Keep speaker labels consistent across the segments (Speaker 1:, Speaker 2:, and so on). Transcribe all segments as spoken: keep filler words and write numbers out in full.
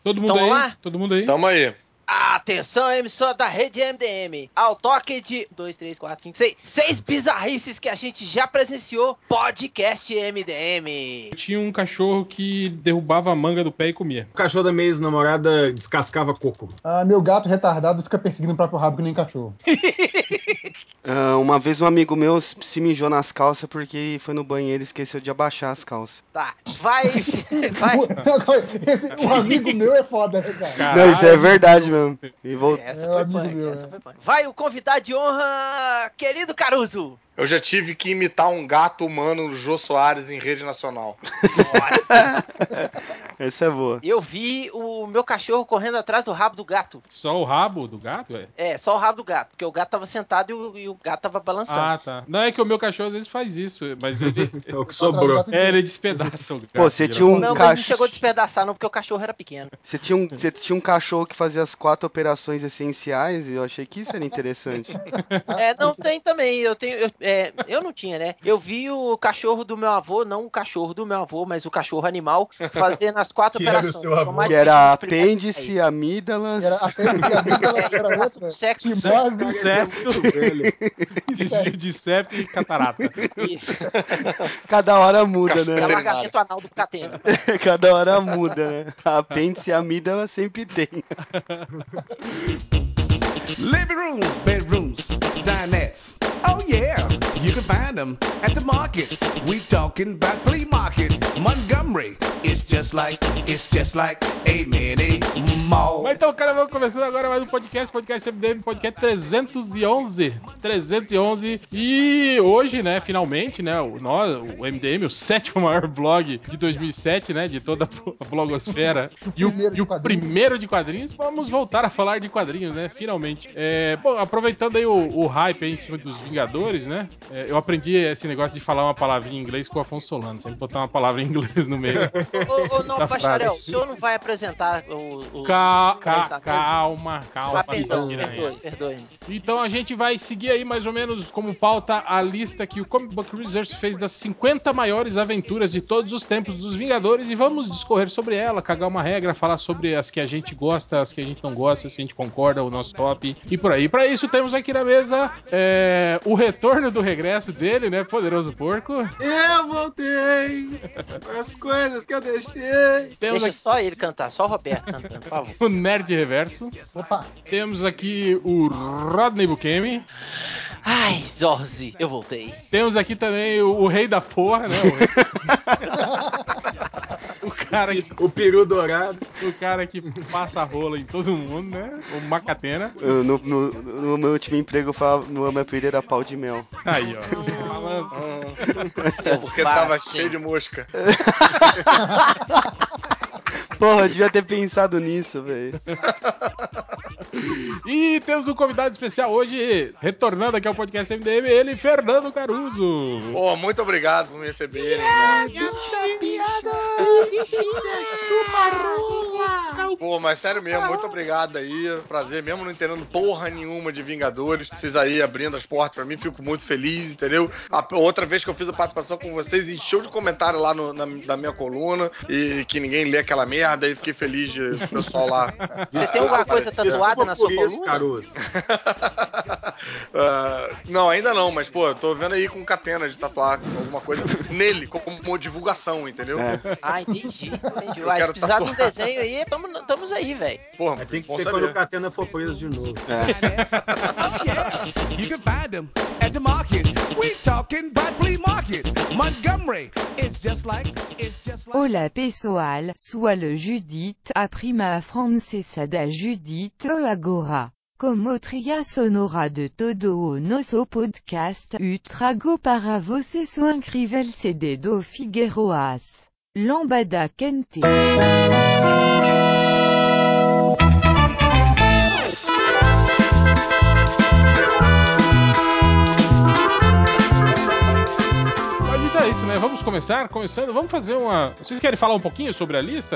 Speaker 1: Todo mundo
Speaker 2: Tamo
Speaker 1: aí?
Speaker 2: lá?
Speaker 1: Todo mundo aí?
Speaker 3: Tamo aí.
Speaker 2: Atenção, emissora da rede M D M. Ao toque de dois, três, quatro, cinco, seis. Seis bizarrices que a gente já presenciou. Podcast M D M.
Speaker 1: Eu tinha um cachorro que derrubava a manga do pé e comia.
Speaker 4: O cachorro da minha ex-namorada descascava coco.
Speaker 5: Ah, meu gato retardado fica perseguindo o próprio rabo que nem cachorro.
Speaker 6: Uh, uma vez um amigo meu se mijou nas calças porque foi no banheiro e esqueceu de abaixar as calças.
Speaker 2: Tá, vai. vai.
Speaker 5: Esse, o amigo meu é foda, né, cara?
Speaker 1: Caralho.
Speaker 6: Não, isso é verdade mesmo. E vou...
Speaker 2: Essa
Speaker 5: É,
Speaker 2: foi
Speaker 5: amigo
Speaker 2: punk,
Speaker 5: meu,
Speaker 2: essa
Speaker 5: é.
Speaker 2: foi punk. Vai o convidado de honra, querido Caruso.
Speaker 3: Eu já tive que imitar um gato humano no Jô Soares em rede nacional.
Speaker 6: Essa é boa.
Speaker 2: Eu vi o meu cachorro correndo atrás do rabo do gato.
Speaker 1: Só o rabo do gato, é?
Speaker 2: É, só o rabo do gato, porque o gato tava sentado e o, e o gato tava balançando.
Speaker 1: Ah, tá. Não, é que o meu cachorro às vezes faz isso, mas ele...
Speaker 4: É o que sobrou.
Speaker 1: é, ele despedaça o gato.
Speaker 6: Pô, você tinha um
Speaker 2: Não, mas
Speaker 6: cachorro...
Speaker 2: não chegou a despedaçar não, porque o cachorro era pequeno.
Speaker 6: Você tinha, um, você tinha um cachorro que fazia as quatro operações essenciais e eu achei que isso era interessante.
Speaker 2: É, não tem também, eu tenho, eu, é, eu não tinha, né? Eu vi o cachorro do meu avô, não o cachorro do meu avô, mas o cachorro animal, fazendo as quatro
Speaker 4: Que era
Speaker 2: operações.
Speaker 4: o seu avô.
Speaker 2: Foi mais
Speaker 6: Que era
Speaker 2: difícil de explicar
Speaker 6: apêndice, amígdalas...
Speaker 5: Era, apêndice, a amígdala
Speaker 2: É,
Speaker 5: era
Speaker 2: operação
Speaker 5: outra.
Speaker 2: do sexo.
Speaker 5: Fimose,
Speaker 1: Septo, desvio de septo e catarata.
Speaker 2: Isso,
Speaker 6: Cada hora muda,
Speaker 2: que é
Speaker 6: né?
Speaker 2: alargamento anal do catena.
Speaker 6: Cada hora muda, né? A apêndice e amígdala sempre tem.
Speaker 7: Living rooms, bedrooms, dinettes. Oh yeah, you can find them at the market. We talking about flea market. Montgomery, it's just like, it's just like a mini mall.
Speaker 1: Mas então, cara, vamos começando agora mais um podcast, podcast M D M, podcast trezentos e onze. trezentos e onze. E hoje, né, finalmente, né, o, nós, o M D M, o sétimo maior blog de dois mil e sete, né, de toda a blogosfera. E o,
Speaker 5: Primeiro de
Speaker 1: e o
Speaker 5: quadrinhos.
Speaker 1: primeiro de quadrinhos, vamos voltar a falar de quadrinhos, né, finalmente. É, bom, aproveitando aí o, o hype aí em cima dos Vingadores, né, é, eu aprendi esse negócio de falar uma palavrinha em inglês com o Afonso Solano, sempre botar uma palavra em inglês no meio.
Speaker 2: Ô, ô, não,
Speaker 1: Da
Speaker 2: bacharel,
Speaker 1: frase.
Speaker 2: o senhor não vai apresentar o... o
Speaker 1: Ca-
Speaker 2: o-
Speaker 1: ca-
Speaker 2: da mesa?
Speaker 1: calma, calma,
Speaker 2: Ah, perdão,
Speaker 1: Piranha.
Speaker 2: perdoe, perdoe.
Speaker 1: Então a gente vai seguir aí mais ou menos como pauta a lista que o Comic Book Research fez das cinquenta maiores aventuras de todos os tempos dos Vingadores e vamos discorrer sobre ela, cagar uma regra, falar sobre as que a gente gosta, as que a gente não gosta, se a gente concorda, o nosso top e por aí. Para isso temos aqui na mesa é, o retorno do regresso dele, né, Poderoso Porco.
Speaker 4: Eu voltei as coisas que eu deixei.
Speaker 1: Temos
Speaker 2: Deixa
Speaker 1: aqui
Speaker 2: só ele cantar, só o Roberto cantando, por favor.
Speaker 1: o Nerd Reverso.
Speaker 5: Opa,
Speaker 1: Temos aqui o Rodney Bukemi.
Speaker 2: Ai, Zorzi, eu voltei.
Speaker 1: Temos aqui também o, o rei da porra, né? O, rei... o cara que,
Speaker 4: O peru dourado.
Speaker 1: o cara que passa a rola em todo mundo, né? O Macatena.
Speaker 6: Eu, no, no, no meu último emprego, eu falava, no meu apelido era pau de mel.
Speaker 1: Aí, ó. Malandro.
Speaker 3: É porque tava cheio de mosca.
Speaker 6: Porra, eu devia ter pensado nisso, velho.
Speaker 1: E temos um convidado especial hoje, retornando aqui ao podcast M D M, ele, Fernando Caruso.
Speaker 3: Pô, muito obrigado por me receberem, cara. Pô, mas sério mesmo, muito obrigado aí. Prazer, mesmo não entendendo porra nenhuma de Vingadores. Vocês aí abrindo as portas pra mim, fico muito feliz, entendeu? A outra vez que eu fiz a participação com vocês, encheu de comentário lá no, na, na minha coluna e que ninguém lê aquela merda e fiquei feliz de o pessoal lá.
Speaker 2: Você tem alguma coisa tatuada na sua
Speaker 4: Por isso,
Speaker 2: coluna?
Speaker 4: Caruso.
Speaker 3: Uh, não, ainda não, mas pô, tô vendo aí com catena de tatuar alguma coisa nele, como divulgação, entendeu?
Speaker 6: É.
Speaker 2: Ah, entendi, entendi.
Speaker 3: Eu
Speaker 2: Mas
Speaker 3: quero
Speaker 2: precisar de um
Speaker 3: tatuar.
Speaker 2: desenho aí, tamo, tamo aí, velho.
Speaker 3: Porra,
Speaker 4: Mas tem que
Speaker 3: bom
Speaker 4: ser
Speaker 3: saber.
Speaker 4: quando o Catena for preso de novo.
Speaker 7: Oh yeah, you can find them at the market. We talking about flea market. Montgomery, it's just like, it's just like.
Speaker 8: Hola pessoal, sois le Judith, a prima francesa da Judith o agora. Como trilha sonora de todo o nosso podcast, eu trago para vocês um incrível C D do Figueiroas. Lambada quente.
Speaker 1: Mas então é isso, né? Vamos começar? Começando, vamos fazer uma... Vocês querem falar um pouquinho sobre a lista?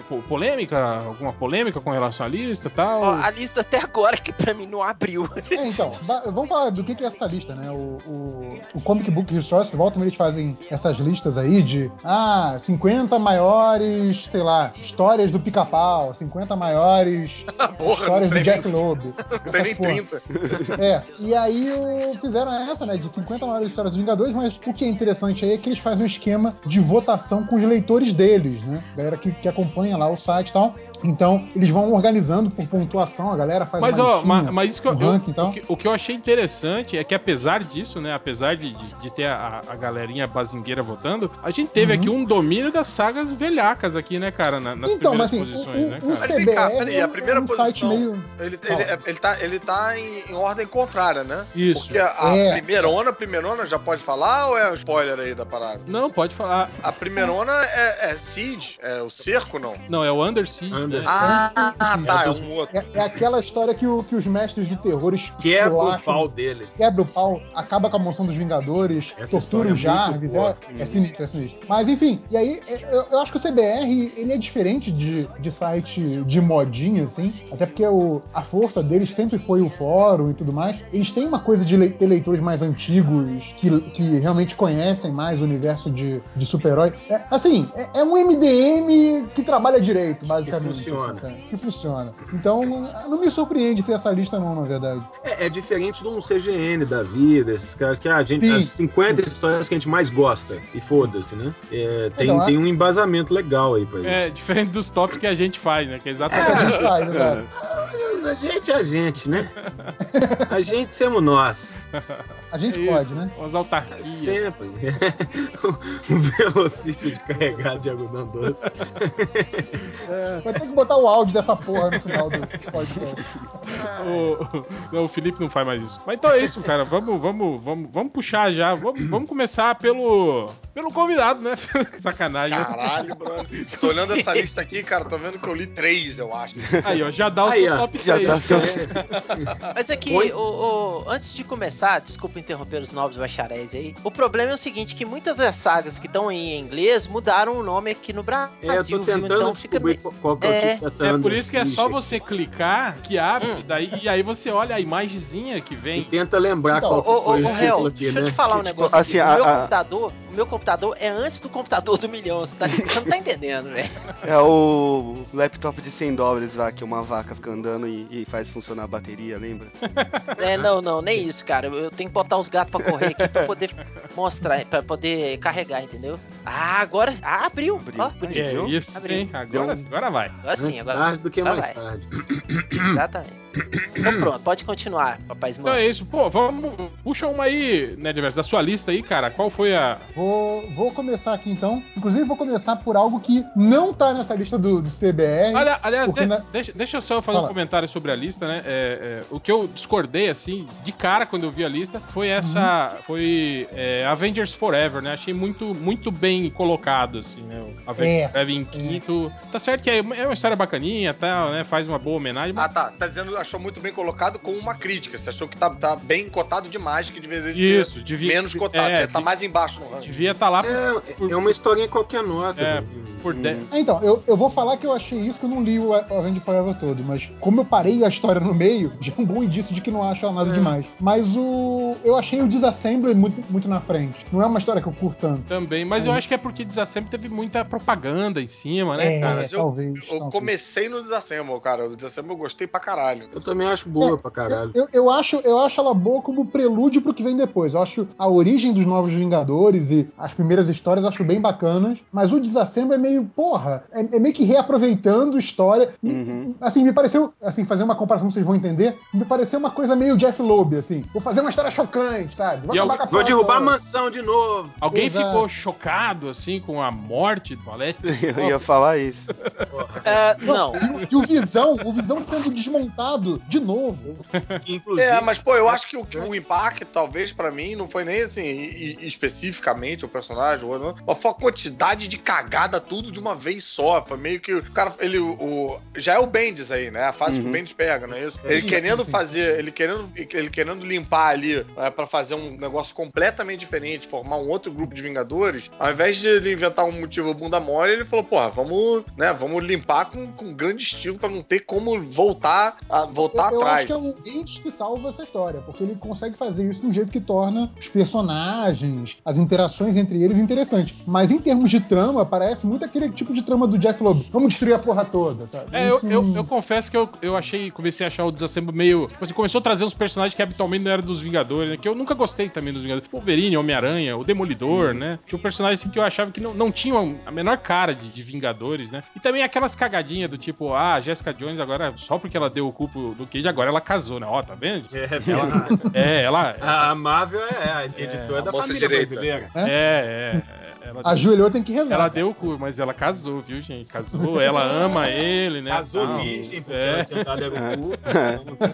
Speaker 1: po- polêmica? Alguma polêmica com relação à lista e tal?
Speaker 2: Ó, a lista até agora que pra mim não abriu.
Speaker 5: É, então, ba- vamos falar do que que é essa lista, né? O, o, o Comic Book Resource, volta eles fazem essas listas aí de, ah, cinquenta maiores, sei lá, histórias do Pica-Pau, cinquenta maiores
Speaker 3: Porra,
Speaker 5: histórias
Speaker 3: não
Speaker 5: do
Speaker 3: tem
Speaker 5: Jeff
Speaker 3: nem-
Speaker 5: Loeb.
Speaker 3: Não tem nem
Speaker 5: Essas porra.
Speaker 3: trinta.
Speaker 5: É, e aí o, fizeram essa, né, de cinquenta maiores histórias dos Vingadores, mas o que é interessante aí é que eles fazem um esquema de votação com os leitores deles, né? Galera que, que acompanha lá o site e tal. Então, eles vão organizando por pontuação, a galera faz
Speaker 1: Mas,
Speaker 5: uma
Speaker 1: ó,
Speaker 5: listinha,
Speaker 1: ma- mas isso que eu,
Speaker 5: um
Speaker 1: eu-
Speaker 5: ranking e tal.
Speaker 1: o, que, o que eu achei interessante é que apesar disso, né, apesar de, de, de ter a, a galerinha bazingueira votando, a gente teve
Speaker 5: Uhum.
Speaker 1: aqui um domínio das sagas velhacas aqui, né, cara, na- nas
Speaker 5: Então,
Speaker 1: primeiras
Speaker 5: mas assim,
Speaker 1: posições,
Speaker 5: o,
Speaker 1: né,
Speaker 5: o, o
Speaker 1: cara?
Speaker 3: Mas vem cá,
Speaker 5: C B R
Speaker 3: peraí, a primeira
Speaker 5: é um site
Speaker 3: posição,
Speaker 5: meio...
Speaker 3: Ele,
Speaker 5: Fala.
Speaker 3: ele, ele tá, ele tá em, em ordem contrária, né?
Speaker 1: Isso.
Speaker 3: Porque a, a
Speaker 5: É.
Speaker 3: primeirona, a primeirona já pode falar ou é um spoiler aí da parada?
Speaker 1: Não, pode falar.
Speaker 3: A primeirona é, é Seed, é o cerco, não?
Speaker 1: Não, é o Under Siege,
Speaker 9: Under
Speaker 1: né?
Speaker 3: Ah,
Speaker 5: Sim.
Speaker 3: tá, é um outro.
Speaker 5: É, é aquela história que, o- que os mestres do terror
Speaker 9: Quebra o
Speaker 5: esculacham,
Speaker 9: pau deles.
Speaker 5: quebra o pau, acaba com a mansão dos Vingadores,
Speaker 9: Essa
Speaker 5: tortura
Speaker 9: história
Speaker 5: o
Speaker 9: é muito
Speaker 5: Jarvis,
Speaker 9: boa.
Speaker 5: é, é sinistro, é sinistro. Mas enfim, e aí é, eu, eu acho que o C B R ele é diferente de, de site de modinha, assim, até porque o, a força deles sempre foi o fórum e tudo mais. Eles têm uma coisa de le- ter leitores mais antigos, que, que realmente conhecem mais o universo de, de super-herói. É, assim, é, é um M D M que trabalha direito, basicamente.
Speaker 9: Que funciona.
Speaker 5: assim, sabe? Que funciona. Então, não me surpreende ser essa lista não, na verdade.
Speaker 9: É, é diferente de um C G N da vida, esses caras que ah, a gente,
Speaker 5: Sim.
Speaker 9: as cinquenta histórias que a gente mais gosta, e foda-se, né? É, tem,
Speaker 5: Então,
Speaker 9: tem um embasamento legal aí pra isso.
Speaker 1: É, diferente dos tops que a gente faz, né? Que é
Speaker 5: É,
Speaker 1: exatamente
Speaker 5: a gente faz, exato.
Speaker 9: Mas a gente é a gente, né? A gente somos nós.
Speaker 5: A gente
Speaker 1: isso.
Speaker 5: pode, né?
Speaker 1: As autarquias.
Speaker 9: Sempre. Um velocípede carregado de algodão doce.
Speaker 5: Vai ter que botar o áudio dessa porra no final do podcast.
Speaker 1: O, não, o Felipe não faz mais isso. Mas então é isso, cara. Vamos, vamos, vamos, vamos puxar já. Vamos, vamos começar pelo, pelo convidado, né? Sacanagem.
Speaker 3: Caralho, brother. Tô olhando essa lista aqui, cara, tô vendo que eu li três, eu acho.
Speaker 1: Aí, ó, já dá o
Speaker 9: Aí,
Speaker 1: seu
Speaker 9: ó,
Speaker 1: top
Speaker 6: já
Speaker 1: seis.
Speaker 6: dá seu-
Speaker 2: Mas é que,
Speaker 9: Oi?
Speaker 2: o, o- antes de começar, desculpa interromper os novos bacharéis aí, o problema é o seguinte, que muitas das sagas que estão em inglês mudaram o nome aqui no Brasil,
Speaker 9: É, eu tô
Speaker 2: viu?
Speaker 9: tentando
Speaker 2: Então fica
Speaker 9: descobrir
Speaker 2: meio...
Speaker 9: qual, qual que é o
Speaker 2: É.
Speaker 9: tipo dessa
Speaker 1: É por
Speaker 9: Under
Speaker 1: isso que é
Speaker 9: Siege
Speaker 1: só
Speaker 9: aqui.
Speaker 1: você clicar que abre,
Speaker 2: Hum.
Speaker 1: daí, e aí você olha a imagenzinha que
Speaker 9: E
Speaker 1: vem.
Speaker 9: tenta lembrar
Speaker 5: Então,
Speaker 9: qual que
Speaker 2: Ô, ô,
Speaker 9: foi
Speaker 2: ô,
Speaker 9: o
Speaker 2: Hel,
Speaker 9: título aqui,
Speaker 2: deixa eu
Speaker 9: né?
Speaker 2: te falar um
Speaker 6: Que, tipo,
Speaker 2: negócio
Speaker 6: assim,
Speaker 2: aqui.
Speaker 6: a-
Speaker 2: O meu
Speaker 6: a-
Speaker 2: computador, o meu computador é antes do computador do milhão, você, tá, você não tá entendendo, velho.
Speaker 6: É o laptop de cem dólares lá, que uma vaca fica andando e, e faz funcionar a bateria, lembra?
Speaker 2: É, não, não, nem isso, cara. Eu tenho que botar os gatos pra correr aqui pra poder mostrar, pra poder carregar, entendeu? Ah, agora. Ah, abriu.
Speaker 6: Abriu.
Speaker 2: Ó, bonito.
Speaker 1: É
Speaker 6: viu?
Speaker 1: isso,
Speaker 2: Abriu.
Speaker 1: hein? Agora,
Speaker 6: Deu um-
Speaker 1: agora vai.
Speaker 2: Agora sim,
Speaker 9: Antes
Speaker 2: agora.
Speaker 9: tarde do que
Speaker 2: agora
Speaker 9: mais
Speaker 2: vai.
Speaker 9: tarde.
Speaker 2: Exatamente. Então pronto, pode continuar, papai
Speaker 1: Então
Speaker 2: Smurf.
Speaker 1: é isso. Pô, vamos. Puxa uma aí, né, Diverso, da sua lista aí, cara. Qual foi a.
Speaker 5: Vou, vou começar aqui então. Inclusive, vou começar por algo que não tá nessa lista do, do C B R.
Speaker 1: Olha, aliás,
Speaker 5: porque
Speaker 1: de-
Speaker 5: na-
Speaker 1: deixa, deixa eu só fazer
Speaker 5: Fala.
Speaker 1: um comentário sobre a lista, né? É, é, o que eu discordei, assim, de cara quando eu vi a lista, foi essa.
Speaker 5: Uhum.
Speaker 1: Foi é, Avengers Forever, né? Achei muito, muito bem colocado, assim, né? O Avengers
Speaker 5: É,
Speaker 1: Forever em quinto. Tá certo que é é uma história bacaninha, tá, né? Faz uma boa homenagem,
Speaker 3: Ah,
Speaker 1: mas.
Speaker 3: tá. Tá dizendo, achou muito bem colocado com uma crítica. Você achou que tá, tá bem cotado demais, que deveria ser
Speaker 1: Isso, devia.
Speaker 3: menos cotado.
Speaker 1: é,
Speaker 3: já tá mais embaixo no ranking.
Speaker 1: Devia estar lá por,
Speaker 9: É, é uma historinha qualquer nota.
Speaker 1: É,
Speaker 9: né?
Speaker 1: por dez.
Speaker 5: É, então, eu, eu vou falar que eu achei isso, que eu não li o Avengers Forever todo, mas como eu parei a história no meio, já é um bom indício de que não acho ela nada
Speaker 9: É.
Speaker 5: demais. Mas o eu achei o Disassembly muito, muito na frente. Não é uma história que eu curto tanto.
Speaker 1: Também, mas eu acho que é porque Desassembly teve muita propaganda em cima, né,
Speaker 5: É,
Speaker 1: cara?
Speaker 3: Mas eu-
Speaker 5: talvez.
Speaker 3: Eu
Speaker 5: talvez.
Speaker 3: comecei no Disassemble, cara. O Disassemble eu gostei pra caralho.
Speaker 9: Eu também acho boa
Speaker 5: É,
Speaker 9: pra caralho.
Speaker 5: Eu, eu, acho, eu acho ela boa como prelúdio pro que vem depois. Eu acho a origem dos Novos Vingadores e as primeiras histórias eu acho bem bacanas, mas o Disassemble é meio, porra, é, é meio que reaproveitando história.
Speaker 6: Uhum.
Speaker 5: Assim, me pareceu, assim, fazer uma comparação, vocês vão entender, me pareceu uma coisa meio Jeff Loeb, assim. Vou fazer uma história chocante, sabe? Vou
Speaker 1: E
Speaker 5: acabar
Speaker 1: eu-
Speaker 5: com a
Speaker 9: Vou
Speaker 5: porra
Speaker 9: derrubar a
Speaker 5: toda.
Speaker 9: mansão de novo.
Speaker 1: Alguém
Speaker 5: Exato.
Speaker 1: ficou chocado, assim, com a morte do Valete?
Speaker 6: Eu ia falar isso.
Speaker 2: É, não.
Speaker 5: E, o- e o Visão, o Visão sendo desmontado tudo de novo.
Speaker 9: Inclusive,
Speaker 3: É, mas pô, eu acho que o, que o impacto, talvez, pra mim, não foi nem assim, e- e- especificamente o personagem, ou não, mas foi a quantidade de cagada tudo de uma vez só. Foi meio que o cara, ele, o, já é o Bendis aí, né? A fase
Speaker 6: Uhum.
Speaker 3: que o Bendis pega, não é isso? Ele
Speaker 5: Sim,
Speaker 3: querendo
Speaker 5: sim, sim.
Speaker 3: fazer, ele querendo, ele querendo limpar ali é, pra fazer um negócio completamente diferente, formar um outro grupo de Vingadores, ao invés de ele inventar um motivo bunda mole, ele falou, porra, vamos, né, vamos limpar com, com grande estilo pra não ter como voltar, a, voltar
Speaker 5: eu, eu
Speaker 3: atrás.
Speaker 5: acho que é o Bendis que salva essa história, porque ele consegue fazer isso de um jeito que torna os personagens, as interações entre eles interessantes. Mas em termos de trama, parece muito aquele tipo de trama do Jeff Loeb. Vamos destruir a porra toda, sabe?
Speaker 1: É, eu,
Speaker 5: Isso
Speaker 1: eu,
Speaker 5: não-
Speaker 1: eu confesso que eu, eu achei, comecei a achar o Desassemble meio. Você começou a trazer uns personagens que habitualmente não eram dos Vingadores, né? Que eu nunca gostei também dos Vingadores. Wolverine, Homem-Aranha, o Demolidor, né? Tinha um personagem assim que eu achava que não, não tinham a menor cara de, de Vingadores, né? E também aquelas cagadinhas do tipo, ah, a Jessica Jones agora, só porque ela deu o culpo do Cage, agora ela casou, né? Ó, tá vendo?
Speaker 9: É,
Speaker 1: Ela, é, ela.
Speaker 9: a a Marvel é a editora
Speaker 3: a
Speaker 9: da
Speaker 3: moça
Speaker 9: família
Speaker 3: direita.
Speaker 9: brasileira.
Speaker 1: É, é. Ela deu,
Speaker 5: Ajoelhou, tem que rezar.
Speaker 1: ela
Speaker 5: cara.
Speaker 1: deu o cu, mas ela casou, viu, gente? Casou, ela ama ele, né?
Speaker 9: Casou
Speaker 1: Tal.
Speaker 9: virgem, porque
Speaker 1: É.
Speaker 9: ela tinha dado era o cu. Então não tem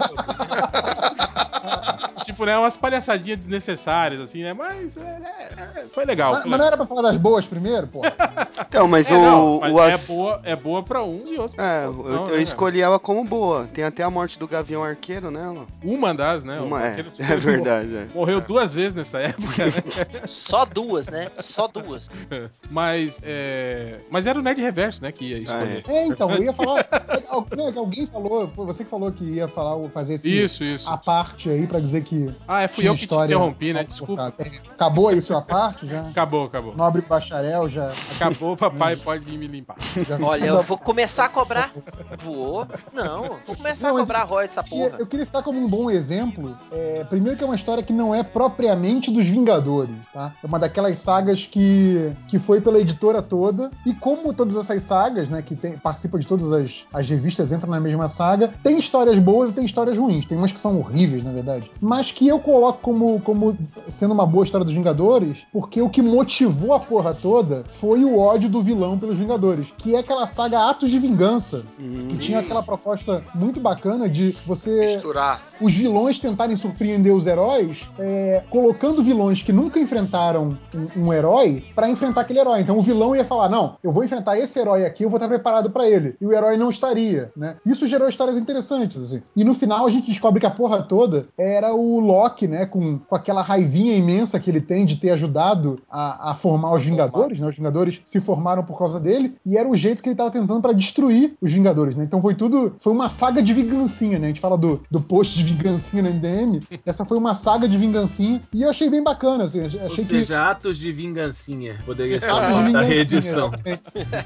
Speaker 9: problema.
Speaker 1: Tipo, né? Umas palhaçadinhas desnecessárias, assim, né? Mas é, é, é, foi legal.
Speaker 5: Mas,
Speaker 1: foi
Speaker 5: mas não
Speaker 1: legal.
Speaker 5: era pra falar das boas primeiro, pô?
Speaker 6: Então, mas
Speaker 1: É,
Speaker 6: o.
Speaker 1: não, mas
Speaker 6: o
Speaker 1: é,
Speaker 6: as-
Speaker 1: boa, é boa pra um e outro.
Speaker 6: É,
Speaker 1: pra
Speaker 6: eu,
Speaker 1: outro não,
Speaker 6: eu
Speaker 1: né,
Speaker 6: escolhi ela como boa. Tem até a morte do Gavião Arqueiro nela.
Speaker 1: Uma das, né?
Speaker 6: Uma,
Speaker 1: o-
Speaker 6: é,
Speaker 1: aquele-
Speaker 6: é verdade. É.
Speaker 1: Morreu duas vezes nessa época, né?
Speaker 2: Só duas, né? Só duas.
Speaker 1: Mas, é... Mas era o Nerd Reverso, né? Que ia escolher.
Speaker 5: É, então, eu ia falar. al- né, que alguém falou, foi você que falou que ia falar, fazer esse
Speaker 1: Isso, isso.
Speaker 5: a parte aí pra dizer que.
Speaker 1: Ah, é, fui
Speaker 5: tinha
Speaker 1: eu que te
Speaker 5: história
Speaker 1: interrompi, né?
Speaker 5: mal
Speaker 1: Desculpa.
Speaker 5: contada. É, acabou aí sua parte já?
Speaker 1: Acabou, acabou.
Speaker 5: Nobre bacharel já.
Speaker 1: Acabou, papai pode vir me limpar.
Speaker 5: já
Speaker 2: Olha, eu vou começar a cobrar. Voou? Não, vou começar
Speaker 5: Não,
Speaker 2: a
Speaker 5: mas
Speaker 2: cobrar royalties dessa
Speaker 5: Que-
Speaker 2: porra.
Speaker 5: Eu queria citar como um bom exemplo, é, primeiro que é uma história que não é propriamente dos Vingadores, tá? É uma daquelas sagas que, que foi pela editora toda, e como todas essas sagas, né, que tem, participam de todas as, as revistas, entram na mesma saga, tem histórias boas e tem histórias ruins, tem umas que são horríveis, na verdade, mas que eu coloco como, como sendo uma boa história dos Vingadores, porque o que motivou a porra toda foi o ódio do vilão pelos Vingadores, que é aquela saga Atos de Vingança, que tinha aquela proposta muito bacana de você,
Speaker 3: Misturar.
Speaker 5: os vilões tentarem surpreender os heróis, é, colocando vilões que nunca enfrentaram um, um herói pra enfrentar aquele herói. Então o vilão ia falar, não, eu vou enfrentar esse herói aqui, eu vou estar preparado pra ele. E o herói não estaria, né? Isso gerou histórias interessantes, assim. E no final a gente descobre que a porra toda era o Loki, né? Com, com aquela raivinha imensa que ele tem de ter ajudado a, a formar os Vingadores, né? Os Vingadores se formaram por causa dele, e era o jeito que ele estava tentando pra destruir os Vingadores, né? Então foi tudo, foi uma saga de vingancinha, né? A gente fala do, do post de vingancinha na M D M, essa foi uma saga de vingancinha, e eu achei bem bacana, assim, achei
Speaker 9: Ou
Speaker 5: que...
Speaker 9: seja, atos de vingancinha. Poderia ser
Speaker 5: Atos de
Speaker 9: uma da
Speaker 5: vingancinha,
Speaker 9: reedição.
Speaker 5: exatamente.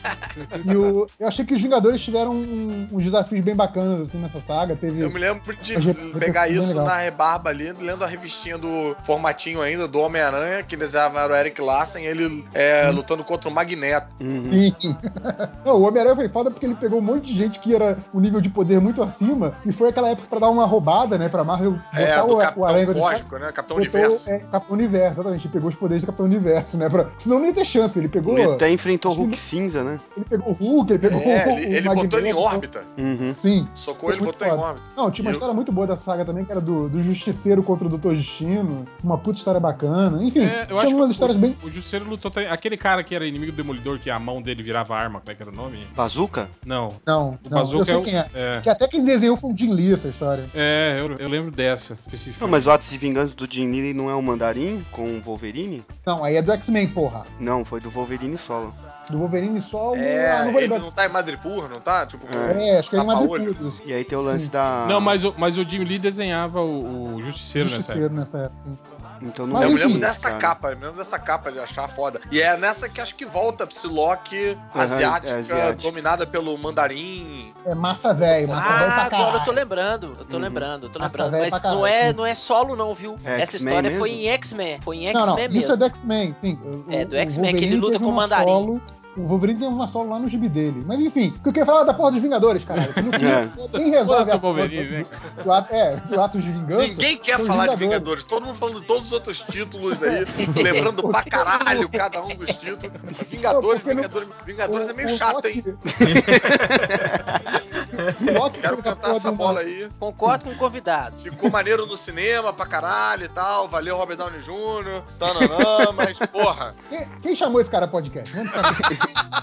Speaker 5: E o, eu achei que os Vingadores tiveram um- uns desafios bem bacanas assim nessa saga. Teve.
Speaker 3: Eu me lembro de
Speaker 5: Mas é-
Speaker 3: pegar
Speaker 5: é bem
Speaker 3: isso
Speaker 5: legal.
Speaker 3: na rebarba ali, lendo a revistinha do formatinho ainda do Homem-Aranha, que eles já era o Eric Larsen, ele é, lutando contra o Magneto.
Speaker 6: Uhum.
Speaker 5: Sim. Não, o Homem-Aranha foi foda porque ele pegou um monte de gente que era um nível de poder muito acima, e foi aquela época pra dar uma roubada, né? Pra Marvel botar
Speaker 3: É,
Speaker 5: o,
Speaker 3: do
Speaker 5: o
Speaker 3: Capitão
Speaker 5: Aranha dos
Speaker 3: Cósmico, né? Capitão
Speaker 5: botou,
Speaker 3: Universo.
Speaker 5: É, Capitão Universo, exatamente. Ele pegou os poderes do Capitão Universo, né? Pra... Senão não ia ter chance. Ele pegou.
Speaker 6: Ele até enfrentou o
Speaker 5: acho que
Speaker 6: Hulk cinza, né?
Speaker 5: Ele pegou o Hulk, ele pegou
Speaker 3: É,
Speaker 5: o,
Speaker 3: ele,
Speaker 5: o
Speaker 3: ele botou ele em
Speaker 5: Magneto.
Speaker 3: órbita.
Speaker 6: Uhum.
Speaker 5: Sim.
Speaker 3: Socou ele,
Speaker 5: Foi muito
Speaker 3: botou em
Speaker 5: foda.
Speaker 3: órbita.
Speaker 5: Não, tinha uma
Speaker 3: E eu-
Speaker 5: história muito boa dessa saga também, que era do, do Justiceiro contra o doutor Destino. Uma puta história bacana. Enfim,
Speaker 1: É, eu
Speaker 5: tinha
Speaker 1: acho
Speaker 5: umas
Speaker 1: que
Speaker 5: histórias
Speaker 1: o,
Speaker 5: bem.
Speaker 1: o Justiceiro lutou também. Aquele cara que era inimigo do Demolidor, que a mão dele virava arma, como é que era o nome?
Speaker 6: Bazooka?
Speaker 1: Não.
Speaker 5: Não,
Speaker 1: O
Speaker 5: não, eu
Speaker 1: Bazooka
Speaker 5: sei
Speaker 1: é o-
Speaker 5: quem é.
Speaker 1: é.
Speaker 5: Que até quem desenhou foi o Jim Lee, essa história.
Speaker 1: É, eu, eu lembro dessa específica.
Speaker 6: Não, mas o Atos de Vingança do Jim Lee não é o Mandarim com o Wolverine?
Speaker 5: Não, aí é do X-Men, porra.
Speaker 6: Não, foi do Wolverine solo.
Speaker 5: Do Wolverine solo.
Speaker 3: É,
Speaker 5: ah, não vou
Speaker 3: ele
Speaker 5: lembrar.
Speaker 3: não tá em Madripoor, não tá? Tipo, com
Speaker 5: É, acho que é em
Speaker 3: tapa-olho.
Speaker 5: Madripoor. isso.
Speaker 6: E aí tem o lance
Speaker 5: Sim.
Speaker 6: da.
Speaker 1: Não, mas o, mas o Jim Lee desenhava o, o Justiceiro,
Speaker 5: Justiceiro
Speaker 1: nessa
Speaker 5: nessa época.
Speaker 6: Então não
Speaker 5: Mas
Speaker 3: Eu me
Speaker 5: enfim,
Speaker 3: lembro
Speaker 6: desse,
Speaker 3: dessa
Speaker 6: cara.
Speaker 3: capa, eu me lembro dessa capa de achar foda. E é nessa que acho que volta a Psylocke
Speaker 6: Aham,
Speaker 3: asiática,
Speaker 6: é asiática.
Speaker 3: dominada pelo mandarim.
Speaker 5: É massa velho, massa velho
Speaker 2: Ah,
Speaker 5: pra caralho.
Speaker 2: agora eu tô lembrando, eu tô
Speaker 6: Uhum.
Speaker 2: lembrando, eu tô
Speaker 5: Massa
Speaker 2: lembrando.
Speaker 5: velho
Speaker 2: Mas
Speaker 5: pra
Speaker 2: não
Speaker 5: caralho,
Speaker 2: é,
Speaker 5: sim.
Speaker 2: não é solo não, viu?
Speaker 6: É
Speaker 2: Essa
Speaker 6: X-Men
Speaker 2: história
Speaker 6: mesmo?
Speaker 2: foi em X-Men, foi em
Speaker 5: Não,
Speaker 2: X-Men
Speaker 5: não,
Speaker 2: mesmo.
Speaker 5: isso é do X-Men, sim. O-
Speaker 2: É, do
Speaker 5: o
Speaker 2: X-Men, que ele
Speaker 5: Wolverine
Speaker 2: luta
Speaker 5: teve
Speaker 2: com o
Speaker 5: uma
Speaker 2: Mandarim.
Speaker 5: solo- O Wolverine tem uma solo lá no gibi dele. Mas enfim, o que eu queria falar é da porra dos Vingadores, caralho. Que no fim,
Speaker 6: É.
Speaker 5: quem resolve
Speaker 1: Foda-se
Speaker 5: a
Speaker 1: o
Speaker 5: porra
Speaker 1: Wolverine,
Speaker 5: do,
Speaker 1: né,
Speaker 5: do, do ato, é, do Atos de Vingança.
Speaker 3: Ninguém quer
Speaker 5: são os
Speaker 3: falar de Vingadores, todo mundo falando de todos os outros títulos aí, lembrando pra caralho cada um dos títulos. Vingadores,
Speaker 5: porque não-
Speaker 3: Vingadores, Vingadores
Speaker 5: o-
Speaker 3: é meio
Speaker 5: o
Speaker 3: chato,
Speaker 5: Loki-
Speaker 3: hein?
Speaker 5: O Loki
Speaker 3: Quero
Speaker 5: fez a
Speaker 3: cantar
Speaker 5: porra
Speaker 3: essa
Speaker 5: do-
Speaker 3: bola aí.
Speaker 2: Concordo com o convidado.
Speaker 3: Ficou maneiro no cinema pra caralho e tal. Valeu, Robert Downey júnior Tananã, mas, porra.
Speaker 5: Quem, quem chamou esse cara podcast? Vamos ficar...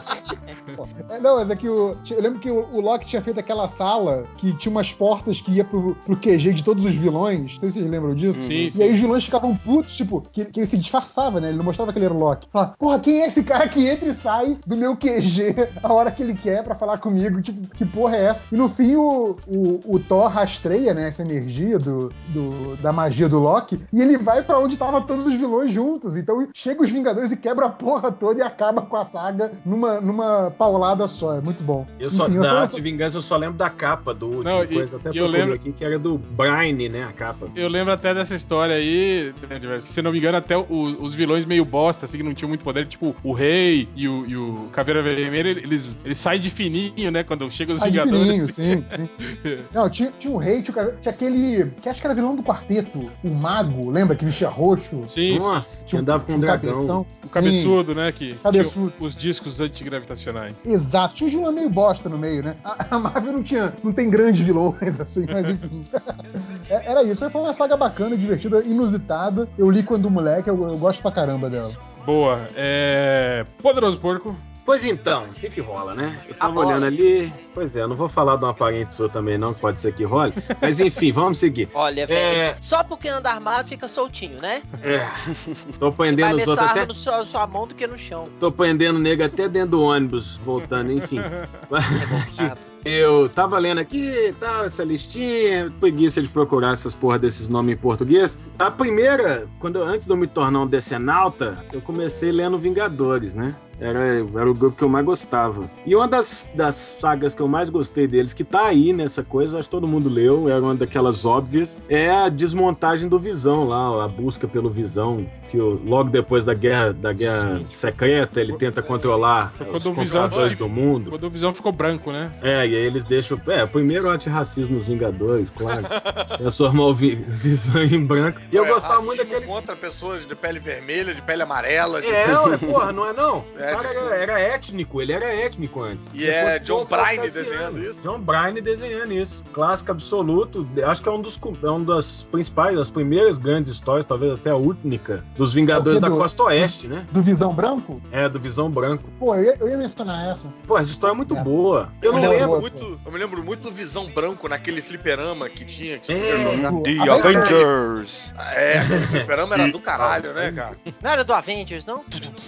Speaker 5: É, não, mas é que o, eu lembro que o, o Loki tinha feito aquela sala que tinha umas portas que ia pro, pro Q G de todos os vilões. Não sei se vocês lembram disso.
Speaker 1: Sim,
Speaker 5: e
Speaker 1: sim.
Speaker 5: aí os vilões ficavam putos, tipo, que, que ele se disfarçava, né? Ele não mostrava que ele era o Loki. Falava, porra, quem é esse cara que entra e sai do meu Q G a hora que ele quer pra falar comigo? Tipo, que porra é essa? E no fim o, o, o Thor rastreia, né, essa energia do, do, da magia do Loki e ele vai pra onde estavam todos os vilões juntos. Então chega os Vingadores e quebra a porra toda e acaba com a saga numa, numa paulada só. É muito bom.
Speaker 9: Eu só,
Speaker 5: Enfim,
Speaker 9: da
Speaker 5: eu
Speaker 9: Arte
Speaker 5: só-
Speaker 9: de Vingança eu só lembro da capa do último
Speaker 1: Não, e-
Speaker 9: coisa, até
Speaker 1: e eu
Speaker 9: procurei
Speaker 1: lembro-
Speaker 9: aqui, que era do Brian, né, a capa.
Speaker 1: Eu lembro até dessa história aí, né, Diverso, se não me engano, até o- os vilões meio bosta, assim, que não tinham muito poder, tipo o Rei e o, e o Caveira Vermelha, eles, eles saem de fininho, né, quando chegam os
Speaker 5: Ah, de
Speaker 1: Vingadores.
Speaker 5: fininho, sim, sim. Não, tinha, tinha um rei, tinha, o- tinha aquele. Que acho que era vilão do quarteto, o Mago, lembra? Que vestia roxo.
Speaker 1: Sim, sim.
Speaker 9: Nossa,
Speaker 5: Tinha
Speaker 9: andava com um
Speaker 5: tinha
Speaker 9: dragão.
Speaker 5: cabeção.
Speaker 1: O cabeçudo, né, que
Speaker 5: Cabeçudo.
Speaker 1: tinha os discos antigravitacionais.
Speaker 5: Exato, tinha um vilão meio bosta no meio, né? A, a Marvel não tinha, não tem grandes vilões, assim, mas enfim. É- Era isso, foi uma saga bacana, divertida, inusitada. Eu li quando moleque, eu, eu gosto pra caramba dela.
Speaker 1: Boa, é... Poderoso Porco.
Speaker 9: Pois então, o que que rola, né? Eu
Speaker 2: A
Speaker 9: tava
Speaker 2: bola.
Speaker 9: olhando ali. Pois é, eu não vou falar de uma parente sua também, não, que pode ser que role. Mas enfim, vamos seguir.
Speaker 2: Olha, velho,
Speaker 9: É.
Speaker 2: só porque anda armado fica soltinho, né?
Speaker 9: É, tô
Speaker 2: Vai
Speaker 9: prendendo os
Speaker 2: meter
Speaker 9: outros
Speaker 2: arma
Speaker 9: até.
Speaker 2: na sua, sua mão do que no chão.
Speaker 9: Tô prendendo nego até dentro do ônibus, voltando, enfim.
Speaker 2: Revoltado.
Speaker 9: Eu tava lendo aqui, tal, essa listinha, preguiça de procurar essas porra desses nomes em português. A primeira, quando eu- antes de eu me tornar um decenalta, eu comecei lendo Vingadores, né? Era, era o grupo que eu mais gostava. E uma das, das sagas que eu mais gostei deles, que tá aí nessa coisa, acho que todo mundo leu, era uma daquelas óbvias, é a desmontagem do Visão lá, a busca pelo Visão, que o- logo depois da guerra, da guerra secreta, ele tenta controlar
Speaker 1: Foi
Speaker 9: os
Speaker 1: quando o Visão
Speaker 9: controladores
Speaker 1: foi-
Speaker 9: do mundo.
Speaker 1: Quando o Visão ficou branco, né?
Speaker 9: É, e aí eles deixam. É, primeiro antirracismo nos Vingadores, claro. Transformar o vi, Visão em branco. E eu
Speaker 3: É,
Speaker 9: gostava
Speaker 3: racismo
Speaker 9: muito daqueles.
Speaker 3: contra pessoas de pele vermelha, de pele amarela. De...
Speaker 9: É, ué, porra, não é não?
Speaker 3: É,
Speaker 9: o cara
Speaker 3: tipo-
Speaker 9: era, era étnico, ele era étnico antes.
Speaker 3: E é
Speaker 9: Depois
Speaker 3: John
Speaker 9: ficou
Speaker 3: Bryan
Speaker 9: caucasiano.
Speaker 3: desenhando isso?
Speaker 9: John Bryan desenhando isso. Clássico absoluto. Acho que é um dos é um das principais, das primeiras grandes histórias, talvez até a única, dos Vingadores
Speaker 5: É o
Speaker 9: da
Speaker 5: quê, do-
Speaker 9: Costa Oeste, né?
Speaker 5: Do Visão Branco?
Speaker 9: É, do Visão Branco.
Speaker 5: Pô, eu ia, eu ia mencionar essa.
Speaker 9: Pô, essa história é muito
Speaker 5: É.
Speaker 9: boa. Eu
Speaker 3: Eu,
Speaker 9: não
Speaker 3: me lembro
Speaker 9: lembro.
Speaker 3: muito, eu me lembro muito do Visão Branco naquele fliperama que tinha. Que você
Speaker 9: É.
Speaker 3: podia jogar.
Speaker 5: O-
Speaker 6: The
Speaker 5: a-
Speaker 6: Avengers.
Speaker 3: É, aquele fliperama era do caralho, né, cara?
Speaker 2: Não era do Avengers, não?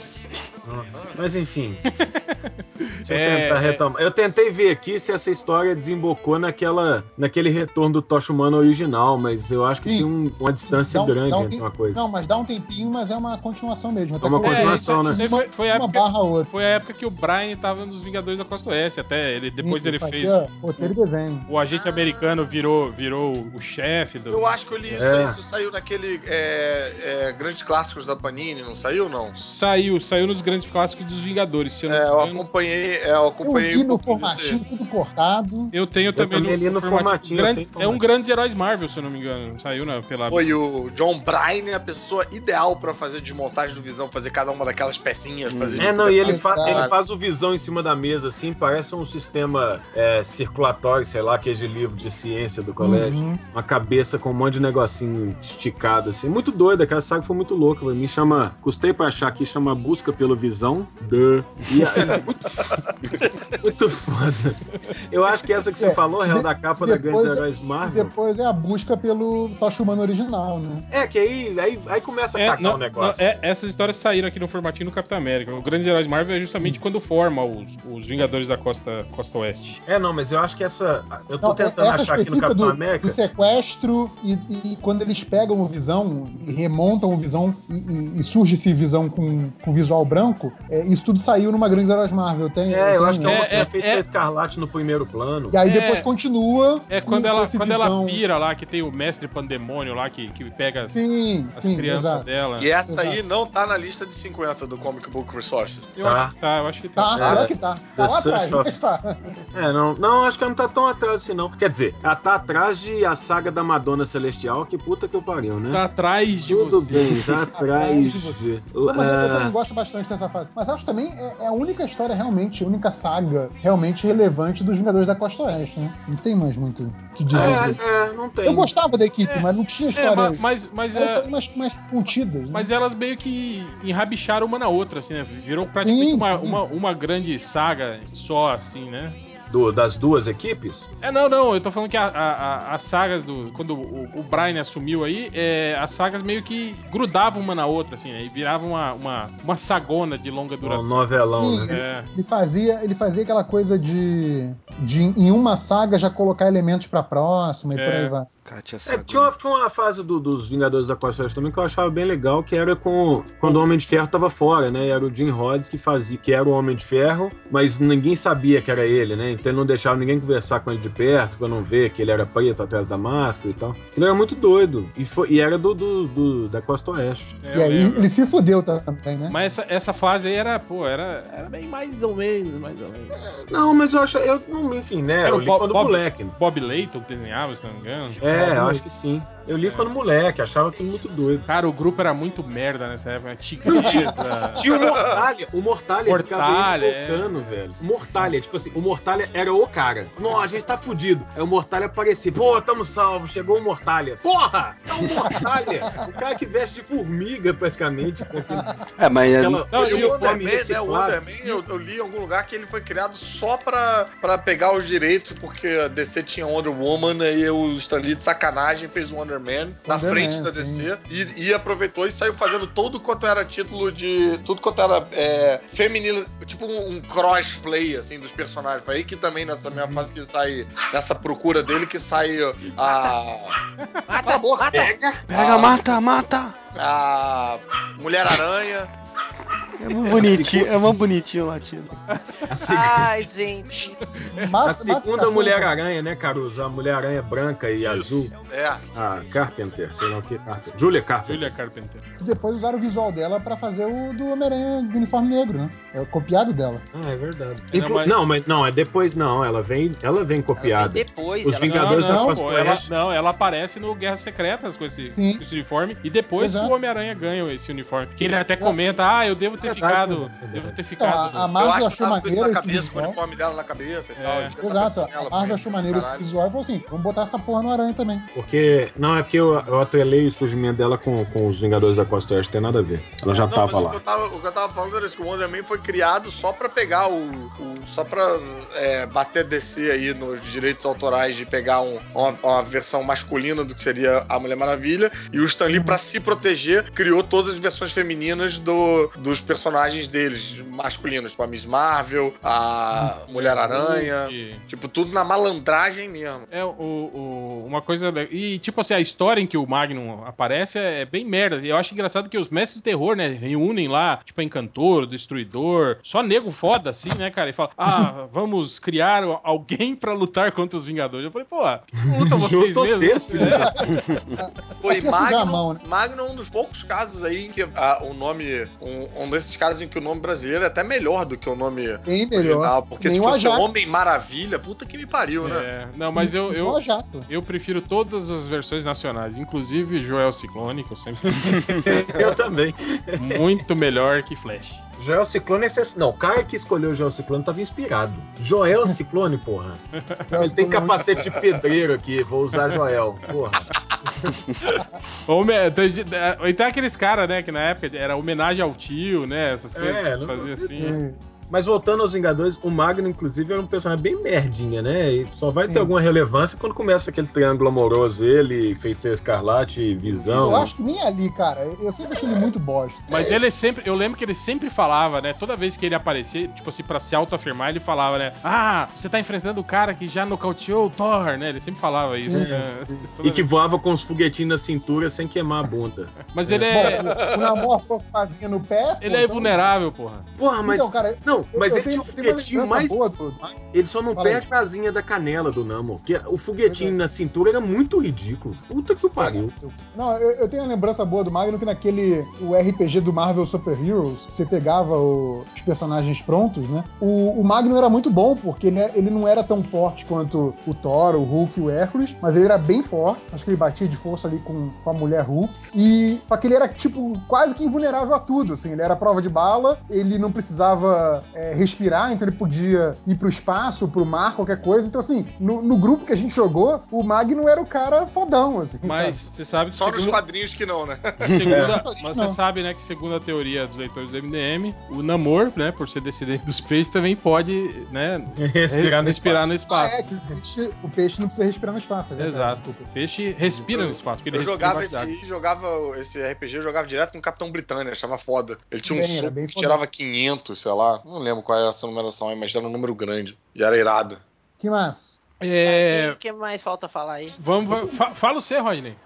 Speaker 9: Nossa. Mas enfim. Deixa eu
Speaker 1: É,
Speaker 9: tentar
Speaker 1: é.
Speaker 9: retomar. Eu tentei ver aqui se essa história desembocou naquela, naquele retorno do Tocha Humana original, mas eu acho que
Speaker 5: Sim.
Speaker 9: tem um- uma distância
Speaker 5: Dá um-
Speaker 9: grande
Speaker 5: dá um
Speaker 9: entre
Speaker 5: tem-
Speaker 9: uma coisa.
Speaker 5: Não, mas dá um tempinho, mas é uma continuação mesmo. Até
Speaker 9: É uma
Speaker 5: porque
Speaker 9: continuação,
Speaker 1: isso,
Speaker 9: né?
Speaker 1: isso aí foi, foi a
Speaker 5: uma
Speaker 1: época,
Speaker 5: barra a outra.
Speaker 1: foi a época que o Brian tava nos Vingadores da Costa Oeste. Até ele, depois
Speaker 5: Isso,
Speaker 1: ele
Speaker 5: fazia
Speaker 1: fez.
Speaker 5: roteiro e desenho.
Speaker 1: O agente americano virou, virou o chefe do.
Speaker 3: Eu acho que eu li isso,
Speaker 9: É.
Speaker 3: isso saiu naquele é, é, Grandes Clássicos da Panini, não saiu, não?
Speaker 1: Saiu, saiu nos grandes clássicos dos Vingadores. Se eu não
Speaker 3: É,
Speaker 1: me
Speaker 3: eu
Speaker 1: engano.
Speaker 3: acompanhei, é, eu
Speaker 5: Eu
Speaker 3: acompanhei
Speaker 5: li
Speaker 3: um
Speaker 5: no
Speaker 3: pouquinho disso aí.
Speaker 5: formatinho, tudo cortado.
Speaker 1: Eu tenho também,
Speaker 9: também li no formatinho, eu
Speaker 1: grande-
Speaker 9: tenho
Speaker 1: é um
Speaker 9: formatinho.
Speaker 1: grande heróis Marvel, se eu não me engano. Saiu na, pela.
Speaker 3: Foi o John Bryan é a pessoa ideal pra fazer desmontagem do Visão, fazer cada uma daquelas pecinhas, fazer
Speaker 9: É, não, e ele,
Speaker 5: Exato.
Speaker 9: fa- ele faz o Visão em cima da mesa, assim, parece um sistema é, circulatório, sei lá, aquele livro de ciência do colégio.
Speaker 5: Uhum.
Speaker 9: Uma cabeça com um monte de negocinho esticado, assim. Muito doida, aquela saga foi muito louca pra mim. Chama, custei pra achar aqui, chama Busca pelo Visão. Duh. E é muito, muito foda. Eu acho que essa que você
Speaker 5: É,
Speaker 9: falou, Real,
Speaker 5: de-
Speaker 9: da capa da
Speaker 5: depois
Speaker 9: Grandes
Speaker 5: é-
Speaker 9: Heróis
Speaker 5: E
Speaker 9: Marvel.
Speaker 5: depois é a busca pelo Tocha Humana original, né?
Speaker 9: É, que aí, aí, aí começa a
Speaker 1: É,
Speaker 9: cagar
Speaker 1: não,
Speaker 9: o negócio.
Speaker 1: não, é, essas histórias saíram aqui no formatinho do Capitão América. O Grande Heróis Marvel é justamente quando forma os, os Vingadores da Costa, Costa Oeste.
Speaker 9: É, não, mas eu acho que essa. Eu tô
Speaker 5: Não,
Speaker 9: tentando
Speaker 5: essa
Speaker 9: achar aqui no
Speaker 5: específica
Speaker 9: Capitão
Speaker 5: do,
Speaker 9: América.
Speaker 5: do sequestro e, e quando eles pegam o Visão e remontam o Visão e, e- e surge esse Visão com, com visual branco, é, isso tudo saiu numa Grandes Heróis Marvel. Tem,
Speaker 9: É, eu
Speaker 5: tem,
Speaker 9: acho que é
Speaker 5: né?
Speaker 9: uma
Speaker 1: É, é,
Speaker 9: feita
Speaker 1: é.
Speaker 9: Escarlate no primeiro plano.
Speaker 5: E aí
Speaker 1: É.
Speaker 5: depois continua.
Speaker 1: É quando,
Speaker 5: com
Speaker 1: ela,
Speaker 5: esse
Speaker 1: quando ela
Speaker 5: Visão.
Speaker 1: pira lá, que tem o mestre pandemônio lá, que, que pega as,
Speaker 5: Sim,
Speaker 1: as
Speaker 5: sim,
Speaker 1: crianças
Speaker 5: exato.
Speaker 1: dela.
Speaker 3: E essa aí
Speaker 5: Exato.
Speaker 3: não tá na lista de cinquenta do Comic Book Resources.
Speaker 1: Eu
Speaker 9: Tá.
Speaker 1: acho que tá, eu acho que tá.
Speaker 5: Tá,
Speaker 9: É,
Speaker 5: pior que tá. Tá
Speaker 9: The
Speaker 5: lá atrás,
Speaker 9: Search of-
Speaker 5: mas tá.
Speaker 9: É, não, não, acho que ela não tá tão atrás assim, não. Quer dizer, ela tá atrás de a saga da Madonna Celestial, que puta que eu pariu, né?
Speaker 1: Tá atrás de
Speaker 9: Tudo
Speaker 1: você.
Speaker 9: bem, tá atrás
Speaker 5: Atrás de
Speaker 9: de.
Speaker 5: Não, mas eu, eu
Speaker 9: Ah,
Speaker 5: também gosto bastante dessa essa fase. Mas acho também é, é a única história realmente, a única saga realmente relevante dos Vingadores da Costa Oeste, né? Não tem mais muito o que dizer.
Speaker 9: É, é, não tem.
Speaker 5: Eu gostava da equipe,
Speaker 1: É,
Speaker 5: mas não tinha
Speaker 1: É,
Speaker 5: história.
Speaker 1: ma- mas, mas,
Speaker 5: Elas
Speaker 1: é,
Speaker 5: foram mais, mais contidas. Né?
Speaker 1: mas elas meio que enrabicharam uma na outra, assim, né? Virou praticamente
Speaker 5: Sim,
Speaker 1: uma,
Speaker 5: sim.
Speaker 1: uma, uma grande saga só, assim, né?
Speaker 9: Do- das duas equipes?
Speaker 1: É, não, não, eu tô falando que a- a- a- as sagas do. Quando o, o Brian assumiu aí, é, as sagas meio que grudavam uma na outra, assim, né? E viravam uma, uma, uma sagona de longa
Speaker 9: Um
Speaker 1: duração.
Speaker 9: novelão,
Speaker 5: Sim,
Speaker 9: né?
Speaker 5: ele,
Speaker 1: É.
Speaker 5: ele fazia, ele fazia aquela coisa de, de em uma saga já colocar elementos pra próxima e
Speaker 1: É.
Speaker 5: por aí vai.
Speaker 6: Kátia
Speaker 9: É,
Speaker 6: Saga.
Speaker 9: tinha, uma, tinha uma fase do- dos Vingadores da Costa Oeste também que eu achava bem legal, que era com, quando o Homem de Ferro tava fora, né? E era o Jim Rhodes que fazia, que era o Homem de Ferro, mas ninguém sabia que era ele, né? Então ele não deixava ninguém conversar com ele de perto, pra não ver que ele era preto atrás da máscara e tal. Ele era muito doido. E, foi, e era do, do- do- da Costa Oeste.
Speaker 1: É,
Speaker 5: E
Speaker 1: eu
Speaker 5: aí
Speaker 1: lembro.
Speaker 5: ele se fudeu também, né?
Speaker 1: Mas essa, essa fase aí era, pô, era, era bem mais ou menos, mais ou menos.
Speaker 9: Não, mas eu acho, eu, não, enfim, né?
Speaker 1: Era
Speaker 9: Eu
Speaker 1: o
Speaker 9: li
Speaker 1: Bob-
Speaker 9: quando
Speaker 1: Bob-
Speaker 9: moleque.
Speaker 1: Bob Layton que desenhava, se não me engano.
Speaker 9: É, eu acho que sim. Eu li
Speaker 1: É.
Speaker 9: quando moleque, achava aquilo muito doido.
Speaker 1: Cara, o grupo era muito merda nessa época. Né? Tigresa.
Speaker 9: Tinha o Mortalha. O Mortalha,
Speaker 1: Mortalha,
Speaker 9: ficava ele invocando, velho. O Mortalha, tipo assim, o Mortalha era o cara. Não, a gente tá fudido. Aí o Mortalha aparecia. Pô, tamo salvo. Chegou o Mortalha. Porra! É o Mortalha! O cara que veste de formiga, praticamente. Com aquele,
Speaker 6: É, mas
Speaker 9: aquela
Speaker 1: Não,
Speaker 3: E o
Speaker 1: e
Speaker 3: Wonder
Speaker 9: uniforme
Speaker 3: Man, né? O
Speaker 9: reciclado.
Speaker 3: Wonder Man, eu, eu li em algum lugar que ele foi criado só pra, pra pegar os direitos, porque a D C tinha Wonder Woman, e o Stan Lee de sacanagem fez o Wonder Man na
Speaker 5: Wonder
Speaker 3: frente
Speaker 5: Man,
Speaker 3: da D C
Speaker 5: sim.
Speaker 3: e, e aproveitou e saiu fazendo tudo quanto era título de. Tudo quanto era é, feminino, tipo um, um crossplay assim dos personagens. Foi aí que também nessa mesma fase que sai, nessa procura dele, que sai a.
Speaker 2: Mata, mata.
Speaker 9: Pega.
Speaker 6: Pega,
Speaker 3: Ah.
Speaker 6: mata, mata!
Speaker 3: A Mulher-Aranha.
Speaker 6: É muito bonitinho, é muito bonitinho o latino.
Speaker 9: A, seg-
Speaker 2: Ai, gente.
Speaker 5: Mata-
Speaker 9: a segunda
Speaker 5: mata os
Speaker 9: Mulher-Aranha, né, Caruso? A Mulher-Aranha branca e azul.
Speaker 3: É.
Speaker 9: A Carpenter, sei lá o que. Carpenter. Julia Carpenter.
Speaker 1: Julia Carpenter.
Speaker 5: E depois usaram o visual dela pra fazer o do Homem-Aranha do uniforme negro, né? É o copiado dela.
Speaker 9: Ah, é verdade.
Speaker 1: Não,
Speaker 9: Inclu-
Speaker 1: mas-
Speaker 9: Não, mas não, é depois não. Ela vem, ela vem
Speaker 2: Ela
Speaker 9: copiada.
Speaker 2: vem depois.
Speaker 9: Os
Speaker 2: ela
Speaker 9: Vingadores
Speaker 1: não,
Speaker 9: da
Speaker 1: não,
Speaker 9: Costa
Speaker 1: pô, ela,
Speaker 9: Oeste.
Speaker 1: não, ela aparece no Guerras Secretas com esse,
Speaker 5: Sim.
Speaker 1: com esse uniforme. E depois
Speaker 5: Exato.
Speaker 1: que o Homem-Aranha ganha esse uniforme. Que ele até comenta, ah, eu devo ter
Speaker 9: Verdade,
Speaker 1: ficado.
Speaker 9: verdade.
Speaker 1: Devo ter
Speaker 5: Então,
Speaker 1: ficado.
Speaker 5: a, a
Speaker 3: Eu
Speaker 5: Marvel
Speaker 3: acho que
Speaker 5: achou
Speaker 3: tava com isso
Speaker 5: maneiro
Speaker 3: na
Speaker 5: esse
Speaker 3: cabeça, com o
Speaker 5: visual.
Speaker 3: uniforme dela na cabeça e
Speaker 1: É.
Speaker 3: tal. Ele tá
Speaker 5: Exato,
Speaker 3: pensando nela,
Speaker 5: a Marvel
Speaker 3: bem,
Speaker 5: achou maneiro esse
Speaker 3: caralho.
Speaker 5: visual e falou assim: vamos botar essa porra no Aranha também.
Speaker 9: Porque. Não, é porque eu, eu atrelei o surgimento dela com, com os Vingadores da Costa Oeste, tem nada a ver. Ela já
Speaker 3: Não,
Speaker 9: tava
Speaker 3: mas O
Speaker 9: lá.
Speaker 3: que, eu tava, o que eu tava falando era isso, que o Wonder Man foi criado só pra pegar o. o- só pra é, bater D C aí nos direitos autorais de pegar um- uma, uma versão masculina do que seria a Mulher Maravilha. E o Stan Lee, pra se proteger, criou todas as versões femininas do, dos personagens deles, masculinos, tipo a Miss Marvel, a Mulher-Aranha.
Speaker 1: E-
Speaker 3: Tipo, tudo na malandragem mesmo.
Speaker 1: É, o, o- uma coisa. E, tipo assim, a história em que o Magnum aparece é, é bem merda. E eu acho engraçado que os mestres do terror, né, reúnem lá, tipo, a Encantor, o Destruidor, só nego foda, assim, né, cara? E fala, ah, vamos criar alguém pra lutar contra os Vingadores. Eu falei, pô, não lutam vocês
Speaker 9: Juntou
Speaker 1: mesmos?
Speaker 9: vocês, filho
Speaker 1: É.
Speaker 9: da-
Speaker 3: Foi
Speaker 5: Aqui é sujar a
Speaker 3: Magnum,
Speaker 5: mão, né?
Speaker 3: Magnum é um dos poucos casos aí em que ah, o nome. Um, um desses casos em que o nome brasileiro é até melhor do que o nome
Speaker 5: Bem melhor.
Speaker 3: original. Porque
Speaker 5: Nem
Speaker 3: se
Speaker 5: o
Speaker 3: fosse
Speaker 5: Ajax.
Speaker 3: Homem Maravilha, puta que me pariu, né?
Speaker 1: É, não, mas eu, eu,
Speaker 5: Só jato.
Speaker 1: eu prefiro todas as versões nacionais, inclusive Joel Ciclone, que eu sempre
Speaker 9: Eu também.
Speaker 1: muito melhor que Flash.
Speaker 9: Joel Ciclone é excesso. Não, o cara que escolheu o Joel Ciclone tava inspirado. Joel Ciclone, porra. Ele tem capacete de pedreiro aqui, vou usar Joel. Porra.
Speaker 1: Home- tem- tem- E tem aqueles caras, né, que na época era homenagem ao tio, né? Essas coisas
Speaker 9: É,
Speaker 1: que eles
Speaker 9: não
Speaker 1: faziam assim.
Speaker 5: Sim.
Speaker 9: Mas voltando aos Vingadores, o Magno, inclusive, era um personagem bem merdinha, né? E só vai ter
Speaker 5: Sim.
Speaker 9: alguma relevância quando começa aquele triângulo amoroso, ele, Feiticeiro Escarlate, Visão.
Speaker 5: Eu acho que nem ali, cara. Eu sempre achei ele muito bosta.
Speaker 1: Mas ele sempre, eu lembro que ele sempre falava, né? Toda vez que ele aparecia, tipo assim, pra se autoafirmar, ele falava, né? Ah, você tá enfrentando o cara que já nocauteou o Thor, né? Ele sempre falava isso.
Speaker 5: Sim.
Speaker 1: né? Toda
Speaker 9: E que
Speaker 1: vez.
Speaker 9: voava com os foguetinhos na cintura sem queimar a bunda.
Speaker 1: Mas ele é.
Speaker 5: Bom, o Namor com a fazinha no pé.
Speaker 1: Ele
Speaker 5: pô,
Speaker 1: é
Speaker 5: então-
Speaker 1: invulnerável, porra.
Speaker 9: Porra, mas.
Speaker 5: Então, cara,
Speaker 9: Não, Não, mas
Speaker 5: eu
Speaker 9: ele
Speaker 5: tenho,
Speaker 9: tinha o
Speaker 5: tenho uma
Speaker 9: foguetinho
Speaker 5: lembrança
Speaker 9: mais...
Speaker 5: boa do-
Speaker 9: Ele só não
Speaker 5: Fala aí.
Speaker 9: perde a asinha da canela do Namor, porque o foguetinho na cintura era muito ridículo. Puta que o pariu.
Speaker 5: Não, eu, eu tenho uma lembrança boa do Magno que naquele o R P G do Marvel Super Heroes, você pegava o- os personagens prontos, né? O, o Magno era muito bom, porque ele, ele não era tão forte quanto o Thor, o Hulk e o Hércules, mas ele era bem forte. Acho que ele batia de força ali com, com a mulher Hulk. E só que ele era, tipo, quase que invulnerável a tudo, assim. Ele era prova de bala, ele não precisava é, respirar, então ele podia ir pro espaço, pro mar, qualquer coisa. Então, assim, no, no grupo que a gente jogou, o Magno era o cara fodão, assim.
Speaker 1: Mas
Speaker 5: sabe?
Speaker 1: você sabe que
Speaker 3: Só nos
Speaker 1: segundo,
Speaker 3: quadrinhos que não, né?
Speaker 1: segunda-
Speaker 5: É.
Speaker 1: mas
Speaker 5: Não.
Speaker 1: você sabe, né, que segundo a teoria dos leitores do M D M, o Namor, né, por ser descendente dos peixes, também pode, né,
Speaker 9: Respirar no
Speaker 1: respirar
Speaker 9: espaço.
Speaker 1: no
Speaker 5: Ah,
Speaker 1: espaço.
Speaker 5: é, que o peixe, o peixe não precisa respirar no espaço, é verdade.
Speaker 1: Exato.
Speaker 5: Desculpa.
Speaker 1: O peixe respira no espaço. porque ele
Speaker 3: Eu
Speaker 1: respira
Speaker 3: jogava
Speaker 1: em
Speaker 3: esse
Speaker 1: gravidade.
Speaker 3: aí, jogava esse R P G, eu jogava direto com o Capitão Britânia, achava foda. Ele tinha um
Speaker 5: Bem, era
Speaker 3: soco
Speaker 5: bem
Speaker 3: que
Speaker 5: foda.
Speaker 3: tirava quinhentos, sei lá. Não lembro qual era essa numeração aí, mas era um número grande. E era irado.
Speaker 5: Que mais?
Speaker 1: É,
Speaker 2: O que mais falta falar aí?
Speaker 1: vamos, va- fa- fala o C, Rodney.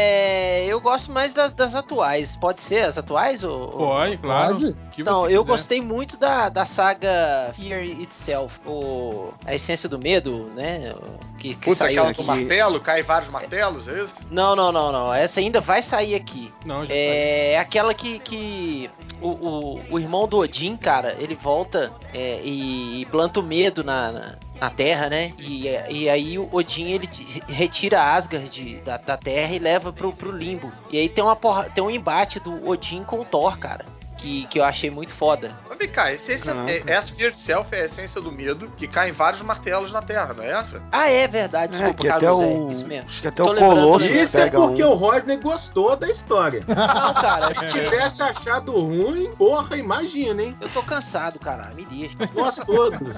Speaker 2: É, eu gosto mais das, das atuais. Pode ser as atuais? Ou,
Speaker 1: Pode, claro.
Speaker 5: Pode?
Speaker 1: O que
Speaker 2: Então,
Speaker 1: você
Speaker 2: eu
Speaker 1: quiser.
Speaker 2: gostei muito da, da saga Fear Itself, o, a essência do medo, né? Que, que
Speaker 3: Putz,
Speaker 2: saiu
Speaker 3: aquela
Speaker 2: aqui.
Speaker 3: com martelo, cai vários martelos, é isso?
Speaker 2: Não, não, não, não. Essa ainda vai sair aqui.
Speaker 1: Não, já
Speaker 2: É aquela que, que o, o, o irmão do Odin, cara, ele volta é, e, e planta o medo na, na, na Terra, né? E, e aí o Odin ele de- retira Asgard da, da Terra e leva pro, pro limbo. E aí tem, uma porra, tem um embate do Odin com o Thor, cara. Que, que eu achei muito foda.
Speaker 3: Mas vem cá, a essência,
Speaker 6: Caraca.
Speaker 3: é, essa Fear Itself é a essência do medo, que caem vários martelos na Terra, não é essa?
Speaker 2: Ah, é verdade,
Speaker 6: É,
Speaker 2: desculpa,
Speaker 6: que até
Speaker 2: Carlos,
Speaker 6: o.
Speaker 2: é isso mesmo.
Speaker 6: Acho que até
Speaker 2: Tô
Speaker 6: o
Speaker 2: lembrando, tô
Speaker 6: Colosso
Speaker 2: lembrando.
Speaker 9: Isso é
Speaker 6: pega
Speaker 9: porque
Speaker 6: um.
Speaker 9: o Rodney gostou da história.
Speaker 2: Não, cara,
Speaker 9: Se tivesse achado ruim, porra, imagina, hein?
Speaker 2: eu tô cansado, cara, me deixa.
Speaker 9: Nós todos.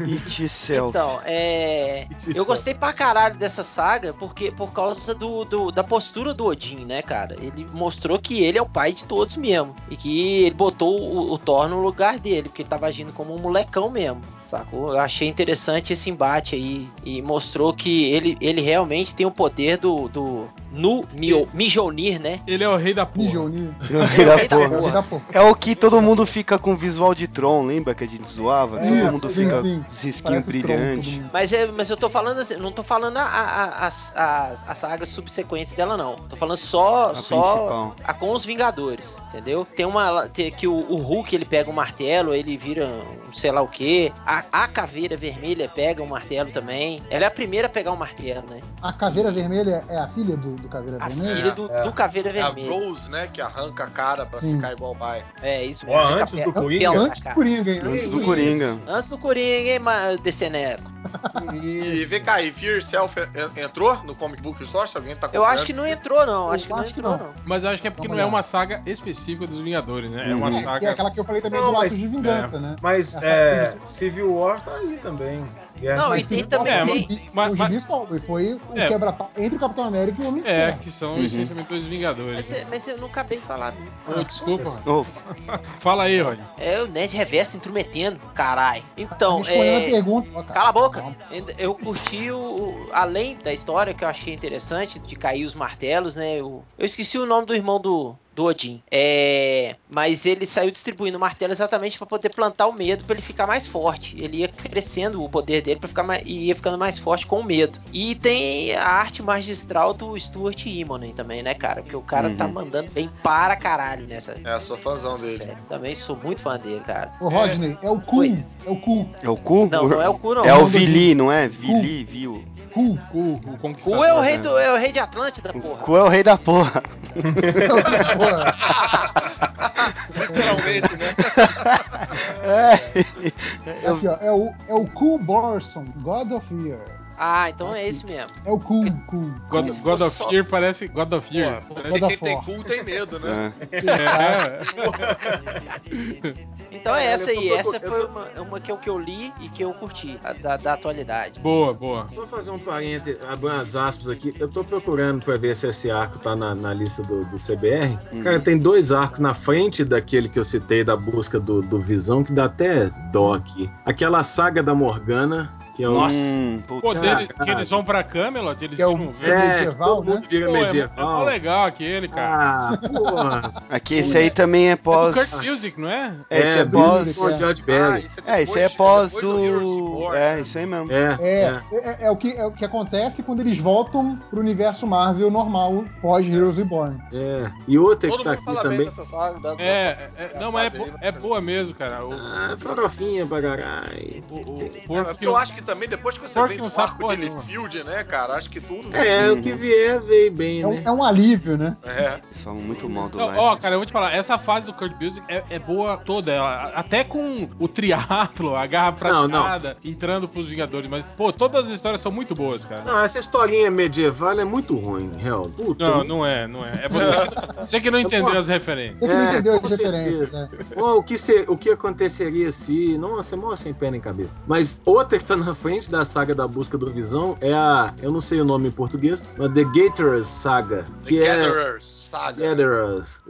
Speaker 6: It self.
Speaker 2: Então, é. Eu gostei pra caralho dessa saga porque, por causa do, do- da postura do Odin, né, cara? Ele mostrou que ele é o pai de todos mesmo. E que ele botou o, o Thor no lugar dele, porque ele tava agindo como um molecão mesmo, sacou? Eu achei interessante esse embate aí. E mostrou que ele, ele realmente tem o poder do. do Nu Mio- Mjolnir, né?
Speaker 1: Ele é o rei da porra.
Speaker 5: Mjolnir.
Speaker 2: Ele é o rei da
Speaker 6: Porra.
Speaker 2: porra.
Speaker 5: Da porra.
Speaker 6: É o que todo mundo fica com visual de Tron, lembra que a gente zoava?
Speaker 5: Isso,
Speaker 6: todo mundo
Speaker 5: sim,
Speaker 6: fica
Speaker 5: sim.
Speaker 6: com os risquinhos
Speaker 5: Parece Tron,
Speaker 6: brilhantes.
Speaker 5: todo mundo.
Speaker 2: Mas, é, mas eu tô falando assim, não tô falando a- a- a- as, as, as sagas subsequentes dela, não. Tô falando só,
Speaker 6: A
Speaker 2: só
Speaker 6: principal.
Speaker 2: a com os Vingadores, entendeu? Tem uma. Tem, que o, o Hulk ele pega um martelo, ele vira um sei lá o que. A, a caveira vermelha pega um martelo também. Ela é a primeira a pegar um martelo, né?
Speaker 5: A Caveira Vermelha é a filha do, do Caveira
Speaker 2: A
Speaker 5: Vermelha?
Speaker 2: filha do,
Speaker 9: é.
Speaker 2: do Caveira
Speaker 3: É a
Speaker 2: Vermelha.
Speaker 3: Rose, né, que arranca a cara pra
Speaker 5: Sim.
Speaker 3: ficar igual o pai.
Speaker 2: É isso
Speaker 9: Ó,
Speaker 2: mesmo.
Speaker 9: antes do
Speaker 2: Capel-
Speaker 9: Coringa?
Speaker 2: capel na
Speaker 5: Antes do
Speaker 2: cara.
Speaker 5: Coringa, hein?
Speaker 6: Antes do
Speaker 5: Isso.
Speaker 6: Coringa.
Speaker 2: Antes do Coringa, hein, ma- Deceneco.
Speaker 3: E vem cá, e Fear Itself en- entrou no Comic Book Source? Alguém tá
Speaker 2: Eu acho que não entrou, não. Acho
Speaker 5: Eu
Speaker 2: que não
Speaker 5: acho que
Speaker 2: entrou,
Speaker 5: não.
Speaker 2: não.
Speaker 1: Mas eu acho que é porque
Speaker 5: Vamos
Speaker 1: não é
Speaker 5: lá.
Speaker 1: uma saga específica dos Vingadores, né? É uma
Speaker 6: Uhum.
Speaker 5: Que é
Speaker 1: saga.
Speaker 5: aquela que eu falei também
Speaker 9: Não,
Speaker 5: do
Speaker 9: mas-
Speaker 5: Atos de Vingança, né?
Speaker 9: Mas
Speaker 5: Essa-
Speaker 9: é, Civil War tá aí também. Guerra
Speaker 2: Não,
Speaker 9: Civil.
Speaker 2: e tem
Speaker 5: Civil
Speaker 2: também-
Speaker 5: War
Speaker 1: É,
Speaker 5: foi
Speaker 2: tem-
Speaker 5: o gibi-
Speaker 1: mas-
Speaker 5: foi o
Speaker 1: mas-
Speaker 5: gibi solo, e foi o
Speaker 1: É.
Speaker 5: quebra-pau entre o Capitão América e o Homem de
Speaker 1: É,
Speaker 5: Ferro.
Speaker 1: que são
Speaker 6: Uhum.
Speaker 1: essencialmente dois Vingadores.
Speaker 2: Mas, mas eu não acabei de falar.
Speaker 1: Ô, desculpa, Rod.
Speaker 6: Ô,
Speaker 1: Fala aí, Rod.
Speaker 2: É o Nerd Reverso intrometendo, carai. Então,
Speaker 5: Respondendo a
Speaker 2: é...
Speaker 5: pergunta. ó, cara.
Speaker 2: Cala a boca!
Speaker 5: Calma.
Speaker 2: Eu curti o, o- além da história que eu achei interessante, de cair os martelos, né? Eu, eu esqueci o nome do irmão do, do Odin. É, mas ele saiu distribuindo martelo exatamente para poder plantar o medo, para ele ficar mais forte. Ele ia crescendo o poder dele para ficar mais, e ia ficando mais forte com o medo. E tem a arte magistral do Stuart Immonen também, né, cara? Porque o cara
Speaker 6: Uhum.
Speaker 2: tá mandando bem para caralho nessa.
Speaker 3: É, sou fãzão
Speaker 2: nessa
Speaker 3: dele.
Speaker 2: série. Também sou muito fã dele, cara.
Speaker 5: Ô, Rodney, é o cu.
Speaker 2: Oi.
Speaker 5: É o cu.
Speaker 6: é o cu?
Speaker 2: Não, não é o cu, não.
Speaker 6: É o
Speaker 5: Não,
Speaker 6: Vili, não é? Vili, viu?
Speaker 5: Cu.
Speaker 1: Cu, o conquistador.
Speaker 2: Cu é o rei
Speaker 6: né?
Speaker 2: do, é o rei de Atlântida,
Speaker 6: O
Speaker 2: porra.
Speaker 6: cu é o rei da porra.
Speaker 5: Porra.
Speaker 3: Literalmente, né?
Speaker 6: É. Eu-
Speaker 5: Aqui, ó. É o, é o Cool Borson, God of Fear.
Speaker 2: Ah, então é esse mesmo.
Speaker 5: É o Cool, Cool.
Speaker 1: God, God of Fear parece God of Fear.
Speaker 3: Pô,
Speaker 5: God
Speaker 3: porque
Speaker 5: of
Speaker 3: quem tem
Speaker 5: War.
Speaker 3: cu tem medo, né?
Speaker 1: É.
Speaker 2: Então é
Speaker 9: Caralho,
Speaker 2: essa
Speaker 9: eu
Speaker 2: aí.
Speaker 9: tô-
Speaker 2: Essa
Speaker 9: eu
Speaker 2: foi
Speaker 9: tô-
Speaker 2: uma, uma que, eu, que eu li e que eu curti, a da, da atualidade.
Speaker 1: Boa, boa.
Speaker 9: Só fazer um parênteses, abrir umas aspas aqui. Eu tô procurando pra ver se esse arco tá na, na lista do, do C B R.
Speaker 6: Uhum.
Speaker 9: Cara, tem dois arcos na frente daquele que eu citei da busca do, do Visão que dá até dó aqui. Aquela saga da Morgana, Que é o...
Speaker 6: Nossa.
Speaker 1: O poder que eles vão pra Camelot, eles
Speaker 5: Que é o
Speaker 1: viram
Speaker 5: é, medieval,
Speaker 9: todo mundo
Speaker 5: né?
Speaker 9: vira
Speaker 1: Pô, é,
Speaker 9: medieval.
Speaker 1: é legal aquele, cara.
Speaker 9: Ah, porra.
Speaker 6: Aqui, esse aí também é
Speaker 1: É do
Speaker 6: pós.
Speaker 1: Kurt Music, não é?
Speaker 6: É, esse é,
Speaker 9: do
Speaker 6: pós.
Speaker 9: com o George
Speaker 3: Ah,
Speaker 9: Bellis.
Speaker 3: isso
Speaker 6: É, esse aí é
Speaker 3: depois-
Speaker 6: pós
Speaker 3: depois do Heroes
Speaker 6: do.
Speaker 3: Reborn,
Speaker 6: É,
Speaker 3: né?
Speaker 6: isso aí mesmo.
Speaker 9: É,
Speaker 5: É,
Speaker 9: é.
Speaker 5: é, é o que, é o que acontece quando eles voltam pro universo Marvel normal, pós Heroes Reborn.
Speaker 9: É. E outra
Speaker 3: Todo
Speaker 9: que tá
Speaker 3: mundo
Speaker 9: aqui
Speaker 3: fala bem
Speaker 9: também.
Speaker 3: dessa saga. Da,
Speaker 1: É,
Speaker 3: dessa-
Speaker 1: é,
Speaker 3: dessa
Speaker 1: não, mas é,
Speaker 3: fase
Speaker 1: bo-
Speaker 3: aí,
Speaker 1: é boa mesmo, cara. O,
Speaker 9: Ah, farofinha pra caralho.
Speaker 1: o, o, o
Speaker 3: É,
Speaker 1: Porco
Speaker 3: porque
Speaker 1: que
Speaker 3: eu
Speaker 1: eu-
Speaker 3: acho que também, depois que você
Speaker 1: Porco
Speaker 3: vem
Speaker 1: não
Speaker 3: do
Speaker 1: sabe
Speaker 3: arco
Speaker 1: porra
Speaker 3: de
Speaker 1: nenhuma.
Speaker 3: Liefeld, né, cara? Acho que tudo...
Speaker 9: É,
Speaker 6: Uhum.
Speaker 9: o que vier veio bem,
Speaker 5: É um,
Speaker 9: né?
Speaker 5: é um alívio, né?
Speaker 3: É.
Speaker 6: Eles falam muito mal do
Speaker 1: Não,
Speaker 6: Life.
Speaker 1: ó, cara, eu vou te falar, essa fase do Kurt Busiek é, é boa toda, ela, até com o triatlo, a garra
Speaker 9: Não, não.
Speaker 1: prateada, entrando pros Vingadores, mas, pô, todas as histórias são muito boas, cara.
Speaker 9: Não, essa historinha medieval é muito ruim, real. Puta.
Speaker 1: Não, não é, não é. É você que, você que não entendeu as referências.
Speaker 5: Você que não
Speaker 9: É,
Speaker 5: entendeu
Speaker 9: com
Speaker 5: as referências,
Speaker 9: certeza.
Speaker 5: né?
Speaker 9: Ó, o, que se- o que aconteceria se... Nossa, é mó sem pé nem cabeça. Mas outra que tá na frente da saga da busca do Visão é a... Eu não sei o nome em português, mas The Gatherers Saga.
Speaker 3: The
Speaker 9: Que é...
Speaker 3: Gatherers, saga.
Speaker 9: Gatherers.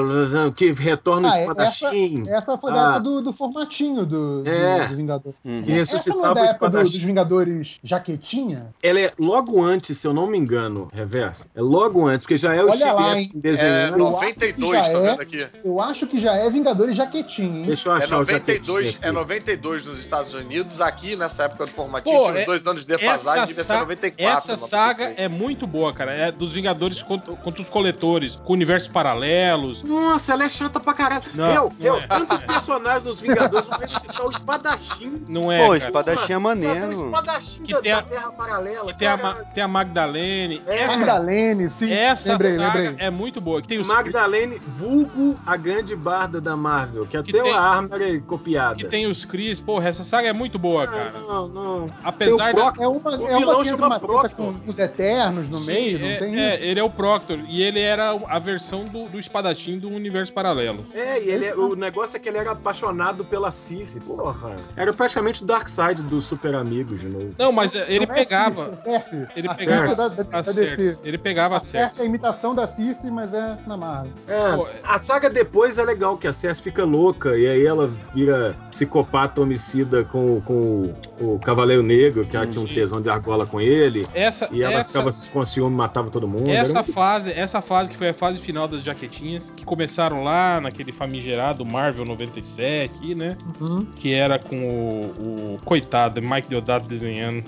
Speaker 9: Que retorna o
Speaker 5: Ah, é- essa,
Speaker 9: espadachim.
Speaker 5: essa foi da
Speaker 9: Ah.
Speaker 5: época do, do formatinho do, do,
Speaker 9: É.
Speaker 5: do Vingador.
Speaker 6: Uhum.
Speaker 9: Que
Speaker 5: Essa não é
Speaker 9: ressuscitava
Speaker 5: da
Speaker 9: o
Speaker 5: época do- dos
Speaker 9: espadachim.
Speaker 5: Vingadores jaquetinha?
Speaker 9: Ela é logo antes, se eu não me engano, Reverso. É logo antes, porque já é o
Speaker 5: Olha lá, hein?
Speaker 9: Stiletto
Speaker 3: É
Speaker 9: desenhando.
Speaker 5: Eu
Speaker 3: noventa e
Speaker 5: acho que
Speaker 3: dois,
Speaker 5: já
Speaker 3: tô
Speaker 5: é-
Speaker 3: vendo aqui.
Speaker 5: Eu acho que já é Vingadores jaquetinha, hein?
Speaker 9: Deixa eu
Speaker 3: É
Speaker 9: achar o
Speaker 3: noventa e dois,
Speaker 9: jaquetinho
Speaker 3: é
Speaker 9: aqui.
Speaker 3: noventa e dois nos Estados Unidos, aqui nessa época do formatinho
Speaker 1: Pô,
Speaker 3: tinha uns
Speaker 1: é-
Speaker 3: dois anos de defasagem, devia ser
Speaker 1: sa-
Speaker 3: noventa e quatro.
Speaker 1: essa
Speaker 3: noventa e
Speaker 1: saga
Speaker 3: três.
Speaker 1: é muito boa, cara. É dos Vingadores contra, contra os coletores, com universos paralelos.
Speaker 9: Nossa, ela é chata pra caralho.
Speaker 1: Não,
Speaker 9: eu,
Speaker 1: não
Speaker 9: eu,
Speaker 1: é.
Speaker 9: tanto personagem dos Vingadores, vão ressuscitar o espadachim.
Speaker 1: Não é,
Speaker 6: Pô,
Speaker 1: cara.
Speaker 6: espadachim é
Speaker 9: Trazer o
Speaker 6: maneiro.
Speaker 9: espadachim
Speaker 1: Que
Speaker 9: da,
Speaker 1: tem a-
Speaker 9: da Terra Paralela.
Speaker 1: Que tem, a, Ma-
Speaker 9: caralho.
Speaker 1: tem a Magdalene.
Speaker 9: É.
Speaker 1: Essa,
Speaker 5: Magdalene, sim.
Speaker 1: essa
Speaker 5: lembrei,
Speaker 1: saga
Speaker 5: lembrei.
Speaker 1: é muito boa. Que tem os
Speaker 9: Magdalene, vulgo a grande barda da Marvel, que até
Speaker 1: tem-
Speaker 9: a arma era copiada.
Speaker 1: que tem os Cris. Porra, essa saga é muito boa,
Speaker 9: Ah,
Speaker 1: cara.
Speaker 9: não, não.
Speaker 1: Apesar
Speaker 9: Tem o
Speaker 1: da.
Speaker 9: Brock,
Speaker 5: É uma,
Speaker 9: o
Speaker 5: é
Speaker 9: vilão
Speaker 5: uma que entra
Speaker 9: chama
Speaker 5: uma treta
Speaker 9: Proctor.
Speaker 5: com os Eternos no
Speaker 1: Sim,
Speaker 5: meio, não
Speaker 1: é,
Speaker 5: tem
Speaker 1: é,
Speaker 5: isso?
Speaker 1: ele é o Proctor. E ele era a versão do, do espadachim do universo paralelo.
Speaker 9: É, e ele, é- o negócio é que ele era apaixonado pela Circe, porra. Era praticamente o Darkseid dos Super Amigos de novo.
Speaker 1: Não, mas ele
Speaker 5: Não é
Speaker 1: pegava.
Speaker 5: Circe, é Cersei.
Speaker 1: Ele
Speaker 5: a
Speaker 1: pegava
Speaker 5: Cersei é da, da,
Speaker 1: a
Speaker 5: da D C.
Speaker 1: Cersei. Ele pegava
Speaker 5: A
Speaker 1: a
Speaker 5: Cersei é a
Speaker 1: Cersei.
Speaker 5: imitação da Circe, mas é na Marvel.
Speaker 9: É,
Speaker 1: Pô,
Speaker 9: a saga depois é legal, que a Cersei fica louca e aí ela vira psicopata homicida com, com o, o Cavaleiro Negro, que ela tinha um tesão de argola com ele,
Speaker 1: Essa,
Speaker 9: e ela
Speaker 1: essa,
Speaker 9: ficava com ciúme e matava todo mundo. Era
Speaker 1: essa
Speaker 9: muito-
Speaker 1: fase, essa fase que foi a fase final das jaquetinhas, que começaram lá naquele famigerado Marvel noventa e sete, né?
Speaker 5: Uhum.
Speaker 1: Que era com o, o coitado Mike Deodato desenhando.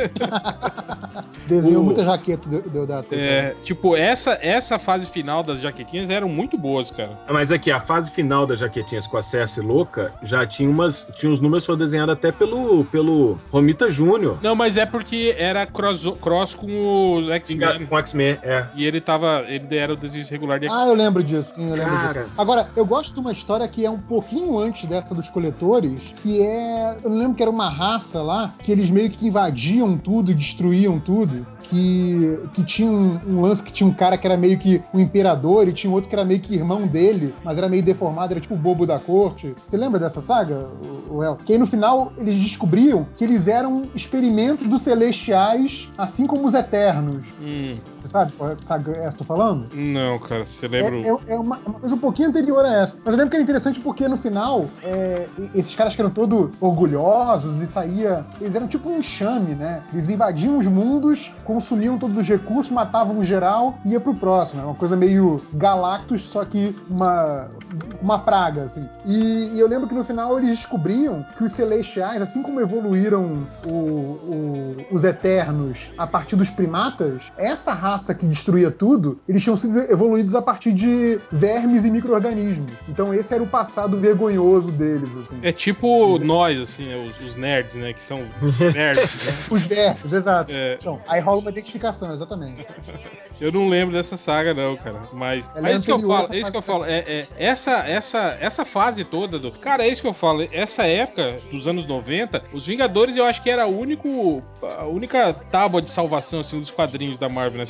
Speaker 5: Desenhou
Speaker 1: O-
Speaker 5: muita jaqueta do Deodato.
Speaker 1: É, tipo, essa, essa fase final das jaquetinhas eram muito boas, cara.
Speaker 9: Mas aqui, a fase final das jaquetinhas com a Cersei louca, já tinha umas. Tinha uns números que foram desenhados até pelo, pelo Romita Júnior.
Speaker 1: Não, mas é porque era cross, cross com o X-Men.
Speaker 9: Com X-Men, é.
Speaker 1: E ele tava. Ele era o desenho regular de X-Men.
Speaker 5: Ah, eu lembro disso, sim, eu lembro
Speaker 9: Cara.
Speaker 5: disso. Agora, eu gosto de uma história que é um pouquinho antes dessa dos coletores, que é. Eu não lembro que era uma raça lá, que eles meio que invadiam tudo, destruíam tudo. Que, que tinha um, um lance que tinha um cara que era meio que o imperador e tinha outro que era meio que irmão dele, mas era meio deformado, era tipo o bobo da corte. Você lembra dessa saga, o El? Que aí no final eles descobriam que eles eram experimentos dos celestiais, assim como os eternos.
Speaker 1: Hum,
Speaker 5: Você sabe qual saga é essa que eu tô falando?
Speaker 1: não, cara, você lembra.
Speaker 5: É, é- é uma, é uma coisa um pouquinho anterior a essa. Mas eu lembro que era interessante porque no final, é, e- esses caras que eram todos orgulhosos e saía. Eles eram tipo um enxame, né? Eles invadiam os mundos, consumiam todos os recursos, matavam o geral e ia pro próximo. Era uma coisa meio Galactus, só que uma, uma praga, assim. E, e eu lembro que no final eles descobriam que os celestiais, assim como evoluíram o- o- os eternos a partir dos primatas, essa raça que destruía tudo, eles tinham sido evoluídos a partir de vermes e micro-organismos. Então esse era o passado vergonhoso deles, assim.
Speaker 1: É tipo nós, assim, os, os nerds, né? Que são nerds, né?
Speaker 5: Os vermes, exato.
Speaker 1: É.
Speaker 5: Então, aí rola uma identificação, exatamente.
Speaker 1: Eu não lembro dessa saga, não, cara. Mas
Speaker 5: Ela
Speaker 1: é
Speaker 5: é
Speaker 1: isso que eu
Speaker 5: anterior
Speaker 1: falo,
Speaker 5: pra
Speaker 1: é isso que eu
Speaker 5: fase-
Speaker 1: falo. É, é, essa, essa, essa fase toda do. Cara, é isso que eu falo. Essa época dos anos noventa, os Vingadores eu acho que era o único, a única tábua de salvação assim, dos quadrinhos da Marvel nessa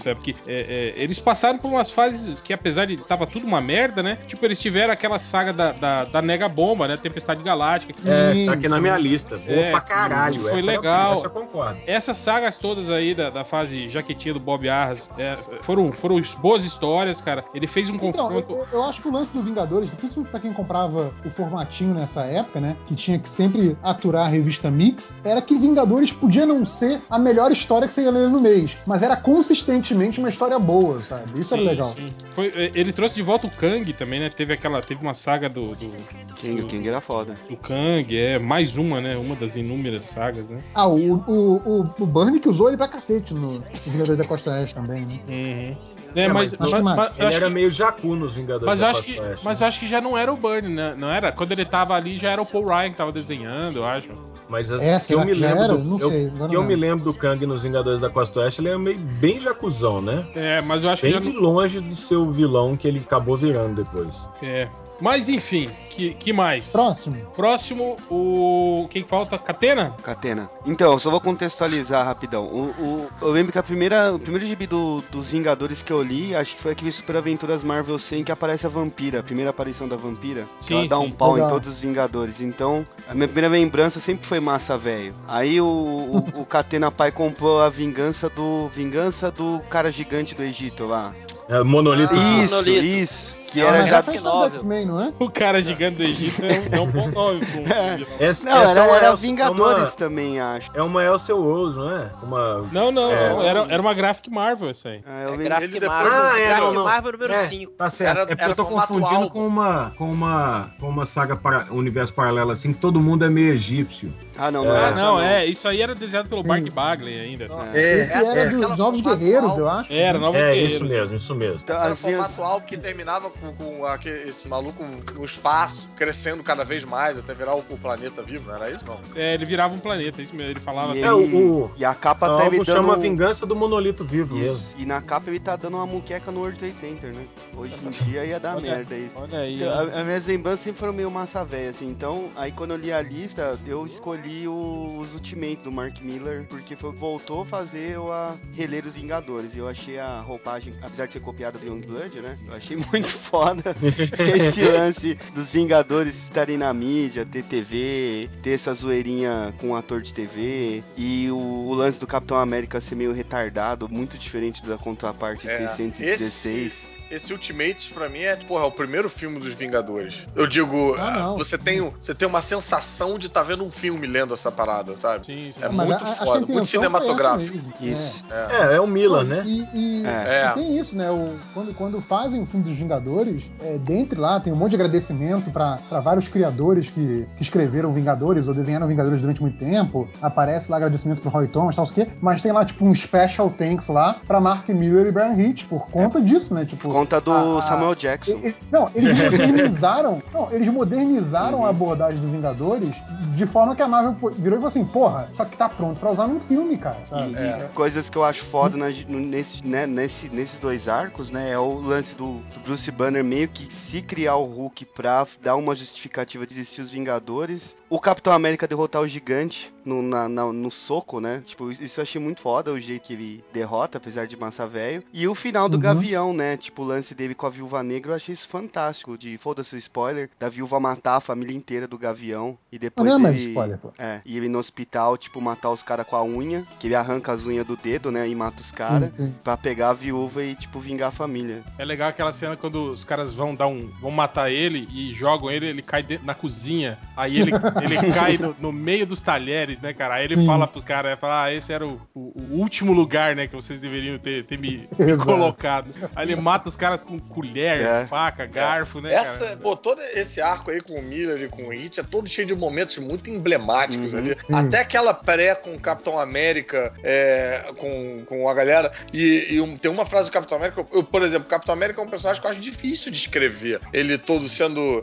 Speaker 1: nessa época. É, é, eles passaram por umas fases que, apesar de tava tudo uma merda, né? Tipo, eles tiveram aquela saga da, da, da Nega Bomba, né? Tempestade Galáctica.
Speaker 9: É, tá aqui na minha lista. Boa
Speaker 1: É,
Speaker 9: pra caralho.
Speaker 1: foi
Speaker 9: essa
Speaker 1: legal.
Speaker 9: Eu, essa eu concordo.
Speaker 1: Essas sagas todas aí da, da fase jaquetinha do Bob Arras é, foram, foram boas histórias, cara. Ele fez um
Speaker 5: Então,
Speaker 1: confronto...
Speaker 5: eu, eu acho que o lance do Vingadores, principalmente pra quem comprava o formatinho nessa época, né? Que tinha que sempre aturar a revista Mix, era que Vingadores podia não ser a melhor história que você ia ler no mês, mas era consistentemente uma história boa, sabe? Isso
Speaker 1: sim,
Speaker 5: era legal.
Speaker 1: Sim. Foi, ele trouxe de volta o Kang também, né? Teve aquela, teve uma saga do... do
Speaker 6: Kang,
Speaker 1: do,
Speaker 6: o Kang era foda.
Speaker 1: Do Kang, é, mais uma, né? Uma das inúmeras sagas, né?
Speaker 5: Ah, o, o, o, o Burnie que usou ele pra cacete no Vingadores da Costa Oeste também, né?
Speaker 1: Uhum.
Speaker 9: É,
Speaker 1: É,
Speaker 9: mas,
Speaker 1: mas,
Speaker 9: mas,
Speaker 1: mas, mas
Speaker 9: ele era
Speaker 1: que,
Speaker 9: meio Jakku nos Vingadores
Speaker 1: mas
Speaker 9: da
Speaker 1: acho
Speaker 9: Costa
Speaker 1: que,
Speaker 9: Oeste.
Speaker 1: Mas
Speaker 9: né?
Speaker 1: acho que já não era o Burnie, né? Não era? Quando ele tava ali, já era o Paul Ryan que tava desenhando, eu acho.
Speaker 9: Mas as,
Speaker 5: É,
Speaker 9: que eu me
Speaker 5: já
Speaker 9: lembro
Speaker 5: era?
Speaker 9: do,
Speaker 5: Não
Speaker 9: eu,
Speaker 5: sei, agora
Speaker 9: que eu
Speaker 5: não.
Speaker 9: me lembro do Kang nos Vingadores da Costa Oeste, ele é meio bem jacuzão, né?
Speaker 1: É, mas eu acho
Speaker 9: bem
Speaker 1: que já
Speaker 9: de
Speaker 1: não...
Speaker 9: longe do seu vilão que ele acabou virando depois.
Speaker 1: É. Mas enfim, que, que mais?
Speaker 5: Próximo.
Speaker 1: Próximo, o. Quem falta? Catena?
Speaker 6: Catena. Então, eu só vou contextualizar rapidão. O, o, eu lembro que a primeira, o primeiro gibi do, dos Vingadores que eu li, acho que foi aquele Super Aventuras Marvel cem que aparece a Vampira, a primeira aparição da Vampira.
Speaker 1: Sim,
Speaker 6: que ela dá
Speaker 1: sim.
Speaker 6: um pau
Speaker 5: Legal.
Speaker 6: em todos os Vingadores. Então, a minha primeira lembrança sempre foi massa, velho. Aí o, o, o Catena Pai comprou a vingança do. Vingança do cara gigante do Egito lá.
Speaker 9: É, monolito.
Speaker 2: Ah,
Speaker 6: isso,
Speaker 2: Monolito.
Speaker 6: isso. Que
Speaker 2: É,
Speaker 6: era
Speaker 5: Mas
Speaker 6: já.
Speaker 5: essa é a história do X-Men, não é?
Speaker 1: O cara gigante do Egito é um, é um bom nome pra um vilão.
Speaker 9: Essa,
Speaker 6: Não,
Speaker 9: essa
Speaker 6: era,
Speaker 9: é uma
Speaker 6: era
Speaker 9: Elsa-
Speaker 6: Vingadores
Speaker 9: é uma,
Speaker 6: também, acho.
Speaker 9: é uma Elsa Rose, não é? Uma...
Speaker 1: Não, não,
Speaker 9: É.
Speaker 1: não. Era, era uma Graphic Marvel essa aí.
Speaker 6: Ah, eu
Speaker 2: É
Speaker 6: lembro-
Speaker 2: Graphic
Speaker 3: ele depois-
Speaker 2: Marvel.
Speaker 9: Ah, é,
Speaker 2: Graphic
Speaker 9: não, não.
Speaker 2: Marvel número
Speaker 9: É,
Speaker 2: cinco.
Speaker 9: tá certo.
Speaker 3: Era-
Speaker 9: é porque
Speaker 3: era
Speaker 9: eu tô
Speaker 3: formato
Speaker 9: confundindo
Speaker 3: álbum.
Speaker 9: com uma, com uma com uma saga para um universo paralelo assim, que todo mundo é meio egípcio.
Speaker 6: Ah, não, não
Speaker 9: É.
Speaker 6: era
Speaker 1: Ah,
Speaker 6: essa,
Speaker 1: não, é. Isso aí era desenhado pelo
Speaker 5: Sim.
Speaker 1: Mark Bagley ainda. Assim.
Speaker 6: É.
Speaker 5: Esse
Speaker 3: essa
Speaker 5: era
Speaker 3: é
Speaker 5: dos
Speaker 3: aquela
Speaker 5: Novos
Speaker 3: formato
Speaker 5: Guerreiros,
Speaker 3: álbum.
Speaker 5: eu acho.
Speaker 1: Era,
Speaker 5: né?
Speaker 1: Novos
Speaker 9: É,
Speaker 1: Guerreiros.
Speaker 9: isso mesmo, isso mesmo.
Speaker 3: Era
Speaker 6: As minhas-
Speaker 3: formato álbum que terminava com, com aquele, esse maluco no espaço, crescendo cada vez mais até virar o, o planeta vivo, não era isso? Não.
Speaker 1: É, ele virava um planeta, isso mesmo. Ele falava.
Speaker 6: E,
Speaker 9: É,
Speaker 6: ele,
Speaker 9: o-
Speaker 6: e a capa
Speaker 9: O
Speaker 6: tá ele
Speaker 9: álbum
Speaker 6: dando...
Speaker 9: chama Vingança do Monolito Vivo mesmo.
Speaker 6: Isso. E na capa ele tá dando uma muqueca no World Trade Center, né? Hoje em dia ia dar
Speaker 1: Olha-
Speaker 6: merda isso.
Speaker 1: Olha aí.
Speaker 6: Então,
Speaker 1: hein?
Speaker 6: a- as minhas lembranças sempre foram meio massa velha, assim. Então, aí quando eu li a lista, eu escolhi o- os Ultimate do Mark Miller, porque foi, voltou a fazer eu a reler os Vingadores. E eu achei a roupagem, apesar de ser copiada do Youngblood, né? Eu achei muito foda esse lance dos Vingadores estarem na mídia, ter T V, ter essa zoeirinha com um ator de T V, e o, o lance do Capitão América ser meio retardado, muito diferente da contraparte
Speaker 3: É,
Speaker 6: seiscentos e dezesseis.
Speaker 3: Esse Ultimates, pra mim, é, porra, é o primeiro filme dos Vingadores. Eu digo,
Speaker 5: Ah, não.
Speaker 3: você, tem, um- você tem uma sensação de estar vendo um filme lendo essa parada, sabe?
Speaker 1: Sim, sim.
Speaker 3: É
Speaker 5: Mas
Speaker 3: muito
Speaker 5: a- acho que a
Speaker 3: foda,
Speaker 5: intenção
Speaker 3: muito
Speaker 5: foi
Speaker 3: cinematográfico.
Speaker 5: essa mesmo.
Speaker 6: Isso.
Speaker 3: É.
Speaker 9: É, é o Miller,
Speaker 5: Pô,
Speaker 9: né?
Speaker 5: E, e-
Speaker 3: É.
Speaker 5: e tem isso, né? O, quando, quando fazem o filme dos Vingadores, é, dentre lá tem um monte de agradecimento pra pra vários criadores que, que escreveram Vingadores ou desenharam Vingadores durante muito tempo. Aparece lá agradecimento pro Roy Thomas, tal, sei o quê. Mas tem lá, tipo, um special thanks lá pra Mark Miller e Brian Hitch por conta disso, né? Tipo,
Speaker 6: Por conta do
Speaker 5: a- a-
Speaker 6: Samuel Jackson.
Speaker 5: e- e- não, eles modernizaram. não, eles modernizaram
Speaker 6: Uhum.
Speaker 5: a abordagem dos Vingadores de forma que a Marvel pô- virou e falou assim: porra, só que tá pronto pra usar num filme, cara. Sabe?
Speaker 6: E,
Speaker 3: É.
Speaker 6: e coisas que eu acho foda na- no- nesse, né, nesse- nesses dois arcos, né? É o lance do, do Bruce Banner meio que se criar o Hulk pra dar uma justificativa de existir os Vingadores. O Capitão América derrotar o gigante no, na- na- no soco, né? Tipo, isso eu achei muito foda, o jeito que ele derrota, apesar de massa velho. E o final do
Speaker 5: Uhum.
Speaker 6: Gavião, né? Tipo, o lance dele com a Viúva Negra, eu achei isso fantástico. De, foda-se o spoiler, da Viúva matar a família inteira do Gavião. E depois
Speaker 5: Não é mais
Speaker 6: ele...
Speaker 5: spoiler, pô.
Speaker 6: É, e ele no hospital, tipo, matar os caras com a unha, que ele arranca as unhas do dedo, né, e mata os caras,
Speaker 5: Sim, sim.
Speaker 6: pra pegar a viúva e, tipo, vingar a família.
Speaker 1: É legal aquela cena quando os caras vão dar um. vão matar ele e jogam ele, ele cai dentro, na cozinha. Aí ele, ele cai no, no meio dos talheres, né, cara? Aí ele
Speaker 5: Sim.
Speaker 1: fala pros caras, fala, ah, esse era o, o- o último lugar, né, que vocês deveriam ter, ter me, me
Speaker 5: Exato.
Speaker 1: colocado. Aí ele mata os caras com colher,
Speaker 6: É.
Speaker 1: faca, garfo, né,
Speaker 3: Essa,
Speaker 1: cara?
Speaker 3: pô, todo esse arco aí com o Miller e com o Hitch é todo cheio de momentos muito emblemáticos
Speaker 6: Uhum.
Speaker 3: ali.
Speaker 5: Sim.
Speaker 3: Até aquela pré com o Capitão América, é, com, com a galera. E, e um- tem uma frase do Capitão América, eu, por exemplo, o Capitão América é um personagem que eu acho difícil de escrever. Ele todo sendo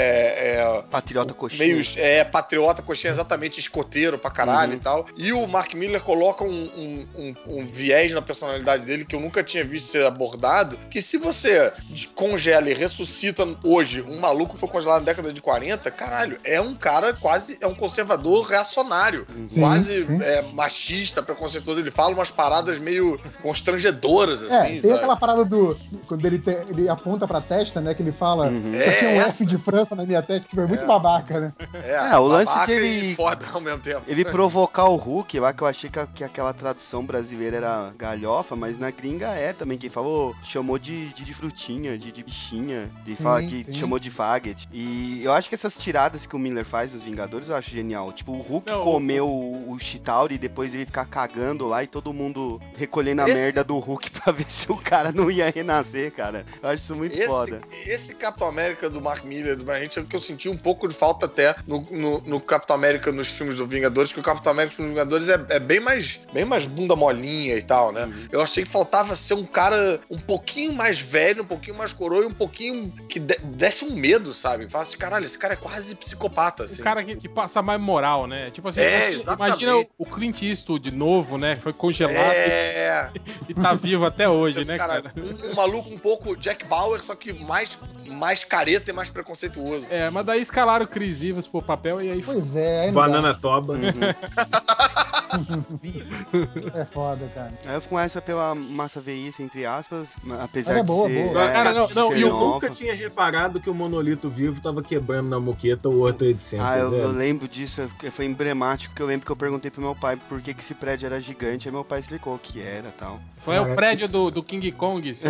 Speaker 3: é, é,
Speaker 6: Patriota coxinha.
Speaker 3: meio é, patriota, coxinha, exatamente escoteiro pra caralho
Speaker 6: Uhum.
Speaker 3: e tal. E o Mark Miller coloca um, um, um, um viés na personalidade dele que eu nunca tinha visto ser abordado, que se você congela e ressuscita hoje um maluco que foi congelado na década de quarenta, caralho, é um cara quase, é um conservador reacionário,
Speaker 5: Sim,
Speaker 3: quase
Speaker 5: sim.
Speaker 3: É, machista, preconceituoso. Ele fala umas paradas meio constrangedoras,
Speaker 5: É,
Speaker 3: assim,
Speaker 5: tem
Speaker 3: sabe?
Speaker 5: aquela parada do. Quando ele, te, ele aponta pra testa, né? Que ele fala.
Speaker 6: Uhum.
Speaker 5: Isso aqui é um
Speaker 3: É
Speaker 5: F de França na minha testa. Tipo, é muito
Speaker 3: É.
Speaker 5: babaca, né?
Speaker 3: É,
Speaker 6: É, o lance
Speaker 3: babaca
Speaker 6: de ele-
Speaker 3: e foda ao mesmo tempo.
Speaker 6: Ele provocar o Hulk lá, que eu achei que, a- que aquela tradução brasileira era galhofa, mas na gringa é também. Quem falou, chamou de, de, de frutinha, de, de bichinha, e fala
Speaker 5: Sim,
Speaker 6: que
Speaker 5: sim.
Speaker 6: chamou de faggot. E eu acho que essas tiradas que o Miller faz dos Vingadores, eu acho genial. Tipo, o Hulk
Speaker 1: Não,
Speaker 6: comeu o, o Chitauri e depois ele ficar cagando lá e todo mundo recolhendo a
Speaker 3: Esse-
Speaker 6: merda do Hulk pra ver se o cara não ia renascer, cara. Eu acho isso muito
Speaker 3: Esse,
Speaker 6: foda.
Speaker 3: esse Capitão América do Mark Miller, do Brian Hitch, é o que eu senti um pouco de falta até no, no, no Capitão América nos filmes do Vingadores, que o Capitão América nos filmes do Vingadores é, é bem, mais, bem mais bunda molinha e tal, né?
Speaker 6: Uhum.
Speaker 3: Eu achei que faltava ser um cara um pouquinho mais velho, um pouquinho mais coroa e um pouquinho que de- desse um medo, sabe? Fala assim, caralho, esse cara é quase psicopata, assim.
Speaker 1: O cara que, que passa mais moral, né? Tipo assim,
Speaker 3: É,
Speaker 1: imagina,
Speaker 3: exatamente.
Speaker 1: imagina o Clint Eastwood de novo, né? Foi congelado
Speaker 3: É,
Speaker 1: e tá vivo até hoje,
Speaker 3: Esse
Speaker 1: né,
Speaker 3: cara,
Speaker 1: cara?
Speaker 3: Um, um maluco um pouco Jack Bauer, só que mais, mais careta e mais preconceituoso.
Speaker 1: É, mas daí escalaram o Chris Evans pro papel e aí
Speaker 5: Pois é, aí não
Speaker 9: Banana toba.
Speaker 6: Uhum.
Speaker 5: dá. É foda, cara.
Speaker 6: Aí eu fico com essa pela massa veíce, entre aspas, apesar
Speaker 5: Mas é
Speaker 6: de
Speaker 5: boa,
Speaker 6: ser...
Speaker 5: boa.
Speaker 6: é,
Speaker 1: Cara, não,
Speaker 6: de
Speaker 1: não,
Speaker 6: ser
Speaker 1: e o
Speaker 9: Eu
Speaker 6: nova.
Speaker 9: nunca tinha reparado que o monolito vivo tava quebrando na moqueta o World Trade Center,
Speaker 6: Ah, eu, eu
Speaker 9: velho.
Speaker 6: lembro disso, foi emblemático, que eu lembro que eu perguntei pro meu pai por que, que esse prédio era gigante, aí meu pai explicou o que era e tal.
Speaker 1: foi o prédio do, do King Kong. seu-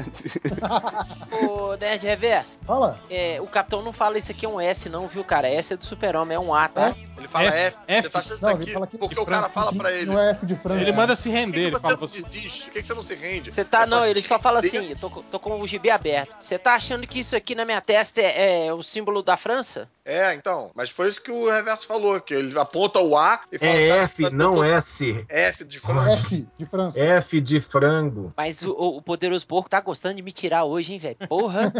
Speaker 2: Ô, Nerd Reverso,
Speaker 5: Fala.
Speaker 2: é, o Capitão não fala isso aqui é um S não, viu, cara? S é do Super-Homem, é um A, tá?
Speaker 5: S?
Speaker 3: Ele fala
Speaker 1: F,
Speaker 3: F,
Speaker 1: F.
Speaker 3: você tá achando isso
Speaker 5: Não,
Speaker 3: aqui
Speaker 5: ele fala que-
Speaker 3: porque
Speaker 1: de
Speaker 3: o cara
Speaker 1: França,
Speaker 3: fala pra ele.
Speaker 5: Não é F de França.
Speaker 1: Ele manda se
Speaker 3: Por que,
Speaker 1: render,
Speaker 3: que
Speaker 1: ele
Speaker 3: você
Speaker 1: fala
Speaker 3: não
Speaker 1: você.
Speaker 3: desiste? Por que, que você não se rende?
Speaker 2: Você tá,
Speaker 3: É
Speaker 2: não,
Speaker 3: pra
Speaker 2: ele
Speaker 3: se
Speaker 2: só fala
Speaker 3: render.
Speaker 2: assim, eu tô, com- tô com o gibi aberto. Você tá achando que isso aqui na minha testa é, é o símbolo da França?
Speaker 3: É, então. Mas foi isso que o Reverso falou, que ele aponta o A e fala...
Speaker 9: É
Speaker 3: "Sabe,
Speaker 9: F,
Speaker 3: sabe,
Speaker 9: não
Speaker 3: eu tô-
Speaker 9: S.
Speaker 3: F de França.
Speaker 5: F de França.
Speaker 9: F de frango.
Speaker 2: Mas o, o poderoso porco tá gostando de me tirar hoje, hein, velho? Porra!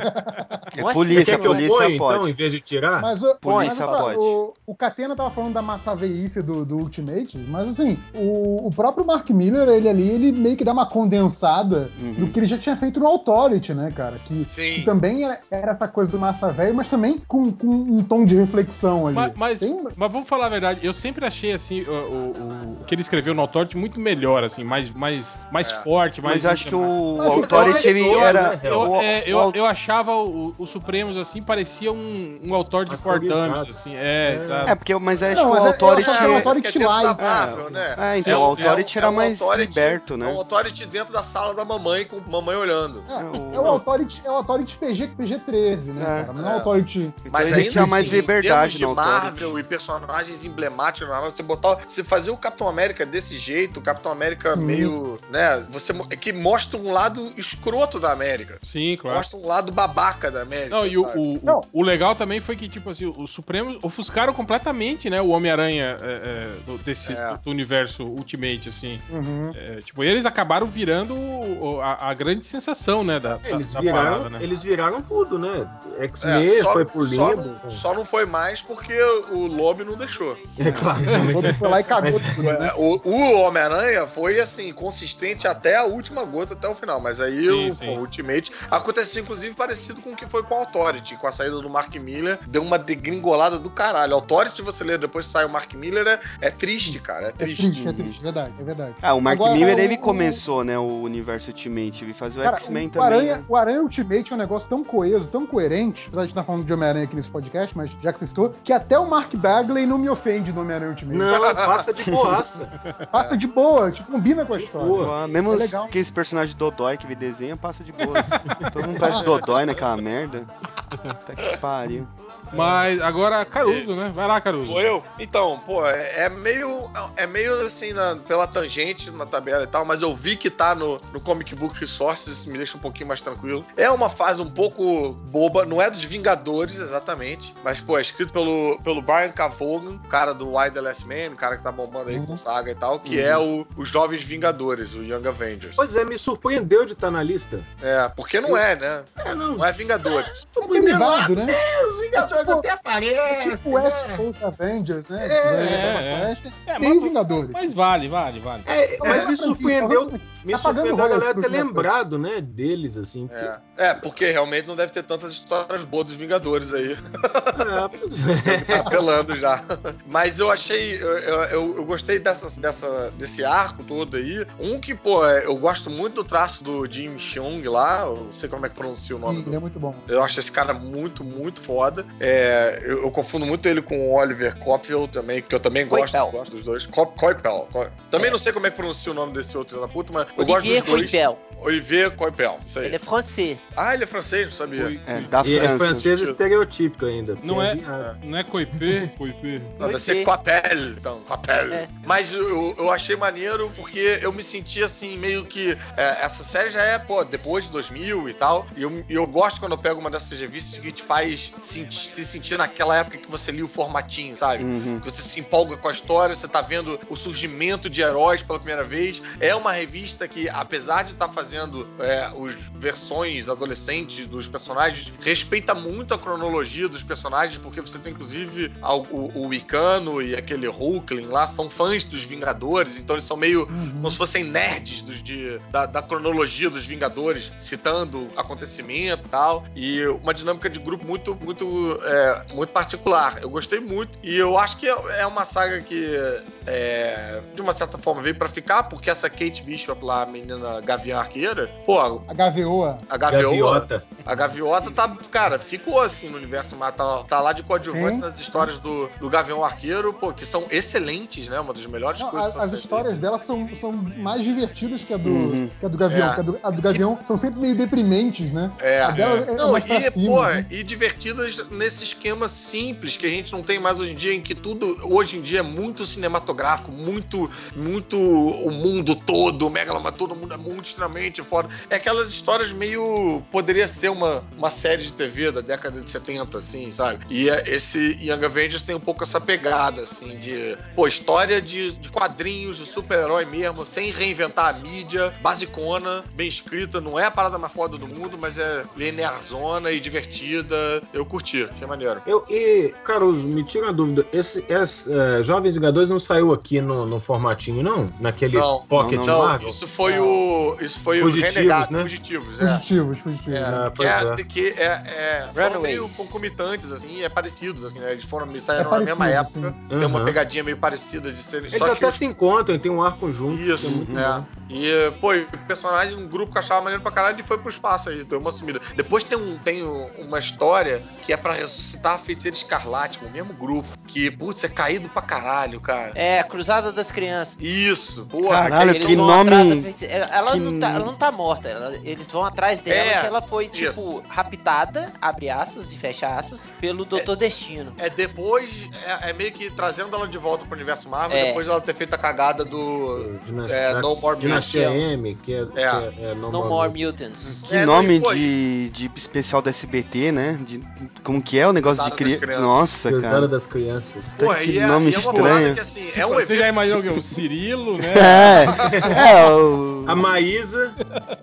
Speaker 6: É
Speaker 2: Nossa,
Speaker 6: polícia,
Speaker 9: Quer que eu
Speaker 6: polícia
Speaker 9: ponha,
Speaker 6: pode.
Speaker 9: então, em vez de tirar?
Speaker 5: Mas, o,
Speaker 6: Polícia
Speaker 5: mas, olha só,
Speaker 6: pode.
Speaker 5: o, o Catena tava falando da massa veíce do, do Ultimate, mas assim, o, o próprio Mark Miller, ele ali, ele meio que dá uma condensada
Speaker 6: Uhum.
Speaker 5: do que ele já tinha feito no Authority, né, cara? Que,
Speaker 3: Sim.
Speaker 5: que também era, era essa coisa do massa velho, mas também com, com um tom de reflexão ali.
Speaker 1: Mas, mas,
Speaker 5: Tem-
Speaker 1: mas vamos falar a verdade, eu sempre achei assim o, o, o que ele escreveu no Authority muito melhor, assim, mais, mais, mais
Speaker 3: É.
Speaker 1: forte, mais.
Speaker 6: Mas eu acho que o
Speaker 5: Mas,
Speaker 6: Authority,
Speaker 5: mas,
Speaker 6: ele
Speaker 9: eu-
Speaker 6: era...
Speaker 1: Eu,
Speaker 6: o-
Speaker 1: é, eu,
Speaker 6: o Au-
Speaker 1: eu achava o, o Supremos assim, parecia um, um autor de
Speaker 9: Pastorizado.
Speaker 1: Fordames, assim, é,
Speaker 9: É.
Speaker 1: sabe?
Speaker 6: É, porque, mas acho
Speaker 5: Não,
Speaker 6: que o
Speaker 5: mas é- eu
Speaker 6: Authority...
Speaker 5: acho que é o Authority
Speaker 3: que é dentro da
Speaker 5: Live.
Speaker 3: Marvel, né?
Speaker 6: É, então,
Speaker 3: É
Speaker 6: o
Speaker 3: um-
Speaker 6: Authority
Speaker 3: é um-
Speaker 6: era
Speaker 3: é um
Speaker 6: mais
Speaker 3: Authority-
Speaker 6: liberto,
Speaker 3: É um
Speaker 6: né?
Speaker 3: Authority dentro da sala da mamãe, com mamãe olhando.
Speaker 5: É,
Speaker 6: o-
Speaker 5: é o Authority, é o Authority P G, P G treze, né,
Speaker 6: É.
Speaker 5: cara? Não é o
Speaker 3: É.
Speaker 5: Authority.
Speaker 6: Então ele tinha mais
Speaker 3: assim,
Speaker 6: liberdade
Speaker 3: em termos
Speaker 6: no
Speaker 3: de
Speaker 6: Authority.
Speaker 3: Marvel e personagens emblemáticos, na Marvel, você botar, você fazer o Capitão América desse jeito, o Capitão América
Speaker 5: Sim.
Speaker 3: meio, né, você mo- que mostra um lado escroto da América.
Speaker 1: Sim, claro.
Speaker 3: Mostra um lado babaca da América.
Speaker 1: Não, e o,
Speaker 3: sabe?
Speaker 1: o, o-
Speaker 5: Não.
Speaker 1: o legal também foi que, tipo assim, os Supremos ofuscaram completamente, né, o Homem-Aranha é, é, do- desse
Speaker 3: É.
Speaker 1: do universo Ultimate, assim.
Speaker 5: Uhum.
Speaker 1: É, tipo, eles acabaram virando o- a, a grande sensação, né, da, da,
Speaker 9: Eles
Speaker 1: da
Speaker 9: viraram,
Speaker 1: parada, né?
Speaker 9: eles viraram tudo, né?
Speaker 3: É,
Speaker 9: X-Men
Speaker 3: só,
Speaker 9: foi pro
Speaker 3: só
Speaker 9: limbo.
Speaker 3: não, só não foi mais porque o Lobby não deixou.
Speaker 9: É claro.
Speaker 5: O Lobo foi lá e cagou
Speaker 9: Mas-
Speaker 5: tudo, né?
Speaker 3: É, O, o Homem-Aranha foi assim, consistente até a última gota, até o final. Mas aí
Speaker 1: Sim,
Speaker 3: o,
Speaker 1: sim.
Speaker 3: pô, o Ultimate aconteceu, inclusive, parecido com o que foi com o Authority, com a saída do Mark Miller, deu uma degringolada do caralho. Authority, se você ler depois que sai o Mark Miller, é, é triste, cara. É
Speaker 5: É
Speaker 3: triste.
Speaker 5: triste, é triste, é verdade, é verdade.
Speaker 6: Ah, o Mark
Speaker 5: Agora,
Speaker 6: Miller,
Speaker 5: o-
Speaker 6: ele
Speaker 5: o-
Speaker 6: começou, né, o universo Ultimate. Ele fazia o
Speaker 5: Cara,
Speaker 6: X-Men
Speaker 5: o,
Speaker 6: também,
Speaker 5: Aranha,
Speaker 6: né?
Speaker 5: o Aranha Ultimate é um negócio tão coeso, tão coerente, apesar de estar falando de Homem-Aranha aqui nesse podcast, mas já que você citou, que até o Mark Bagley não me ofende no Homem-Aranha Ultimate.
Speaker 9: Não, passa de boaça.
Speaker 5: Passa de boa, tipo, combina com a história.
Speaker 9: boa.
Speaker 6: Ah, mesmo
Speaker 5: É
Speaker 6: os-
Speaker 5: legal.
Speaker 6: que esse personagem Dodói que ele desenha passa de boas. Todo mundo parece Dodói naquela merda. Tá que pariu.
Speaker 1: Mas agora, Caruso, né? Vai lá, Caruso.
Speaker 3: Sou eu? Então, pô, é, é meio. É meio assim, na- pela tangente na tabela e tal, mas eu vi que tá no, no Comic Book Resources, isso me deixa um pouquinho mais tranquilo. É uma fase um pouco boba, não é dos Vingadores exatamente, mas, pô, é escrito pelo, pelo Brian K. Vaughan, cara do Why the Last Man, o cara que tá bombando aí
Speaker 5: Uhum.
Speaker 3: com saga e tal, que
Speaker 6: Uhum.
Speaker 3: é o, os Jovens Vingadores, o Young Avengers.
Speaker 9: Pois é, me surpreendeu de estar na lista.
Speaker 3: É, porque não é, né?
Speaker 9: É, não.
Speaker 3: Não é Vingadores.
Speaker 5: É derivado, né?
Speaker 9: É, os Vingadores
Speaker 5: tipo-
Speaker 9: até
Speaker 5: É
Speaker 9: aparecem.
Speaker 5: tipo West Coast Avengers, né?
Speaker 9: É,
Speaker 5: Vai levar
Speaker 1: é,
Speaker 5: pra
Speaker 1: é.
Speaker 5: floresta.
Speaker 1: É,
Speaker 5: Tem
Speaker 1: mas-
Speaker 5: Vingadores.
Speaker 1: Mas vale, vale, vale.
Speaker 9: É, mas me
Speaker 5: Franquia,
Speaker 9: surpreendeu.
Speaker 5: franquia.
Speaker 9: Me
Speaker 5: Tá pagando
Speaker 9: surpreendeu a galera
Speaker 5: royalties
Speaker 9: ter
Speaker 5: pro
Speaker 9: lembrado, né, deles, assim. porque-
Speaker 3: É. é, porque realmente não deve ter tantas histórias boas dos Vingadores aí.
Speaker 9: É, pois é.
Speaker 3: Tá apelando já. Mas eu achei. Eu, eu, eu gostei dessa, dessa, desse arco todo aí. Um que, pô, eu gosto muito do traço do Jim Cheung lá. Eu não sei como é que pronuncia o nome
Speaker 5: Sim,
Speaker 3: do.
Speaker 5: ele é muito bom.
Speaker 3: Eu acho esse cara muito, muito foda. É, eu, eu confundo muito ele com o Oliver Coipel também, que eu também gosto,
Speaker 2: Coipel.
Speaker 3: gosto dos dois. Co- Coipel. Co- Também
Speaker 2: É.
Speaker 3: não sei como é que pronuncia o nome desse outro filho da puta, mas eu gosto
Speaker 2: Olivier
Speaker 3: dos dois.
Speaker 2: Coipel.
Speaker 3: Olivier Coipel, isso aí.
Speaker 2: Ele é francês.
Speaker 3: Ah, ele é francês, não sabia.
Speaker 1: Oi-
Speaker 6: É, da
Speaker 9: E é
Speaker 6: França.
Speaker 9: francês estereotípico ainda.
Speaker 1: Não
Speaker 9: porque
Speaker 1: é,
Speaker 9: viado.
Speaker 1: não é Coipê? Coipê.
Speaker 3: Não, deve ser
Speaker 2: Coipel.
Speaker 3: Coipel, então, Coipel.
Speaker 2: É.
Speaker 3: Mas eu, eu achei maneiro porque eu me senti assim, meio que. É, essa série já é, pô, depois de dois mil e tal. E eu, e eu gosto quando eu pego uma dessas revistas que te faz senti- se sentir naquela época que você lia o formatinho, sabe?
Speaker 6: Uhum.
Speaker 3: Que você se empolga com a história, você tá vendo o surgimento de heróis pela primeira vez. É uma revista que, apesar de estar fazendo é, os versões adolescentes dos personagens, respeita muito a cronologia dos personagens, porque você tem inclusive a- o, o Icano e aquele Hulkling lá, são fãs dos Vingadores, então eles são meio
Speaker 5: Uhum.
Speaker 3: como se fossem nerds dos, de, da, da cronologia dos Vingadores, citando acontecimento e tal, e uma dinâmica de grupo muito, muito, é, muito particular. Eu gostei muito, e eu acho que é uma saga que, é, de uma certa forma, veio pra ficar, porque essa Kate Bishop lá, a menina Gavião Arqueira, pô,
Speaker 5: A Gaveoa.
Speaker 3: a Gaviota,
Speaker 9: Gaviota.
Speaker 3: a Gaviota tá, cara, ficou assim no universo, mas tá, tá lá de coadjuvante
Speaker 5: Sim.
Speaker 3: nas histórias do, do Gavião Arqueiro, pô, que são excelentes, né? Uma das melhores
Speaker 5: Não,
Speaker 3: coisas
Speaker 5: a-
Speaker 3: pra
Speaker 5: as
Speaker 3: série.
Speaker 5: histórias dela são, são mais divertidas que a do,
Speaker 6: Uhum.
Speaker 5: que a do Gavião.
Speaker 3: É.
Speaker 5: Que a, do, a do Gavião são sempre meio deprimentes, né?
Speaker 3: É,
Speaker 5: A dela é, é
Speaker 3: Não,
Speaker 5: mais pra
Speaker 3: e,
Speaker 5: cima.
Speaker 3: pô,
Speaker 5: assim.
Speaker 3: e divertidas nesse esquema simples que a gente não tem mais hoje em dia, em que tudo hoje em dia é muito cinematográfico, muito, muito o mundo todo, o Megaloma, todo mundo é muito extremamente foda. É aquelas histórias meio. Poderia ser uma, uma série de T V da década de setenta, assim, sabe? E é- esse Young Avengers tem um pouco essa pegada, assim, de. Pô, história de, de quadrinhos, de super-herói mesmo, sem reinventar a mídia, basicona, bem escrita, não é a parada mais foda do mundo, mas é linearzona e divertida. Eu curti, achei maneiro.
Speaker 9: Eu, e, Caruso, me tira uma dúvida. Esse, esse é, Jovens Vingadores não saiu aqui no, no formatinho, não? Naquele
Speaker 3: Não,
Speaker 9: Pocket
Speaker 6: não,
Speaker 3: Não,
Speaker 9: Marvel?
Speaker 3: isso foi
Speaker 5: Não.
Speaker 3: o. Isso foi
Speaker 9: Fugitivos,
Speaker 3: o Renegado,
Speaker 9: né?
Speaker 3: Fugitivos, é.
Speaker 5: Fugitivos, fugitivos.
Speaker 3: É,
Speaker 9: Ah,
Speaker 3: que
Speaker 9: pois
Speaker 3: é,
Speaker 9: é.
Speaker 3: que é, é foram
Speaker 2: Runaways.
Speaker 3: meio concomitantes, assim, é parecidos, assim, né? Eles foram, saíram
Speaker 5: É
Speaker 3: na mesma
Speaker 5: parecido,
Speaker 3: época,
Speaker 5: sim.
Speaker 3: tem uma
Speaker 9: Uhum.
Speaker 3: pegadinha meio parecida de serem.
Speaker 9: Eles
Speaker 3: só que
Speaker 9: até
Speaker 3: os-
Speaker 9: se encontram, tem um arco junto.
Speaker 3: Isso,
Speaker 9: que é muito
Speaker 3: é.
Speaker 9: bom.
Speaker 3: E, pô, o personagem, um grupo que eu achava maneiro pra caralho, ele foi pro espaço aí, deu uma sumida. Depois tem, um, tem um- uma história que é pra ressuscitar a Feiticeira Escarlate, com o mesmo grupo, que, putz, é caído pra caralho, cara.
Speaker 2: É, a Cruzada das Crianças.
Speaker 3: Isso, porra.
Speaker 6: Caralho,
Speaker 3: eles
Speaker 6: que
Speaker 3: vão-
Speaker 6: nome-
Speaker 2: atrás da feiticeira. Ela, ela
Speaker 6: que
Speaker 2: não tá, ela não tá morta. ela- eles vão atrás dela,
Speaker 3: É,
Speaker 2: que ela foi, tipo,
Speaker 3: isso.
Speaker 2: raptada, abre aspas e fecha aspas, pelo doutor Destino.
Speaker 3: É depois, é, é meio que trazendo ela de volta pro universo Marvel,
Speaker 2: É.
Speaker 3: depois dela ter feito a cagada do
Speaker 9: Dinastia,
Speaker 3: é, No More
Speaker 9: Dinastia
Speaker 3: Mutants.
Speaker 9: M, que é,
Speaker 3: É.
Speaker 9: que é, é No,
Speaker 2: No
Speaker 9: More
Speaker 2: More
Speaker 9: Mutants.
Speaker 2: Mutants.
Speaker 6: Que
Speaker 3: É, não,
Speaker 6: nome
Speaker 3: e, pô,
Speaker 6: de, de especial da S B T, né? De, como que é o negócio
Speaker 3: Cruzada
Speaker 6: de
Speaker 3: das
Speaker 6: criança?
Speaker 3: Crianças.
Speaker 6: Nossa,
Speaker 9: Cruzada
Speaker 6: cara.
Speaker 9: das Crianças.
Speaker 3: Pô,
Speaker 6: que
Speaker 3: e é,
Speaker 6: nome
Speaker 3: e é uma
Speaker 6: estranho.
Speaker 3: parada que, assim, é um
Speaker 1: Você já
Speaker 3: evento...
Speaker 1: imaginou que é o Cirilo, né?
Speaker 6: É, é o...
Speaker 9: A Maísa,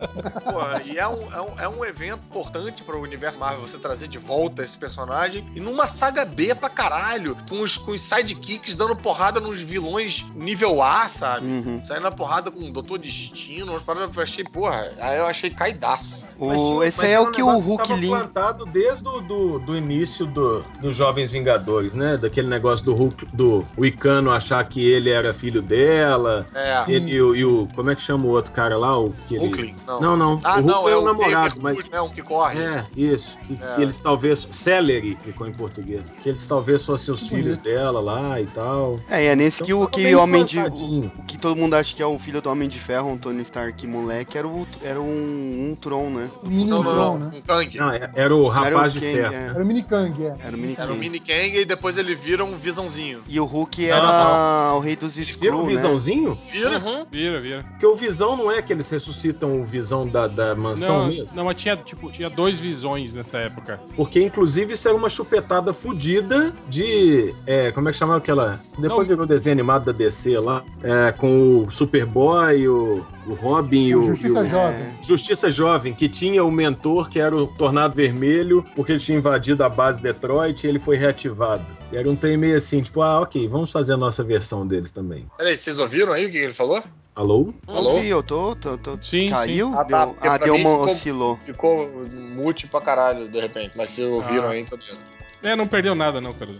Speaker 3: Pô, e é um, é, um, é um evento importante pro universo Marvel você trazer de volta esse personagem. E numa saga B pra caralho, com os, com os sidekicks dando porrada nos vilões nível A, sabe?
Speaker 6: Uhum.
Speaker 3: Saindo na porrada com o doutor Destino, umas paradas que eu achei, porra, aí eu achei caidaço.
Speaker 6: O, esse
Speaker 9: mas
Speaker 6: aí é
Speaker 9: tinha
Speaker 6: o
Speaker 9: um
Speaker 6: que o
Speaker 9: negócio
Speaker 6: Hulk
Speaker 9: tava
Speaker 6: Lin...
Speaker 9: plantado desde o do, do início do, dos Jovens Vingadores, né? Daquele negócio do Hulk, do Wicano achar que ele era filho dela.
Speaker 3: É.
Speaker 9: Ele, e, o, e o. Como é que chama o outro cara lá? O que ele...
Speaker 3: Hulkling? Não.
Speaker 9: Não, não.
Speaker 3: Ah,
Speaker 9: o Hulk
Speaker 3: não,
Speaker 9: é
Speaker 3: é
Speaker 9: o
Speaker 3: o
Speaker 9: namorado,
Speaker 3: David
Speaker 9: mas.
Speaker 3: Hood, né? Um que corre.
Speaker 9: É, isso. Que,
Speaker 3: É.
Speaker 9: que eles talvez. Celery ficou em português. Que eles talvez fossem os
Speaker 5: Que
Speaker 9: filhos
Speaker 5: bonito.
Speaker 9: dela lá e tal.
Speaker 6: É, e é nesse que o
Speaker 9: Então,
Speaker 6: que
Speaker 9: meio
Speaker 6: o Homem de...
Speaker 9: plantadinho.
Speaker 6: O, o que todo mundo acha que é o filho do Homem de Ferro, um Tony Stark moleque, era, o, era um, um Tron, né?
Speaker 5: O Mini
Speaker 3: Não, não,
Speaker 5: Tron,
Speaker 3: não.
Speaker 5: né?
Speaker 3: Um Kang.
Speaker 9: Não, é- era o rapaz
Speaker 6: Era o
Speaker 9: de
Speaker 6: Kang,
Speaker 9: ferro.
Speaker 6: é.
Speaker 5: Era o Mini Kang, é.
Speaker 6: Era o Mini
Speaker 3: Era um
Speaker 6: Kang.
Speaker 3: mini Kang e depois ele vira um visãozinho.
Speaker 6: E o Hulk
Speaker 9: Não,
Speaker 6: era o rei dos
Speaker 9: Vira o
Speaker 6: Skrull, né?
Speaker 9: Visãozinho?
Speaker 3: Vira?
Speaker 2: Uhum.
Speaker 1: Vira, vira.
Speaker 9: Porque o Visão não é que eles ressuscitam o Visão da, da mansão
Speaker 1: Não,
Speaker 9: mesmo?
Speaker 1: não, mas tinha, tipo, tinha dois visões nessa época.
Speaker 9: Porque, inclusive, isso era uma chupetada fodida de. É, como é que chamava aquela. Depois
Speaker 1: Não.
Speaker 9: virou desenho animado da D C lá. É, com o Superboy, o, o Robin e o.
Speaker 5: Justiça
Speaker 9: e o-
Speaker 5: Jovem.
Speaker 9: Justiça Jovem, que tinha o mentor, que era o Tornado Vermelho, porque ele tinha invadido a base Detroit e ele foi reativado. E era um trem meio assim, tipo, ah, ok, vamos fazer a nossa versão deles também.
Speaker 3: Peraí, vocês ouviram aí o que ele falou?
Speaker 9: Alô?
Speaker 3: Alô?
Speaker 6: Não vi, eu tô. tô, tô...
Speaker 1: Sim,
Speaker 6: Caiu?
Speaker 1: sim.
Speaker 3: Ah, tá,
Speaker 6: Deu,
Speaker 3: porque
Speaker 6: ah,
Speaker 3: pra
Speaker 6: deu
Speaker 3: mim
Speaker 6: uma
Speaker 3: ficou-
Speaker 6: oscilou.
Speaker 3: Ficou mute pra caralho, de repente. Mas se ouviram
Speaker 1: Ah.
Speaker 3: aí, tô dizendo.
Speaker 1: É, não perdeu nada, não, cara.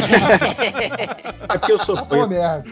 Speaker 9: É porque eu sou
Speaker 5: Pô,
Speaker 9: preto.
Speaker 5: merda.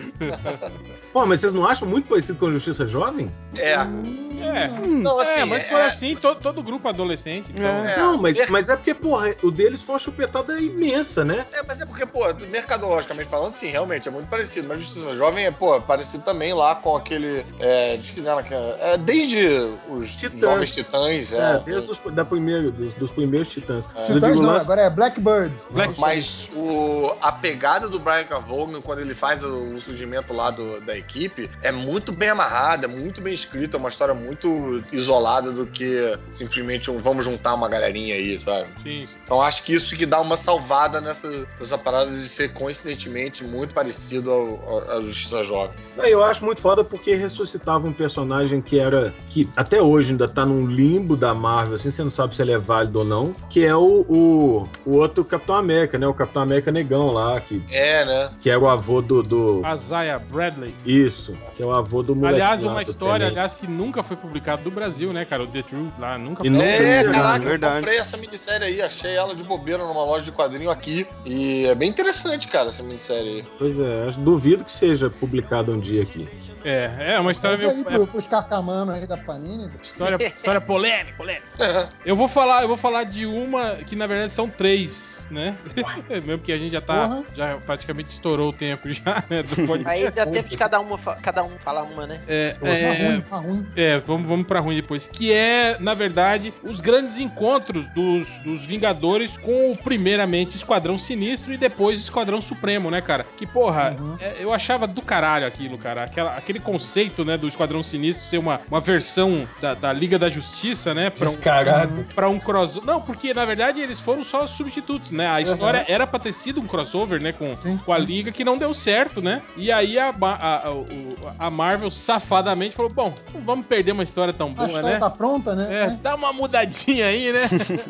Speaker 9: Pô, mas vocês não acham muito parecido com a Justiça Jovem?
Speaker 3: É.
Speaker 1: É,
Speaker 3: Não, assim,
Speaker 1: é, mas se for
Speaker 3: é-
Speaker 1: assim, todo, todo grupo adolescente. Então,
Speaker 6: É.
Speaker 3: É.
Speaker 9: Não, mas,
Speaker 3: Mer-
Speaker 9: mas é porque, porra, o deles foi uma chupetada imensa, né?
Speaker 3: É, mas é porque, pô, mercadologicamente falando, sim, realmente é muito parecido. Mas Justiça Jovem é, pô, parecido também lá com aquele. É, eles fizeram aquela. É, desde os
Speaker 9: Titãs.
Speaker 3: Jovens Titãs, é.
Speaker 9: É, desde os, da primeira, dos, dos primeiros Titãs.
Speaker 3: É.
Speaker 9: Eu
Speaker 5: Titãs
Speaker 9: digo,
Speaker 5: não,
Speaker 9: lance-
Speaker 5: agora é Blackbird.
Speaker 1: Black-
Speaker 3: Mas o, a pegada do Brian K. Vaughan, quando ele faz o, o surgimento lá do, da equipe, é muito bem amarrada, é muito bem escrita, é uma história muito isolada do que simplesmente um vamos juntar uma galerinha aí, sabe?
Speaker 1: sim.
Speaker 3: Então acho que isso que dá uma salvada nessa, nessa parada de ser coincidentemente muito parecido ao, ao, à Justiça Jovem.
Speaker 9: Não, eu acho muito foda porque ressuscitava um personagem que era. Que até hoje ainda tá num limbo da Marvel, assim, você não sabe se ele é válido ou não. Que é o, o, o outro Capitão América, né? O Capitão América Negão lá, que,
Speaker 3: É, né?
Speaker 9: que era o avô do. do...
Speaker 1: Isaiah Bradley.
Speaker 9: Isso, que é o avô do moleque.
Speaker 1: Aliás,
Speaker 9: lá
Speaker 1: uma
Speaker 9: do
Speaker 1: história,
Speaker 9: Tenente.
Speaker 1: aliás, que nunca foi publicado do Brasil, né, cara? O The Truth lá, nunca
Speaker 9: E
Speaker 1: foi.
Speaker 9: nunca
Speaker 3: É,
Speaker 9: vi,
Speaker 3: caraca,
Speaker 9: né?
Speaker 3: eu
Speaker 6: Verdade.
Speaker 3: comprei essa minissérie aí, achei ela de bobeira numa loja de quadrinho aqui. E é bem interessante, cara, essa minissérie aí.
Speaker 9: Pois é, acho- duvido que seja publicado um dia aqui.
Speaker 1: É, é uma história
Speaker 5: Pede
Speaker 1: meio.
Speaker 5: aí pro, pros carcamanos aí da Panini.
Speaker 1: é, história, história polêmica, polêmica. Eu vou falar, eu vou falar de uma que na verdade são três, né? Mesmo que a gente já tá.
Speaker 5: Porra.
Speaker 1: Já praticamente estourou o tempo já, né? Do podcast.
Speaker 2: Aí dá tempo de cada, uma, fa- cada um falar uma, né?
Speaker 1: É,
Speaker 5: Tá
Speaker 1: é,
Speaker 5: ruim, tá ruim.
Speaker 1: É, vamos, vamos pra ruim depois. Que é, na verdade, os grandes encontros dos, dos Vingadores com o, primeiramente, Esquadrão Sinistro e depois Esquadrão Supremo, né, cara? Que, porra,
Speaker 5: Uhum.
Speaker 1: é, eu achava do caralho aquilo, cara. Aquela, aquele conceito, né, do Esquadrão Sinistro ser uma, uma versão da, da Liga da Justiça, né? Pra um,
Speaker 9: Descarado.
Speaker 1: pra um crossover. Não, porque, na verdade, eles foram só substitutos, né? A história era pra ter sido um crossover, né, com,
Speaker 5: Sim.
Speaker 1: com a Liga, que não deu certo, né? E aí a, a, a, o- a Marvel, safadamente, falou, bom, não vamos perder uma história tão
Speaker 5: A
Speaker 1: boa,
Speaker 5: história
Speaker 1: né?
Speaker 5: tá pronta, né?
Speaker 1: É, dá uma mudadinha aí, né?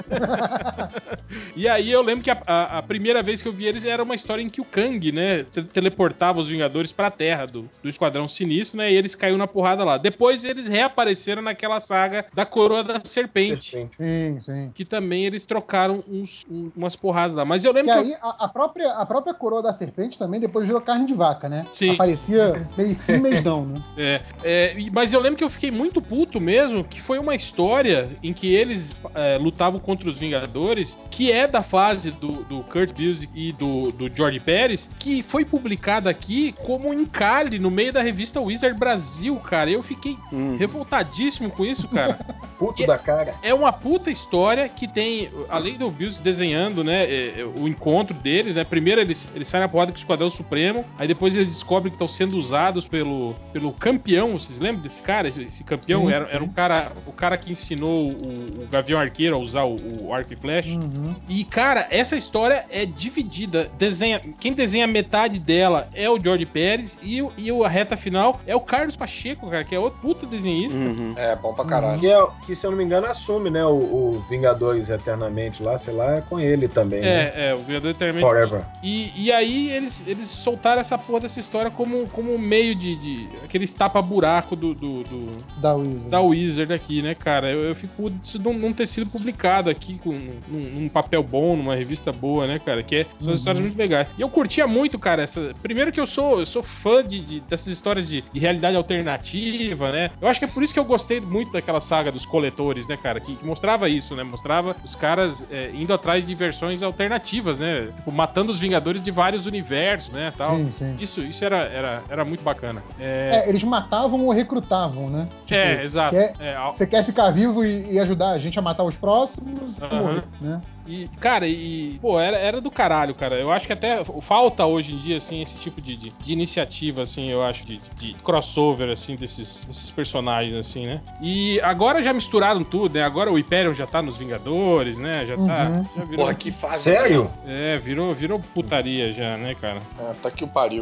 Speaker 1: E aí eu lembro que a, a- a primeira vez que eu vi eles era uma história em que o Kang, né, te- teleportava os Vingadores pra Terra do, do Esquadrão Sinistro, né, e eles caíram na porrada lá. Depois eles reapareceram naquela saga da Coroa da Serpente,
Speaker 9: Serpente.
Speaker 5: Sim, sim.
Speaker 1: que também eles trocaram uns- um- umas porradas lá. Mas eu lembro
Speaker 5: Que
Speaker 1: que,
Speaker 5: aí a, a própria, a própria coroa da serpente também depois virou carne de vaca, né?
Speaker 1: Sim.
Speaker 5: Aparecia mês sim, mês não, né?
Speaker 1: eu, é, é, e- mas eu lembro que eu fiquei muito puto mesmo, que foi uma história em que eles é, lutavam contra os Vingadores, que é da fase do, do Kurt Busiek e do, do George Pérez, que foi publicada aqui como um encalhe no meio da revista Wizard Brasil, cara. Eu fiquei
Speaker 6: Hum.
Speaker 1: revoltadíssimo com isso, cara.
Speaker 9: Puto da cara.
Speaker 1: É uma puta história que tem, além do Bills desenhando, né, é, é, o encontro deles, né? Primeiro eles, eles saem na porrada com o Esquadrão Supremo, aí depois eles descobrem que estão sendo usados pelo, pelo campeão. Vocês lembram desse cara? Esse, esse campeão
Speaker 5: Sim,
Speaker 1: era,
Speaker 5: sim.
Speaker 1: era o cara, o cara que ensinou o, o Gavião Arqueiro a usar o, o arco e flecha.
Speaker 5: Uhum.
Speaker 1: E, cara, essa história é dividida. Desenha, quem desenha metade dela é o George Pérez e, o- e o- a reta final é o Carlos Pacheco, cara, que é outro puta desenhista.
Speaker 6: Uhum.
Speaker 3: É, bom pra caralho.
Speaker 9: Que, é, que, se eu não me engano, assume, né? O, o Vingadores Eternamente lá, sei lá, é com ele também, né?
Speaker 1: É, é, o Vingador Eternamente.
Speaker 9: Forever.
Speaker 1: E, e aí eles, eles soltaram essa porra dessa história como, como um meio de, de aqueles tapa-buraco do, do, do-
Speaker 5: Da Wizard.
Speaker 1: da Wizard aqui, né, cara? Eu, eu fico puto disso não, não ter sido publicado aqui com, num, num papel bom, numa revista boa, né, cara? Que é, são
Speaker 5: Uhum.
Speaker 1: histórias muito legais. E eu curtia muito, cara, essa. Primeiro que eu sou, eu sou fã de, de- dessas histórias de, de realidade alternativa, né? Eu acho que é por isso que eu gostei muito daquela saga dos coletores, né, cara? Que, que mostrava isso, né? Mostrava os caras é, indo atrás de versões alternativas, né? Tipo, matando os Vingadores de vários universos, né? Tal.
Speaker 5: Sim, sim.
Speaker 1: Isso, isso era, era, era muito bacana. É,
Speaker 5: É, eles matavam ou recrutavam, né? Tipo,
Speaker 1: é, exato.
Speaker 5: quer-
Speaker 1: É, al-
Speaker 5: Você quer ficar vivo e, e ajudar a gente a matar os próximos?
Speaker 1: Aham.
Speaker 5: Morrer, né?
Speaker 1: E, cara, e, pô, era, era do caralho, cara. Eu acho que até falta hoje em dia, assim, esse tipo de, de, de iniciativa, assim, eu acho, de, de crossover, assim, desses, desses personagens, assim, né? E agora já misturaram tudo, né? Agora o Hyperion já tá nos Vingadores, né? Já tá.
Speaker 5: Uhum.
Speaker 1: Já virou.
Speaker 3: Porra, que fase.
Speaker 9: Sério?
Speaker 1: É, virou, virou putaria já, né, cara?
Speaker 3: É, tá que o pariu, cara.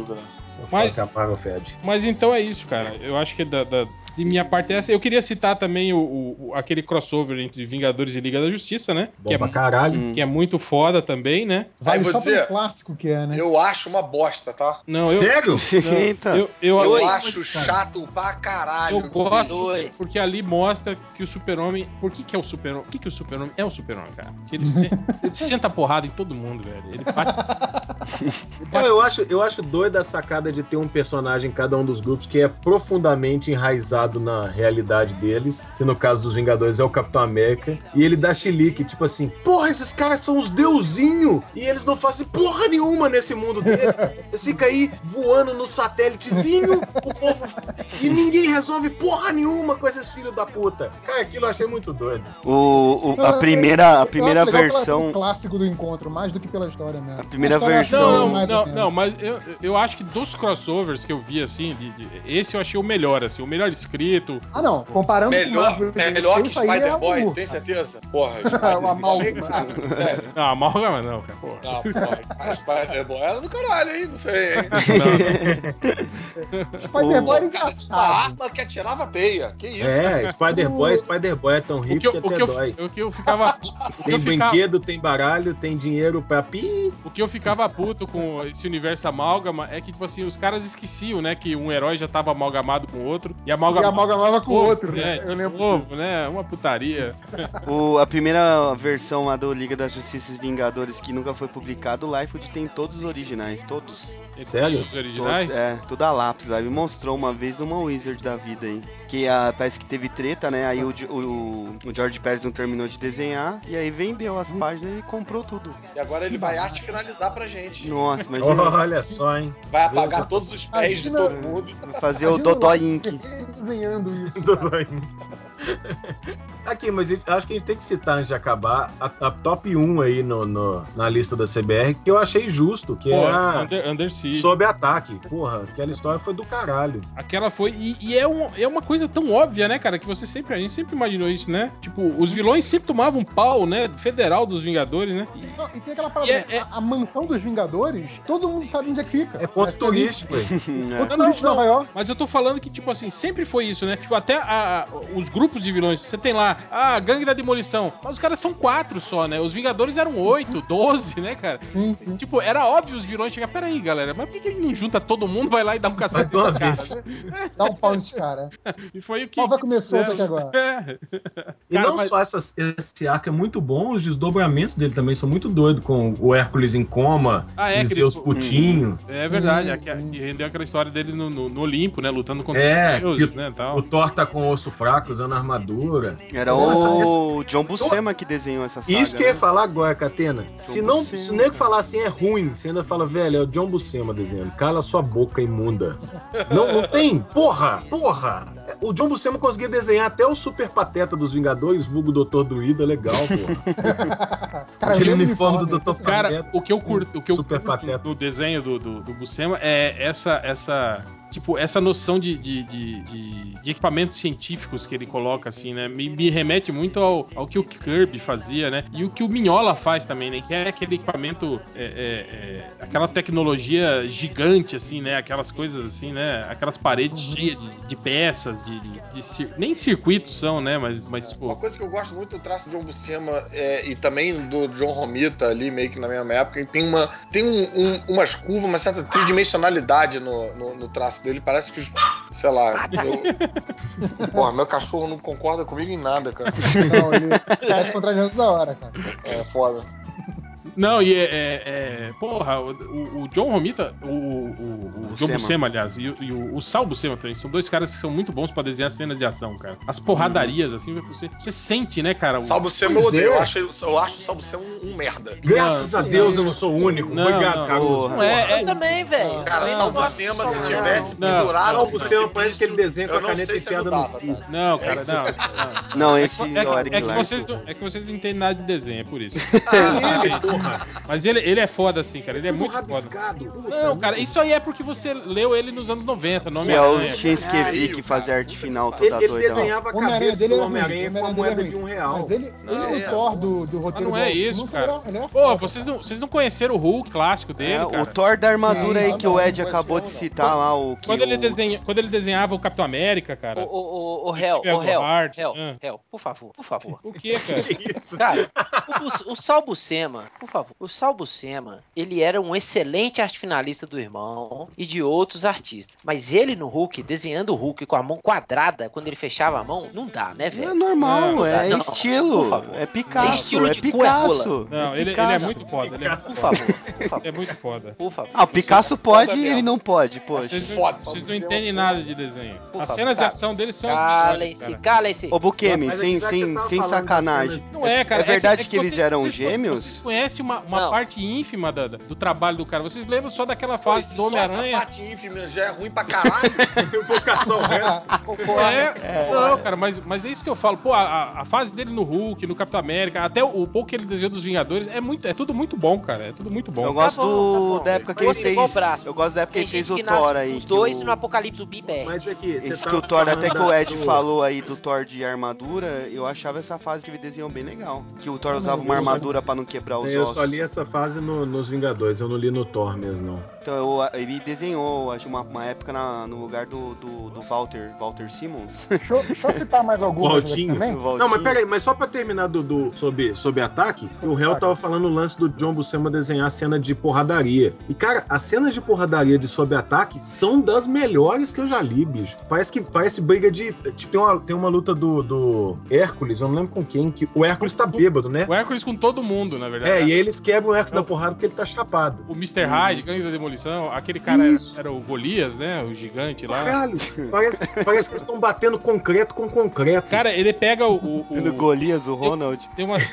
Speaker 1: Mas,
Speaker 9: apaga o Fed.
Speaker 1: mas então é isso, cara. Eu acho que da, da, de minha parte é essa. Eu queria citar também o, o, aquele crossover entre Vingadores e Liga da Justiça, né?
Speaker 9: Bom
Speaker 1: que
Speaker 9: pra
Speaker 1: é,
Speaker 9: caralho.
Speaker 1: Que é muito foda também, né?
Speaker 5: Vale
Speaker 3: vou
Speaker 5: só
Speaker 3: dizer,
Speaker 5: pelo clássico que é, né?
Speaker 3: Eu acho uma bosta, tá?
Speaker 1: Não, eu,
Speaker 9: Sério?
Speaker 1: não,
Speaker 6: Eita.
Speaker 1: eu, eu,
Speaker 3: Eu,
Speaker 1: eu,
Speaker 3: acho chato pra caralho.
Speaker 1: eu gosto
Speaker 2: Dois.
Speaker 1: porque ali mostra que o Super-Homem. Por que, que é o Super-Homem? Por que, que o Super-Homem é o Super-Homem, cara? Porque ele, se, ele senta porrada em todo mundo, velho. Ele bate. Ele
Speaker 9: Não,
Speaker 1: bate
Speaker 9: eu acho, eu acho doida a sacada de ter um personagem em cada um dos grupos que é profundamente enraizado na realidade deles, que no caso dos Vingadores é o Capitão América, e ele dá chilique, tipo assim, porra, esses caras são os deusinhos, e eles não fazem porra nenhuma nesse mundo deles, eles ficam aí voando no satélitezinho, o povo, e ninguém resolve porra nenhuma com esses filhos da puta. Cara, aquilo eu achei muito doido.
Speaker 6: O, o-
Speaker 5: Eu-
Speaker 6: a primeira, a
Speaker 5: eu
Speaker 6: primeira
Speaker 5: acho legal pela-
Speaker 6: versão...
Speaker 5: pelo clássico do encontro, mais do que pela história mesmo.
Speaker 6: A primeira
Speaker 5: história eu acho
Speaker 6: versão-
Speaker 1: Não, não,
Speaker 5: mais ou
Speaker 1: não,
Speaker 5: menos.
Speaker 1: não, mas eu, eu acho que dos crossovers que eu vi, assim, de, de- esse eu achei o melhor, assim, o melhor escrito.
Speaker 5: Ah, não, comparando
Speaker 3: Melhor,
Speaker 5: com o Marvel,
Speaker 3: melhor que
Speaker 5: isso aí é
Speaker 3: Spider-Boy,
Speaker 5: amor,
Speaker 3: tem
Speaker 5: cara.
Speaker 3: certeza? Porra,
Speaker 5: O
Speaker 3: Spider-Boy,
Speaker 5: amálgama.
Speaker 3: cara, sério.
Speaker 1: Não, amálgama não, cara, porra.
Speaker 3: Não, porra, a Spider-Boy era do caralho, hein? Não sei, hein?
Speaker 5: Spider-Boy era
Speaker 3: O cara tinha uma
Speaker 5: engraçado.
Speaker 3: arma que atirava teia. Que isso?
Speaker 9: É, Spider-Boy, Spider-Boy é tão
Speaker 1: O
Speaker 9: rico
Speaker 1: que, eu,
Speaker 9: que
Speaker 1: o,
Speaker 9: até
Speaker 1: que eu,
Speaker 9: dói.
Speaker 1: o que eu ficava. O que
Speaker 9: Tem
Speaker 1: eu ficava,
Speaker 9: brinquedo, tem baralho, tem dinheiro pra pi.
Speaker 1: o que eu ficava puto com esse universo amálgama é que, tipo assim, os caras esqueciam, né, que um herói já tava amalgamado com o outro e
Speaker 5: E
Speaker 1: amalgamava
Speaker 5: amalgamava com o
Speaker 1: novo,
Speaker 5: outro,
Speaker 1: né?
Speaker 5: né? Eu
Speaker 1: De
Speaker 5: lembro
Speaker 1: novo,
Speaker 5: disso.
Speaker 1: né? Uma putaria.
Speaker 6: O- a primeira versão lá do Liga da Justiça e Vingadores que nunca foi publicado, o Liefeld tem todos os originais, todos.
Speaker 9: Sério?
Speaker 1: Os originais?
Speaker 6: Todos, é, tudo a lápis. Aí me mostrou uma vez numa Wizard da vida aí. Que a, parece que teve treta, né? Aí o, o, o George Pérez não terminou de desenhar. E aí vendeu as páginas e comprou tudo.
Speaker 3: E agora ele vai arte finalizar pra gente.
Speaker 6: Nossa, imagina.
Speaker 9: Olha só, hein?
Speaker 3: Vai apagar todos os pés de
Speaker 5: Imagina-
Speaker 3: todo mundo.
Speaker 6: Fazer o
Speaker 5: Imagina
Speaker 6: Dodói
Speaker 5: lá
Speaker 6: Inc.
Speaker 5: desenhando isso. cara.
Speaker 9: Aqui, mas eu acho que a gente tem que citar antes de acabar a, a top um aí no, no- na lista da C B R, que eu achei justo, que
Speaker 1: Pô,
Speaker 9: é a
Speaker 1: Under, Under Siege.
Speaker 9: Sob Ataque. Porra, aquela história foi do caralho.
Speaker 1: Aquela foi. E, e é, um, é uma coisa tão óbvia, né, cara? Que você sempre. A gente sempre imaginou isso, né? Tipo, os vilões sempre tomavam um pau, né? Federal dos Vingadores, né? E-
Speaker 5: Não, e tem aquela parada,
Speaker 1: E é-
Speaker 5: né?
Speaker 1: é-
Speaker 5: a, a mansão dos Vingadores, todo mundo sabe onde é que fica.
Speaker 9: É ponto
Speaker 5: que
Speaker 9: turístico, velho.
Speaker 5: ali-
Speaker 6: É.
Speaker 5: Ponto
Speaker 1: Não, não,
Speaker 5: turístico de
Speaker 1: não.
Speaker 5: Nova York.
Speaker 1: Mas eu tô falando que, tipo assim, sempre foi isso, né? Tipo, até a- a- os grupos de vilões. Você tem lá, ah, Gangue da Demolição. Mas os caras são quatro só, né? Os Vingadores eram oito, doze, né, cara?
Speaker 5: Sim, sim.
Speaker 1: Tipo, era óbvio os vilões chegar. Peraí, galera, mas por que que a gente não junta todo mundo, vai lá e dá um cacete
Speaker 9: Vai de uma
Speaker 1: nesses caras?
Speaker 9: vez.
Speaker 1: né?
Speaker 5: Dá um pau nesse cara.
Speaker 1: E foi o que.
Speaker 5: Pau vai comer solto
Speaker 1: fizeram.
Speaker 5: aqui agora.
Speaker 1: É.
Speaker 9: E
Speaker 1: Cara,
Speaker 9: não
Speaker 1: mas-
Speaker 9: só essas- esse arco é muito bom, os desdobramentos dele também são muito doidos, com o Hércules em coma,
Speaker 1: Ah, é,
Speaker 9: e
Speaker 1: que
Speaker 9: Zeus
Speaker 1: eles-
Speaker 9: putinho.
Speaker 1: É verdade,
Speaker 5: Sim,
Speaker 1: aqui,
Speaker 5: sim.
Speaker 1: aqui rendeu aquela história deles no, no- no Olimpo, né? Lutando contra
Speaker 9: É,
Speaker 1: os deuses,
Speaker 9: que
Speaker 1: né? Tal.
Speaker 9: O Thor tá com osso fraco, usando armadura.
Speaker 6: Era
Speaker 9: Nossa,
Speaker 6: o John Buscema que desenhou essa saga.
Speaker 9: Isso que eu ia
Speaker 6: né?
Speaker 9: falar agora, Catena. Se
Speaker 6: John
Speaker 9: não,
Speaker 6: Buscema,
Speaker 9: se o nego
Speaker 6: cara.
Speaker 9: falar assim é ruim, você ainda fala, velho, é o John Buscema desenhando. Cala sua boca, imunda. Não, não tem? Porra! Porra! O John Buscema conseguia desenhar até o Super Pateta dos Vingadores, vulgo doutor Druida, legal, porra.
Speaker 5: Cara,
Speaker 9: Aquele
Speaker 5: eu lembro
Speaker 9: uniforme
Speaker 5: de
Speaker 9: do
Speaker 5: foto,
Speaker 9: doutor
Speaker 1: Cara,
Speaker 9: Pateta.
Speaker 1: o que eu curto, o que eu
Speaker 9: Super
Speaker 1: curto
Speaker 9: Pateta.
Speaker 1: no desenho do, do, do Buscema é essa, essa, tipo, essa noção de, de, de, de- de equipamentos científicos que ele coloca, assim, né? Me, me remete muito ao, ao que o Kirby fazia, né? E o que o Mignola faz também, né? Que é aquele equipamento, é, é, é, aquela tecnologia gigante, assim, né? Aquelas coisas assim, né? Aquelas paredes cheias de, de peças, de, de, de cir- nem circuitos são, né? Mas, mas tipo,
Speaker 3: Uma coisa que eu gosto muito do traço do John Buscema é, e também do John Romita ali, meio que na mesma época, ele tem, uma, tem um, um, umas curvas, uma certa tridimensionalidade no, no, no traço dele. Parece que, sei lá, eu... Porra, meu cachorro não concorda comigo em nada, cara.
Speaker 5: Não, ele tá de contrariando da hora, cara.
Speaker 3: É foda.
Speaker 1: não, e é, é- é- porra, o, o- o John Romita, o, o, o John
Speaker 6: Buscema.
Speaker 1: Buscema, aliás, e, o- e o, o Sal Buscema também, são dois caras que são muito bons pra desenhar cenas de ação, cara. As porradarias, assim, você, você sente, né, cara? o-
Speaker 3: Salvo Buscema eu
Speaker 9: Pois
Speaker 3: odeio.
Speaker 9: é.
Speaker 3: Eu acho, eu acho o Salvo Buscema um, um merda.
Speaker 9: Graças
Speaker 1: Não,
Speaker 9: a Deus eu não sou o único.
Speaker 1: Não,
Speaker 9: Obrigado,
Speaker 1: não,
Speaker 9: Caruso.
Speaker 1: não é,
Speaker 2: Eu também, velho.
Speaker 3: Cara,
Speaker 2: Também
Speaker 3: Salvo
Speaker 2: não gosto
Speaker 3: Buscema,
Speaker 2: do
Speaker 3: se
Speaker 2: Salvo
Speaker 3: tivesse
Speaker 1: Não,
Speaker 3: pendurado...
Speaker 1: não,
Speaker 3: no
Speaker 9: Buscema parece que ele desenha com a
Speaker 3: eu não
Speaker 9: caneta
Speaker 3: sei se
Speaker 9: enfiada no
Speaker 3: ajudava,
Speaker 9: cu.
Speaker 3: cara.
Speaker 1: Não, cara, não. não.
Speaker 6: Não, esse
Speaker 1: É,
Speaker 6: é o
Speaker 1: que-
Speaker 6: Eric
Speaker 1: é que
Speaker 6: Larson.
Speaker 1: vocês, não- é que vocês não entendem nada de desenho, é por isso.
Speaker 3: Ah,
Speaker 9: Porra.
Speaker 1: Mas ele, ele é foda, assim, cara. Ele é
Speaker 9: Tudo
Speaker 1: muito
Speaker 9: rabiscado.
Speaker 1: foda.
Speaker 9: Puta,
Speaker 1: Não, cara,
Speaker 9: meu.
Speaker 1: isso aí é porque você leu ele nos anos noventa, nome
Speaker 6: Que é o
Speaker 1: Aranha.
Speaker 6: Shinsuke que fazia a arte final toda
Speaker 9: Ele, ele
Speaker 6: doida lá.
Speaker 9: desenhava a
Speaker 5: O Homem-Aranha
Speaker 9: cabeça
Speaker 5: dele
Speaker 9: do
Speaker 5: é ruim.
Speaker 9: Homem-Aranha com a
Speaker 5: Homem-Aranha
Speaker 9: moeda
Speaker 5: dele é
Speaker 9: de um
Speaker 5: ruim.
Speaker 9: real.
Speaker 5: Mas ele,
Speaker 3: Não,
Speaker 5: ele
Speaker 3: é,
Speaker 5: o Thor do, do
Speaker 1: Mas
Speaker 5: roteiro
Speaker 1: não é
Speaker 5: do
Speaker 1: isso,
Speaker 5: Alfonso,
Speaker 1: cara.
Speaker 5: ele é- ele é
Speaker 1: Pô,
Speaker 5: foda,
Speaker 1: vocês
Speaker 5: cara.
Speaker 1: não, vocês não conheceram o Hulk clássico dele,
Speaker 6: É,
Speaker 1: cara?
Speaker 6: o Thor da armadura
Speaker 5: Sim,
Speaker 6: aí
Speaker 5: não,
Speaker 6: que o
Speaker 5: não,
Speaker 6: Ed
Speaker 3: não,
Speaker 6: acabou
Speaker 3: não,
Speaker 6: de
Speaker 3: não.
Speaker 6: citar lá, o que
Speaker 1: Quando ele,
Speaker 6: o...
Speaker 1: desenha, quando ele desenhava o Capitão América, cara.
Speaker 2: O, o, o, o
Speaker 1: do
Speaker 2: Hel,
Speaker 1: Steve
Speaker 2: o Hel,
Speaker 1: Englehart,
Speaker 2: Hel,
Speaker 1: ah.
Speaker 2: Hel, por favor, por favor.
Speaker 1: O que, cara?
Speaker 9: Isso.
Speaker 2: Cara, o, Bus- o Sal Buscema, por favor, o Sal Buscema, ele era um excelente arte finalista do irmão e de outros artistas. Mas ele no Hulk, desenhando o Hulk com a mão quadrada, quando ele fechava a mão, não dá, né,
Speaker 6: Não é
Speaker 2: velho?
Speaker 6: normal,
Speaker 1: Não,
Speaker 6: é
Speaker 2: não,
Speaker 6: estilo,
Speaker 2: por favor.
Speaker 6: é Picasso,
Speaker 2: É estilo
Speaker 6: é
Speaker 2: de cu é rola.
Speaker 6: Picasso.
Speaker 1: Não,
Speaker 6: é
Speaker 1: ele, ele é
Speaker 6: Picasso.
Speaker 1: muito foda. Ele é muito
Speaker 2: Por
Speaker 1: foda.
Speaker 2: favor, por favor,
Speaker 1: É muito foda.
Speaker 2: por favor.
Speaker 6: Ah, o Picasso pode e
Speaker 3: mesmo.
Speaker 6: ele não pode, poxa.
Speaker 1: Vocês não,
Speaker 3: Foda.
Speaker 1: vocês não entendem nada de desenho.
Speaker 2: Por
Speaker 1: As
Speaker 2: favor,
Speaker 1: cenas de
Speaker 2: cara.
Speaker 1: ação deles são as melhores,
Speaker 2: Calem-se,
Speaker 1: cara.
Speaker 2: calem-se.
Speaker 6: Ô, Bukemi,
Speaker 9: Mas
Speaker 6: sem,
Speaker 9: já que
Speaker 6: sem,
Speaker 9: você tava
Speaker 6: sem
Speaker 9: falando das
Speaker 6: sacanagem.
Speaker 9: cenas-
Speaker 1: Não é, cara.
Speaker 6: É verdade
Speaker 1: que,
Speaker 6: que eles
Speaker 1: vocês-
Speaker 6: eram
Speaker 1: vocês,
Speaker 6: gêmeos?
Speaker 1: Vocês conhecem uma, uma
Speaker 2: Não.
Speaker 1: parte ínfima da- da- do trabalho do cara. Vocês lembram só daquela
Speaker 3: Pô,
Speaker 1: fase do
Speaker 3: só essa
Speaker 1: Homem-Aranha?
Speaker 3: parte ínfima já é ruim pra caralho.
Speaker 9: Invocação resto.
Speaker 1: É, não, cara, mas, mas é isso que eu falo. Pô, a, a fase dele no Hulk, no Capitão América, até o, o pouco que ele desenhou dos Vingadores, é, muito, é tudo muito bom, cara. É tudo muito bom.
Speaker 6: Eu gosto
Speaker 2: Tá bom,
Speaker 6: do,
Speaker 2: tá bom.
Speaker 6: da época que
Speaker 2: Mas
Speaker 6: ele
Speaker 2: igual
Speaker 6: fez.
Speaker 2: braço.
Speaker 6: Eu gosto da época que
Speaker 2: Tem
Speaker 6: ele fez
Speaker 2: gente
Speaker 6: o
Speaker 2: que nasce
Speaker 6: Thor
Speaker 2: com
Speaker 6: aí.
Speaker 2: os
Speaker 6: que
Speaker 2: dois
Speaker 6: o-
Speaker 2: no Apocalipse Big Bang.
Speaker 9: Mas aqui, você
Speaker 6: Esse que
Speaker 9: tava
Speaker 6: o Thor, até que o
Speaker 9: falando
Speaker 6: Ed
Speaker 9: do-
Speaker 6: falou aí do Thor de armadura, eu achava essa fase que ele desenhou bem legal. Que o Thor usava uma armadura pra não quebrar os
Speaker 9: Eu
Speaker 6: ossos.
Speaker 9: só li essa fase no- nos Vingadores, eu não li no Thor mesmo, não.
Speaker 6: Então eu, ele desenhou, acho, uma, uma época na- no lugar do, do, do Walter, Walter Simmons.
Speaker 5: Deixa, eu- deixa eu citar mais algumas aqui
Speaker 9: Valtinho.
Speaker 5: também.
Speaker 6: Valtinho.
Speaker 9: Não, mas peraí, mas só pra terminar do, do- sobre, sobre ataque, o réu tava falando o lance do John Buscema desenhar a cena de porradaria. E, cara, as cenas de porradaria de sob ataque são das melhores que eu já li, bicho. Parece que parece briga de. Tipo, tem uma, tem uma luta do, do Hércules, eu não lembro com quem, que o Hércules tá bêbado, né?
Speaker 1: O Hércules com todo mundo, na verdade.
Speaker 9: É, e aí eles quebram o Hércules
Speaker 1: Não.
Speaker 9: da porrada porque ele tá chapado.
Speaker 1: O mister Hyde, Gangue da Demolição, aquele cara
Speaker 9: Isso.
Speaker 1: era o Golias, né? O gigante lá.
Speaker 9: Caralho, parece, parece que eles estão batendo concreto com concreto.
Speaker 1: Cara, ele pega o. o, o-
Speaker 6: No Golias, o Ronald.
Speaker 1: tem uma.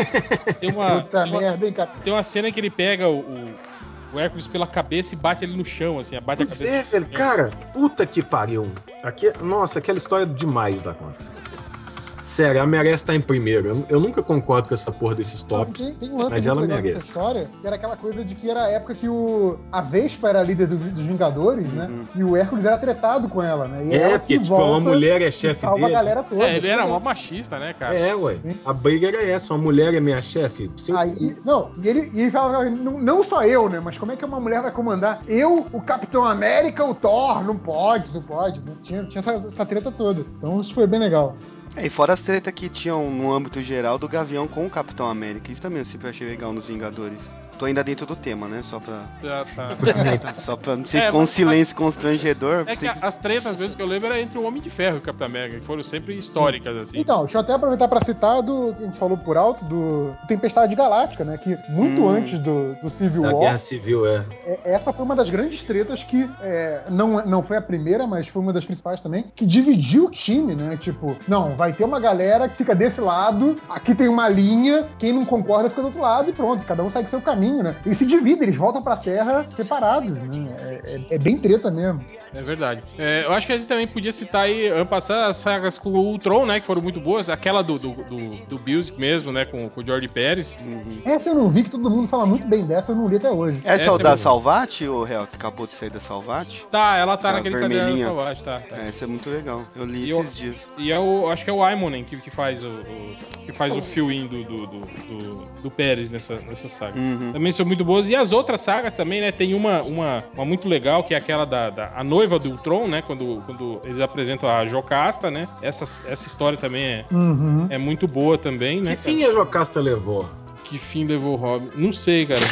Speaker 1: Tem uma.
Speaker 5: Puta
Speaker 1: tem uma,
Speaker 5: merda, hein, cara.
Speaker 1: tem uma cena que ele pega o, o, o Hércules pela cabeça e bate ele no chão, assim, bate a
Speaker 9: Pois
Speaker 1: cabeça.
Speaker 9: é, velho, cara, puta que pariu. Aqui, nossa, aquela história demais da conta. Sério, ela merece estar em primeiro. Eu, eu nunca concordo com essa porra desses tops.
Speaker 5: Tem, tem um lance
Speaker 9: mas
Speaker 5: muito
Speaker 9: ela
Speaker 5: legal
Speaker 9: merece.
Speaker 5: dessa história, que era aquela coisa de que era a época que o a Vespa era líder do- dos Vingadores, né?
Speaker 6: Uhum.
Speaker 5: E o Hércules era tretado com ela, né? E
Speaker 9: É,
Speaker 5: ela
Speaker 9: porque
Speaker 5: que
Speaker 9: tipo, uma
Speaker 5: volta
Speaker 9: mulher é
Speaker 5: e
Speaker 9: chefe
Speaker 5: salva
Speaker 9: dele.
Speaker 5: a galera toda.
Speaker 1: É, ele era
Speaker 5: Tudo
Speaker 1: mó
Speaker 5: bem.
Speaker 1: machista, né, cara?
Speaker 9: É, ué. A briga era essa, uma mulher é minha chefe. Sim.
Speaker 5: Aí, não, e ele, e ele falava, não, não só eu, né? Mas como é que uma mulher vai comandar? Eu, o Capitão América, o Thor? Não pode, não pode. Né? Tinha, tinha essa, essa treta toda. Então isso foi bem legal.
Speaker 6: É, e fora as tretas que tinham no âmbito geral do Gavião com o Capitão América. Isso também eu sempre achei legal nos Vingadores. Tô ainda dentro do tema, né? Só pra.
Speaker 1: Já tá.
Speaker 6: Só pra não sei
Speaker 1: É,
Speaker 6: ficar um
Speaker 1: mas-
Speaker 6: silêncio constrangedor.
Speaker 1: É que
Speaker 6: Sei que-
Speaker 1: as tretas mesmo que eu lembro era entre o Homem de Ferro e o Capitão América, que foram sempre históricas, assim.
Speaker 5: Então, deixa eu até aproveitar pra citar do que a gente falou por alto, do Tempestade Galáctica, né? Que muito
Speaker 6: Hum.
Speaker 5: antes do, do Civil
Speaker 9: Da
Speaker 5: War,
Speaker 9: Guerra Civil, é.
Speaker 5: é- essa foi uma das grandes tretas que é, não, não foi a primeira, mas foi uma das principais também, que dividiu o time, né? Tipo, não, vai ter uma galera que fica desse lado, aqui tem uma linha, quem não concorda fica do outro lado e pronto, cada um segue seu caminho, né? Eles se dividem, eles voltam pra Terra separados, né? É, é- é bem treta mesmo.
Speaker 1: É verdade. É, eu acho que a gente também podia citar aí, ano passado, as sagas com o Ultron, né, que foram muito boas. Aquela do, do, do, do Bills mesmo, né, com, com o George Pérez.
Speaker 6: Uhum.
Speaker 5: Essa eu não vi, que todo mundo fala muito bem dessa, eu não li até hoje.
Speaker 6: Essa, é
Speaker 1: Essa
Speaker 6: o
Speaker 1: é
Speaker 6: da
Speaker 1: muito-
Speaker 6: Salvati, o Real, que acabou de sair da Salvati?
Speaker 1: Tá, ela tá
Speaker 6: Tá,
Speaker 1: naquele caderno
Speaker 6: vermelhinha.
Speaker 1: salvagem, tá. tá.
Speaker 6: É, essa é muito legal. Eu li
Speaker 1: E eu-
Speaker 6: esses dias.
Speaker 1: E é o, acho que é o Aimonen que, que faz o, o- que faz o fill-in do, do, do, do, do Pérez nessa, nessa saga.
Speaker 6: Uhum.
Speaker 1: Também são muito boas. E as outras sagas também, né? Tem uma, uma, uma muito legal, que é aquela da, da a noiva do Ultron, né? Quando, quando eles apresentam a Jocasta, né? Essa, essa história também é,
Speaker 5: Uhum.
Speaker 1: é muito boa também, né?
Speaker 9: Que fim a Jocasta levou?
Speaker 1: Que fim levou o Robin? Não sei, cara.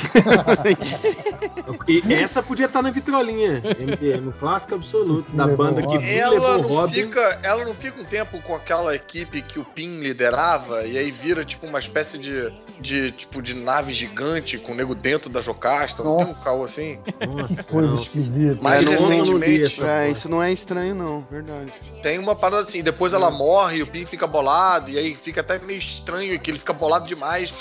Speaker 9: E essa podia estar na vitrolinha. M D M, clássico absoluto.
Speaker 5: Que fim
Speaker 9: Da
Speaker 5: levou
Speaker 9: banda
Speaker 5: o
Speaker 9: que
Speaker 5: Robin?
Speaker 9: fim
Speaker 3: Ela
Speaker 9: levou o
Speaker 3: não,
Speaker 9: Robin.
Speaker 3: fica, ela não fica um tempo com aquela equipe que o Pym liderava e aí vira tipo uma espécie de, de tipo de nave gigante com o nego dentro da Jocasta. Não tem um
Speaker 5: Nossa.
Speaker 3: caul assim?
Speaker 9: Nossa,
Speaker 5: Que coisa
Speaker 9: não.
Speaker 5: esquisita.
Speaker 3: Mas
Speaker 9: Eu não- eu não li
Speaker 3: recentemente
Speaker 9: essa
Speaker 6: É,
Speaker 9: porra.
Speaker 6: isso não é estranho, não. Verdade.
Speaker 3: tem uma parada assim. Depois ela morre, o Pym fica bolado e aí fica até meio estranho que ele fica bolado demais porque ela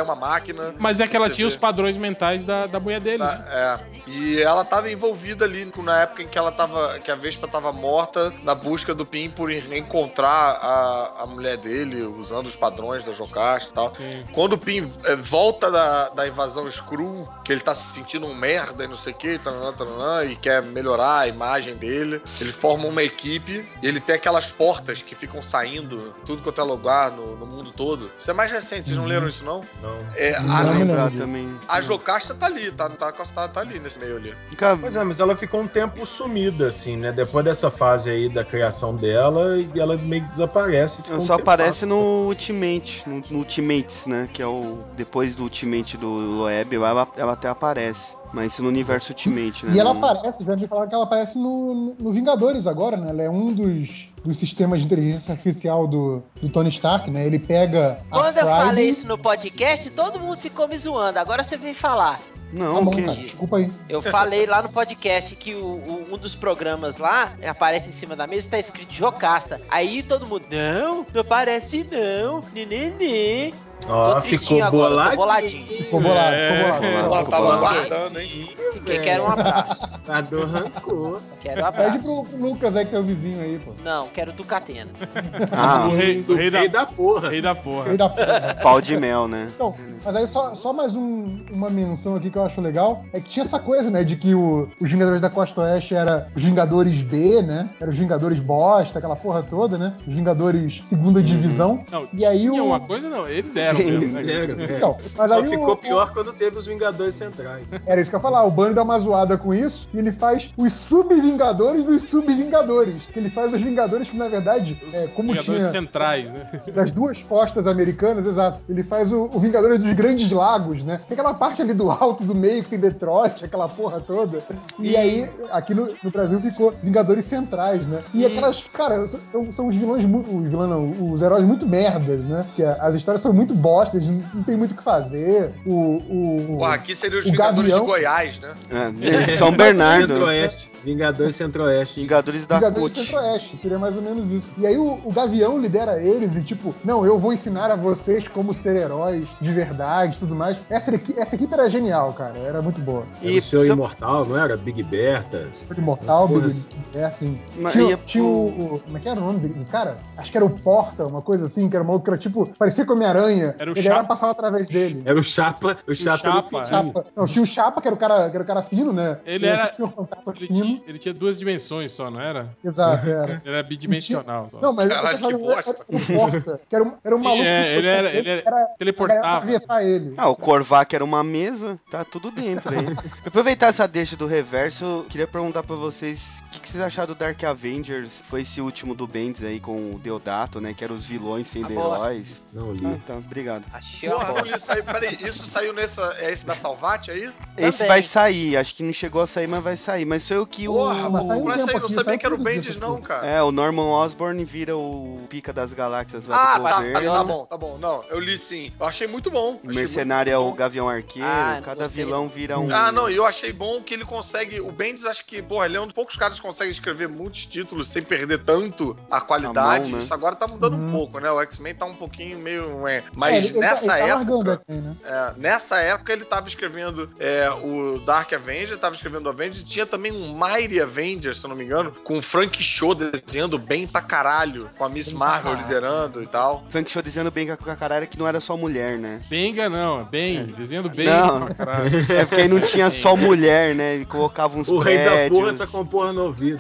Speaker 3: é uma máquina.
Speaker 1: Mas é que ela
Speaker 3: Você
Speaker 1: tinha
Speaker 3: vê.
Speaker 1: os padrões mentais da, da mulher dele.
Speaker 3: Tá, é. E ela tava envolvida ali na época em que ela tava. Que a Vespa tava morta na busca do Pym por encontrar a, a mulher dele, usando os padrões da Jocasta e tal.
Speaker 1: Sim.
Speaker 3: Quando o Pym é, volta da, da invasão Skrull, que ele tá se sentindo um merda e não sei o que, taranã, taranã, e quer melhorar a imagem dele, ele forma uma equipe e ele tem aquelas portas que ficam saindo tudo quanto é lugar no, no mundo todo. Isso é mais recente, vocês não leram isso não?
Speaker 9: Não.
Speaker 3: É,
Speaker 5: Não
Speaker 3: a,
Speaker 5: me lembro
Speaker 6: lembrar
Speaker 5: disso.
Speaker 6: também.
Speaker 3: a Jocasta tá ali, tá, tá, tá, tá ali nesse meio ali.
Speaker 6: Fica-
Speaker 9: Pois é, mas ela ficou um tempo sumida, assim, né? Depois dessa fase aí da criação dela, e ela meio que desaparece. fica
Speaker 6: Ela
Speaker 9: um
Speaker 6: só
Speaker 9: tempo
Speaker 6: aparece
Speaker 9: lá.
Speaker 6: no Ultimate, no, no Ultimates, né? Que é o. Depois do Ultimate do Loeb, ela, ela até aparece. Mas isso no universo Ultimate, né?
Speaker 5: E ela
Speaker 6: Não-
Speaker 5: aparece, já me falaram que ela aparece no, no Vingadores agora, né? Ela é um dos, dos sistemas de inteligência artificial do, do Tony Stark, né? Ele pega a
Speaker 2: Quando eu
Speaker 5: Friday...
Speaker 2: falei isso no podcast, todo mundo ficou me zoando. Agora você vem falar.
Speaker 6: Não,
Speaker 5: Tá
Speaker 6: o
Speaker 5: bom,
Speaker 6: quê?
Speaker 5: cara, desculpa aí.
Speaker 2: Eu falei lá no podcast que o, o- um dos programas lá aparece em cima da mesa e tá escrito Jocasta. Aí todo mundo, não, não aparece não, nenê.
Speaker 9: Ó,
Speaker 2: Tô
Speaker 9: ficou
Speaker 2: tristinho agora, tô boladinho.
Speaker 5: Ficou bolado,
Speaker 1: É.
Speaker 5: ficou bolado.
Speaker 6: Bolado.
Speaker 3: Ela
Speaker 6: Ficou
Speaker 3: tava
Speaker 6: bolado.
Speaker 3: aguardando, hein?
Speaker 2: Fiquei, quero um abraço.
Speaker 9: A dor arrancou.
Speaker 2: Quero um
Speaker 5: Pede
Speaker 2: abraço.
Speaker 5: pro, pro Lucas aí, que é o vizinho aí, pô.
Speaker 2: Não, quero do Catena.
Speaker 6: Ah,
Speaker 1: O rei,
Speaker 9: Do
Speaker 1: o rei da,
Speaker 9: rei da porra.
Speaker 1: rei da porra.
Speaker 5: Aí da porra.
Speaker 6: pau de mel, né?
Speaker 5: Então, mas aí só, só mais um- uma menção aqui que eu acho legal, é que tinha essa coisa, né, de que o- os Vingadores da Costa Oeste era os Vingadores B, né, era os Vingadores bosta, aquela porra toda, né, os Vingadores segunda divisão,
Speaker 1: Não,
Speaker 5: e aí
Speaker 1: tinha
Speaker 5: o...
Speaker 1: uma coisa, não. Eles deram mesmo, né?
Speaker 9: Sério, é.
Speaker 5: Então, mas
Speaker 9: Só
Speaker 5: aí
Speaker 9: ficou
Speaker 5: o,
Speaker 9: pior quando teve os Vingadores Centrais.
Speaker 5: Era isso que eu ia falar, o Bunny dá uma zoada com isso, e ele faz os sub-vingadores dos sub-vingadores, que ele faz os Vingadores que, na verdade,
Speaker 1: Os
Speaker 5: é, como
Speaker 1: Vingadores
Speaker 5: tinha...
Speaker 1: centrais, né?
Speaker 5: das duas costas americanas, exato. Ele faz o, o Vingadores dos Grandes Lagos, né? Tem aquela parte ali do alto, do meio, que tem Detroit, aquela porra toda. E aí, aqui no, no Brasil ficou Vingadores Centrais, né? E aquelas, cara, são, são os vilões, mu- os vilões não, os heróis muito merdas, né? Que a- as histórias são muito bostas, não, não tem muito o que fazer. O, o,
Speaker 3: Pô, aqui seria os
Speaker 5: o
Speaker 3: Vingadores
Speaker 5: Gavião-
Speaker 3: de Goiás, né?
Speaker 6: É, São Bernardo.
Speaker 9: Centro-Oeste. Vingadores Centro-Oeste.
Speaker 6: Vingadores da
Speaker 5: Vingadores
Speaker 6: CUT.
Speaker 5: Centro-Oeste, seria mais ou menos isso. E aí o, o Gavião lidera eles e tipo, não, eu vou ensinar a vocês como ser heróis de verdade e tudo mais. Essa, equi- essa equipe era genial, cara, era muito boa.
Speaker 9: Era o Senhor Imortal, não era? Big Berta.
Speaker 5: Super Imortal,
Speaker 9: Porra.
Speaker 5: Big é, assim.
Speaker 6: Mas
Speaker 5: Tinha,
Speaker 6: ia
Speaker 5: tinha
Speaker 6: pro-
Speaker 5: o, o- Como é que era o nome desse cara? Acho que era o Porta, uma coisa assim, que era um maluco que era tipo, parecia com Homem-Aranha.
Speaker 1: Era o
Speaker 5: e a galera
Speaker 1: Chapa.
Speaker 5: passava através dele.
Speaker 9: Era o Chapa, o Chapa, era o
Speaker 1: Chapa,
Speaker 9: Fitinho.
Speaker 5: Chapa. Não, tinha o Chapa, que era o cara, que era o cara fino, né?
Speaker 1: Ele era-
Speaker 5: tipo um fantasma
Speaker 1: Ele
Speaker 5: fino.
Speaker 1: tinha, ele tinha duas dimensões só, não era?
Speaker 5: Exato, era.
Speaker 1: Ele era bidimensional. Só.
Speaker 5: Não, mas
Speaker 3: Caralho,
Speaker 5: eu tô falando,
Speaker 3: que bosta.
Speaker 5: era, era o Porta, que era um, era um
Speaker 1: Sim,
Speaker 5: maluco.
Speaker 1: é,
Speaker 5: que
Speaker 1: ele era-
Speaker 5: ele
Speaker 1: ele era-
Speaker 5: era
Speaker 1: teleportava.
Speaker 5: a galera atravessar ele.
Speaker 6: Ah, o Korvac era uma mesa, tá tudo dentro aí. Aproveitar essa deixa do reverso, eu queria perguntar pra vocês o que, que vocês acharam do Dark Avengers? Foi esse último do Bendis aí com o Deodato, né? Que eram os vilões sendo
Speaker 2: A bosta.
Speaker 6: heróis.
Speaker 9: Não li.
Speaker 6: Ah, tá, obrigado.
Speaker 2: Achei uma
Speaker 3: Porra, não
Speaker 2: bosta.
Speaker 3: li isso aí. Peraí, isso saiu nessa. É esse da Salvate aí?
Speaker 6: Esse
Speaker 2: Também.
Speaker 6: vai sair, acho que não chegou a sair, mas vai sair. Mas foi o que
Speaker 3: Porra,
Speaker 6: o.
Speaker 5: mas saiu um
Speaker 3: mas
Speaker 5: tempo
Speaker 3: aí eu não
Speaker 5: aqui,
Speaker 3: sabia
Speaker 5: saiu
Speaker 3: que era o
Speaker 5: tudo
Speaker 3: Bendis,
Speaker 5: disso
Speaker 3: não,
Speaker 5: aqui.
Speaker 3: cara.
Speaker 6: É, o Norman Osborn vira o pica das galáxias lá
Speaker 3: Ah,
Speaker 6: do
Speaker 3: tá, tá,
Speaker 6: governo.
Speaker 3: tá bom, tá bom. Não, eu li sim. Eu achei muito bom.
Speaker 6: O
Speaker 3: Achei
Speaker 6: mercenário é
Speaker 3: muito
Speaker 6: o
Speaker 3: bom.
Speaker 6: Gavião Arqueiro,
Speaker 2: Ah, não
Speaker 6: cada
Speaker 2: gostei,
Speaker 6: vilão
Speaker 2: não.
Speaker 6: vira um.
Speaker 3: Ah, não, e eu achei bom que ele consegue. O Bendis, acho que, porra, ele é um dos poucos caras que consegue escrever muitos títulos sem perder tanto a qualidade.
Speaker 6: A mão, né?
Speaker 3: Isso agora tá mudando
Speaker 5: Uhum.
Speaker 3: um pouco, né? O X-Men tá um pouquinho meio. É.
Speaker 5: É,
Speaker 3: Mas
Speaker 5: ele- ele tá-
Speaker 3: nessa
Speaker 5: ele tá largando
Speaker 3: época.
Speaker 5: aqui, né?
Speaker 3: É, nessa época ele tava escrevendo é, o Dark Avenger, tava escrevendo o Avengers, tinha também um Mighty Avenger, se eu não me engano, com o Frank Cho desenhando bem pra caralho, com a Miss
Speaker 5: Bem pra
Speaker 3: Marvel
Speaker 5: caralho.
Speaker 3: liderando e tal.
Speaker 6: Frank Show dizendo bem com a caralho que não era só mulher, né?
Speaker 1: Benga não, é bem, desenhando bem
Speaker 6: Não.
Speaker 1: pra caralho.
Speaker 6: É porque aí não tinha só mulher, né? Ele colocava uns
Speaker 9: O rei da
Speaker 6: prédios.
Speaker 9: porra tá com porra no ouvido.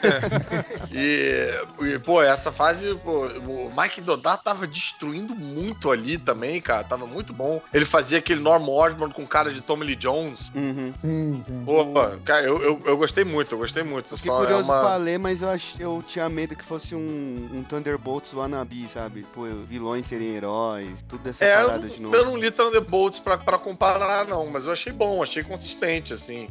Speaker 3: E, e, pô, essa fase, pô, o Mike Deodato tava destruindo muito ali também, cara, tava muito bom. Ele fazia aquele Norm Osborn com cara de Tommy Lee Jones.
Speaker 6: Uhum.
Speaker 5: Sim, sim.
Speaker 3: Pô, cara, eu, eu, eu gostei muito, eu gostei muito.
Speaker 6: Eu fiquei
Speaker 3: Só é
Speaker 6: curioso
Speaker 3: uma...
Speaker 6: pra ler, mas eu, ach... eu tinha medo que fosse um, um Thunderbolts wannabe, sabe? Pô, vilões serem heróis, tudo dessa
Speaker 3: É, eu
Speaker 6: parada
Speaker 3: não,
Speaker 6: de novo.
Speaker 3: eu não li Thunderbolts pra, pra comparar, não, mas eu achei bom, achei consistente, assim.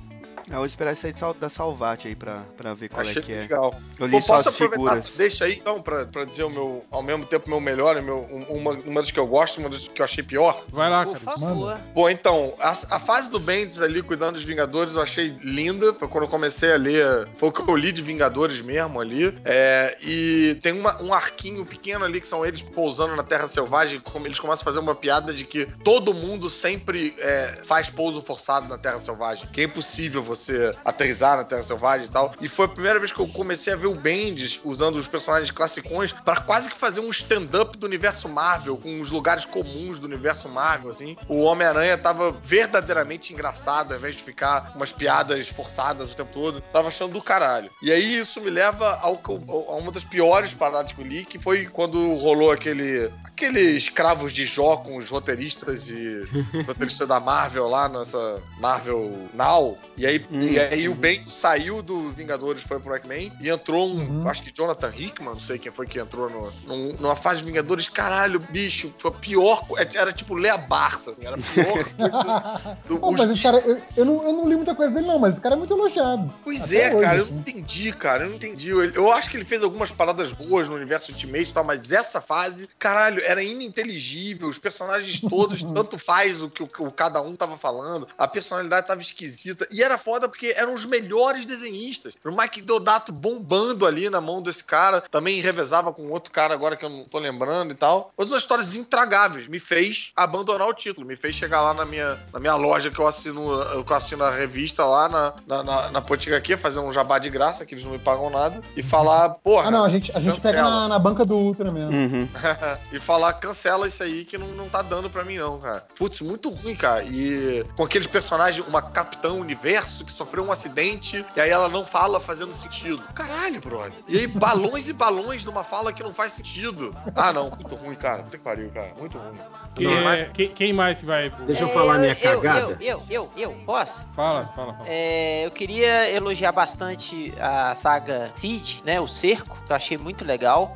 Speaker 6: Eu vou esperar sair da Salvat aí pra, pra ver qual
Speaker 3: Achei
Speaker 6: é que é.
Speaker 3: legal.
Speaker 6: Eu li
Speaker 3: Pô,
Speaker 6: só
Speaker 3: posso
Speaker 6: as
Speaker 3: aproveitar,
Speaker 6: figuras.
Speaker 3: deixa aí então, pra, pra dizer o meu, ao mesmo tempo, meu melhor, e meu, uma, uma das que eu gosto, uma das que eu achei pior.
Speaker 1: Vai lá,
Speaker 2: Por
Speaker 1: cara.
Speaker 2: favor.
Speaker 3: Bom, então, a, a fase do Bendis ali, cuidando dos Vingadores, eu achei linda. Foi quando eu comecei a ler, foi o que eu li de Vingadores mesmo ali. É, e tem uma, um arquinho pequeno ali, que são eles pousando na Terra Selvagem, como eles começam a fazer uma piada de que todo mundo sempre é, faz pouso forçado na Terra Selvagem, que é impossível você aterrissar na Terra Selvagem e tal. E foi a primeira vez que eu comecei a ver o Bendis usando os personagens classicões pra quase que fazer um stand-up do universo Marvel, com os lugares comuns do universo Marvel, assim. O Homem-Aranha tava verdadeiramente engraçado, ao invés de ficar umas piadas forçadas o tempo todo. Tava achando do caralho. E aí isso me leva ao, ao, a uma das piores paradas que eu li, que foi quando rolou aquele aquele escravos de Jó com os roteiristas e roteiristas da Marvel lá nessa Marvel Now. E aí,
Speaker 6: Hum,
Speaker 3: e aí
Speaker 6: uhum.
Speaker 3: o Bendis saiu do Vingadores, foi pro X-Men e entrou um,
Speaker 5: Uhum.
Speaker 3: acho que Jonathan Hickman, não sei quem foi que entrou no, num, numa fase de Vingadores. Caralho, bicho, foi a pior, era tipo ler a Barça, assim, era a pior coisa do,
Speaker 5: Pô,
Speaker 3: os
Speaker 5: mas esse cara, eu, eu, não, eu não li muita coisa dele, não, mas esse cara é muito elogiado.
Speaker 3: Pois
Speaker 5: Até
Speaker 3: é,
Speaker 5: hoje,
Speaker 3: cara, eu
Speaker 5: assim.
Speaker 3: não entendi, cara, eu não entendi. Eu, eu acho que ele fez algumas paradas boas no universo Ultimate e tal, mas essa fase, caralho, era ininteligível. Os personagens todos, tanto faz o que o, o cada um tava falando, a personalidade tava esquisita. E era foda porque eram os melhores desenhistas. O Mike Deodato bombando ali na mão desse cara, também revezava com outro cara agora que eu não tô lembrando e tal. Mas umas histórias intragáveis. Me fez abandonar o título, me fez chegar lá na minha, na minha loja que eu assino, que eu assino a revista lá na, na, na, na Potiga aqui, fazer um jabá de graça, que eles não me pagam nada, e falar, porra.
Speaker 5: Ah, não, a gente, a gente pega na, na banca do Ultra mesmo.
Speaker 6: Uhum.
Speaker 3: E falar, cancela isso aí que não, não tá dando pra mim, não, cara. Putz, muito ruim, cara. E com aqueles personagens, uma Capitã Universo que sofreu um acidente e aí ela não fala fazendo sentido. Caralho, brother. E aí, balões e balões numa fala que não faz sentido. Ah, não, muito ruim, cara. Puta que pariu, cara. Muito ruim.
Speaker 1: Quem,
Speaker 3: Não,
Speaker 1: é-
Speaker 3: mas-
Speaker 1: quem- quem mais vai? pro-
Speaker 9: Deixa eu falar minha
Speaker 2: eu,
Speaker 9: cagada.
Speaker 2: Eu, eu, eu, eu, posso?
Speaker 1: Fala, fala, fala.
Speaker 2: É, eu queria elogiar bastante a saga Seed, né? O Cerco, que eu achei muito legal.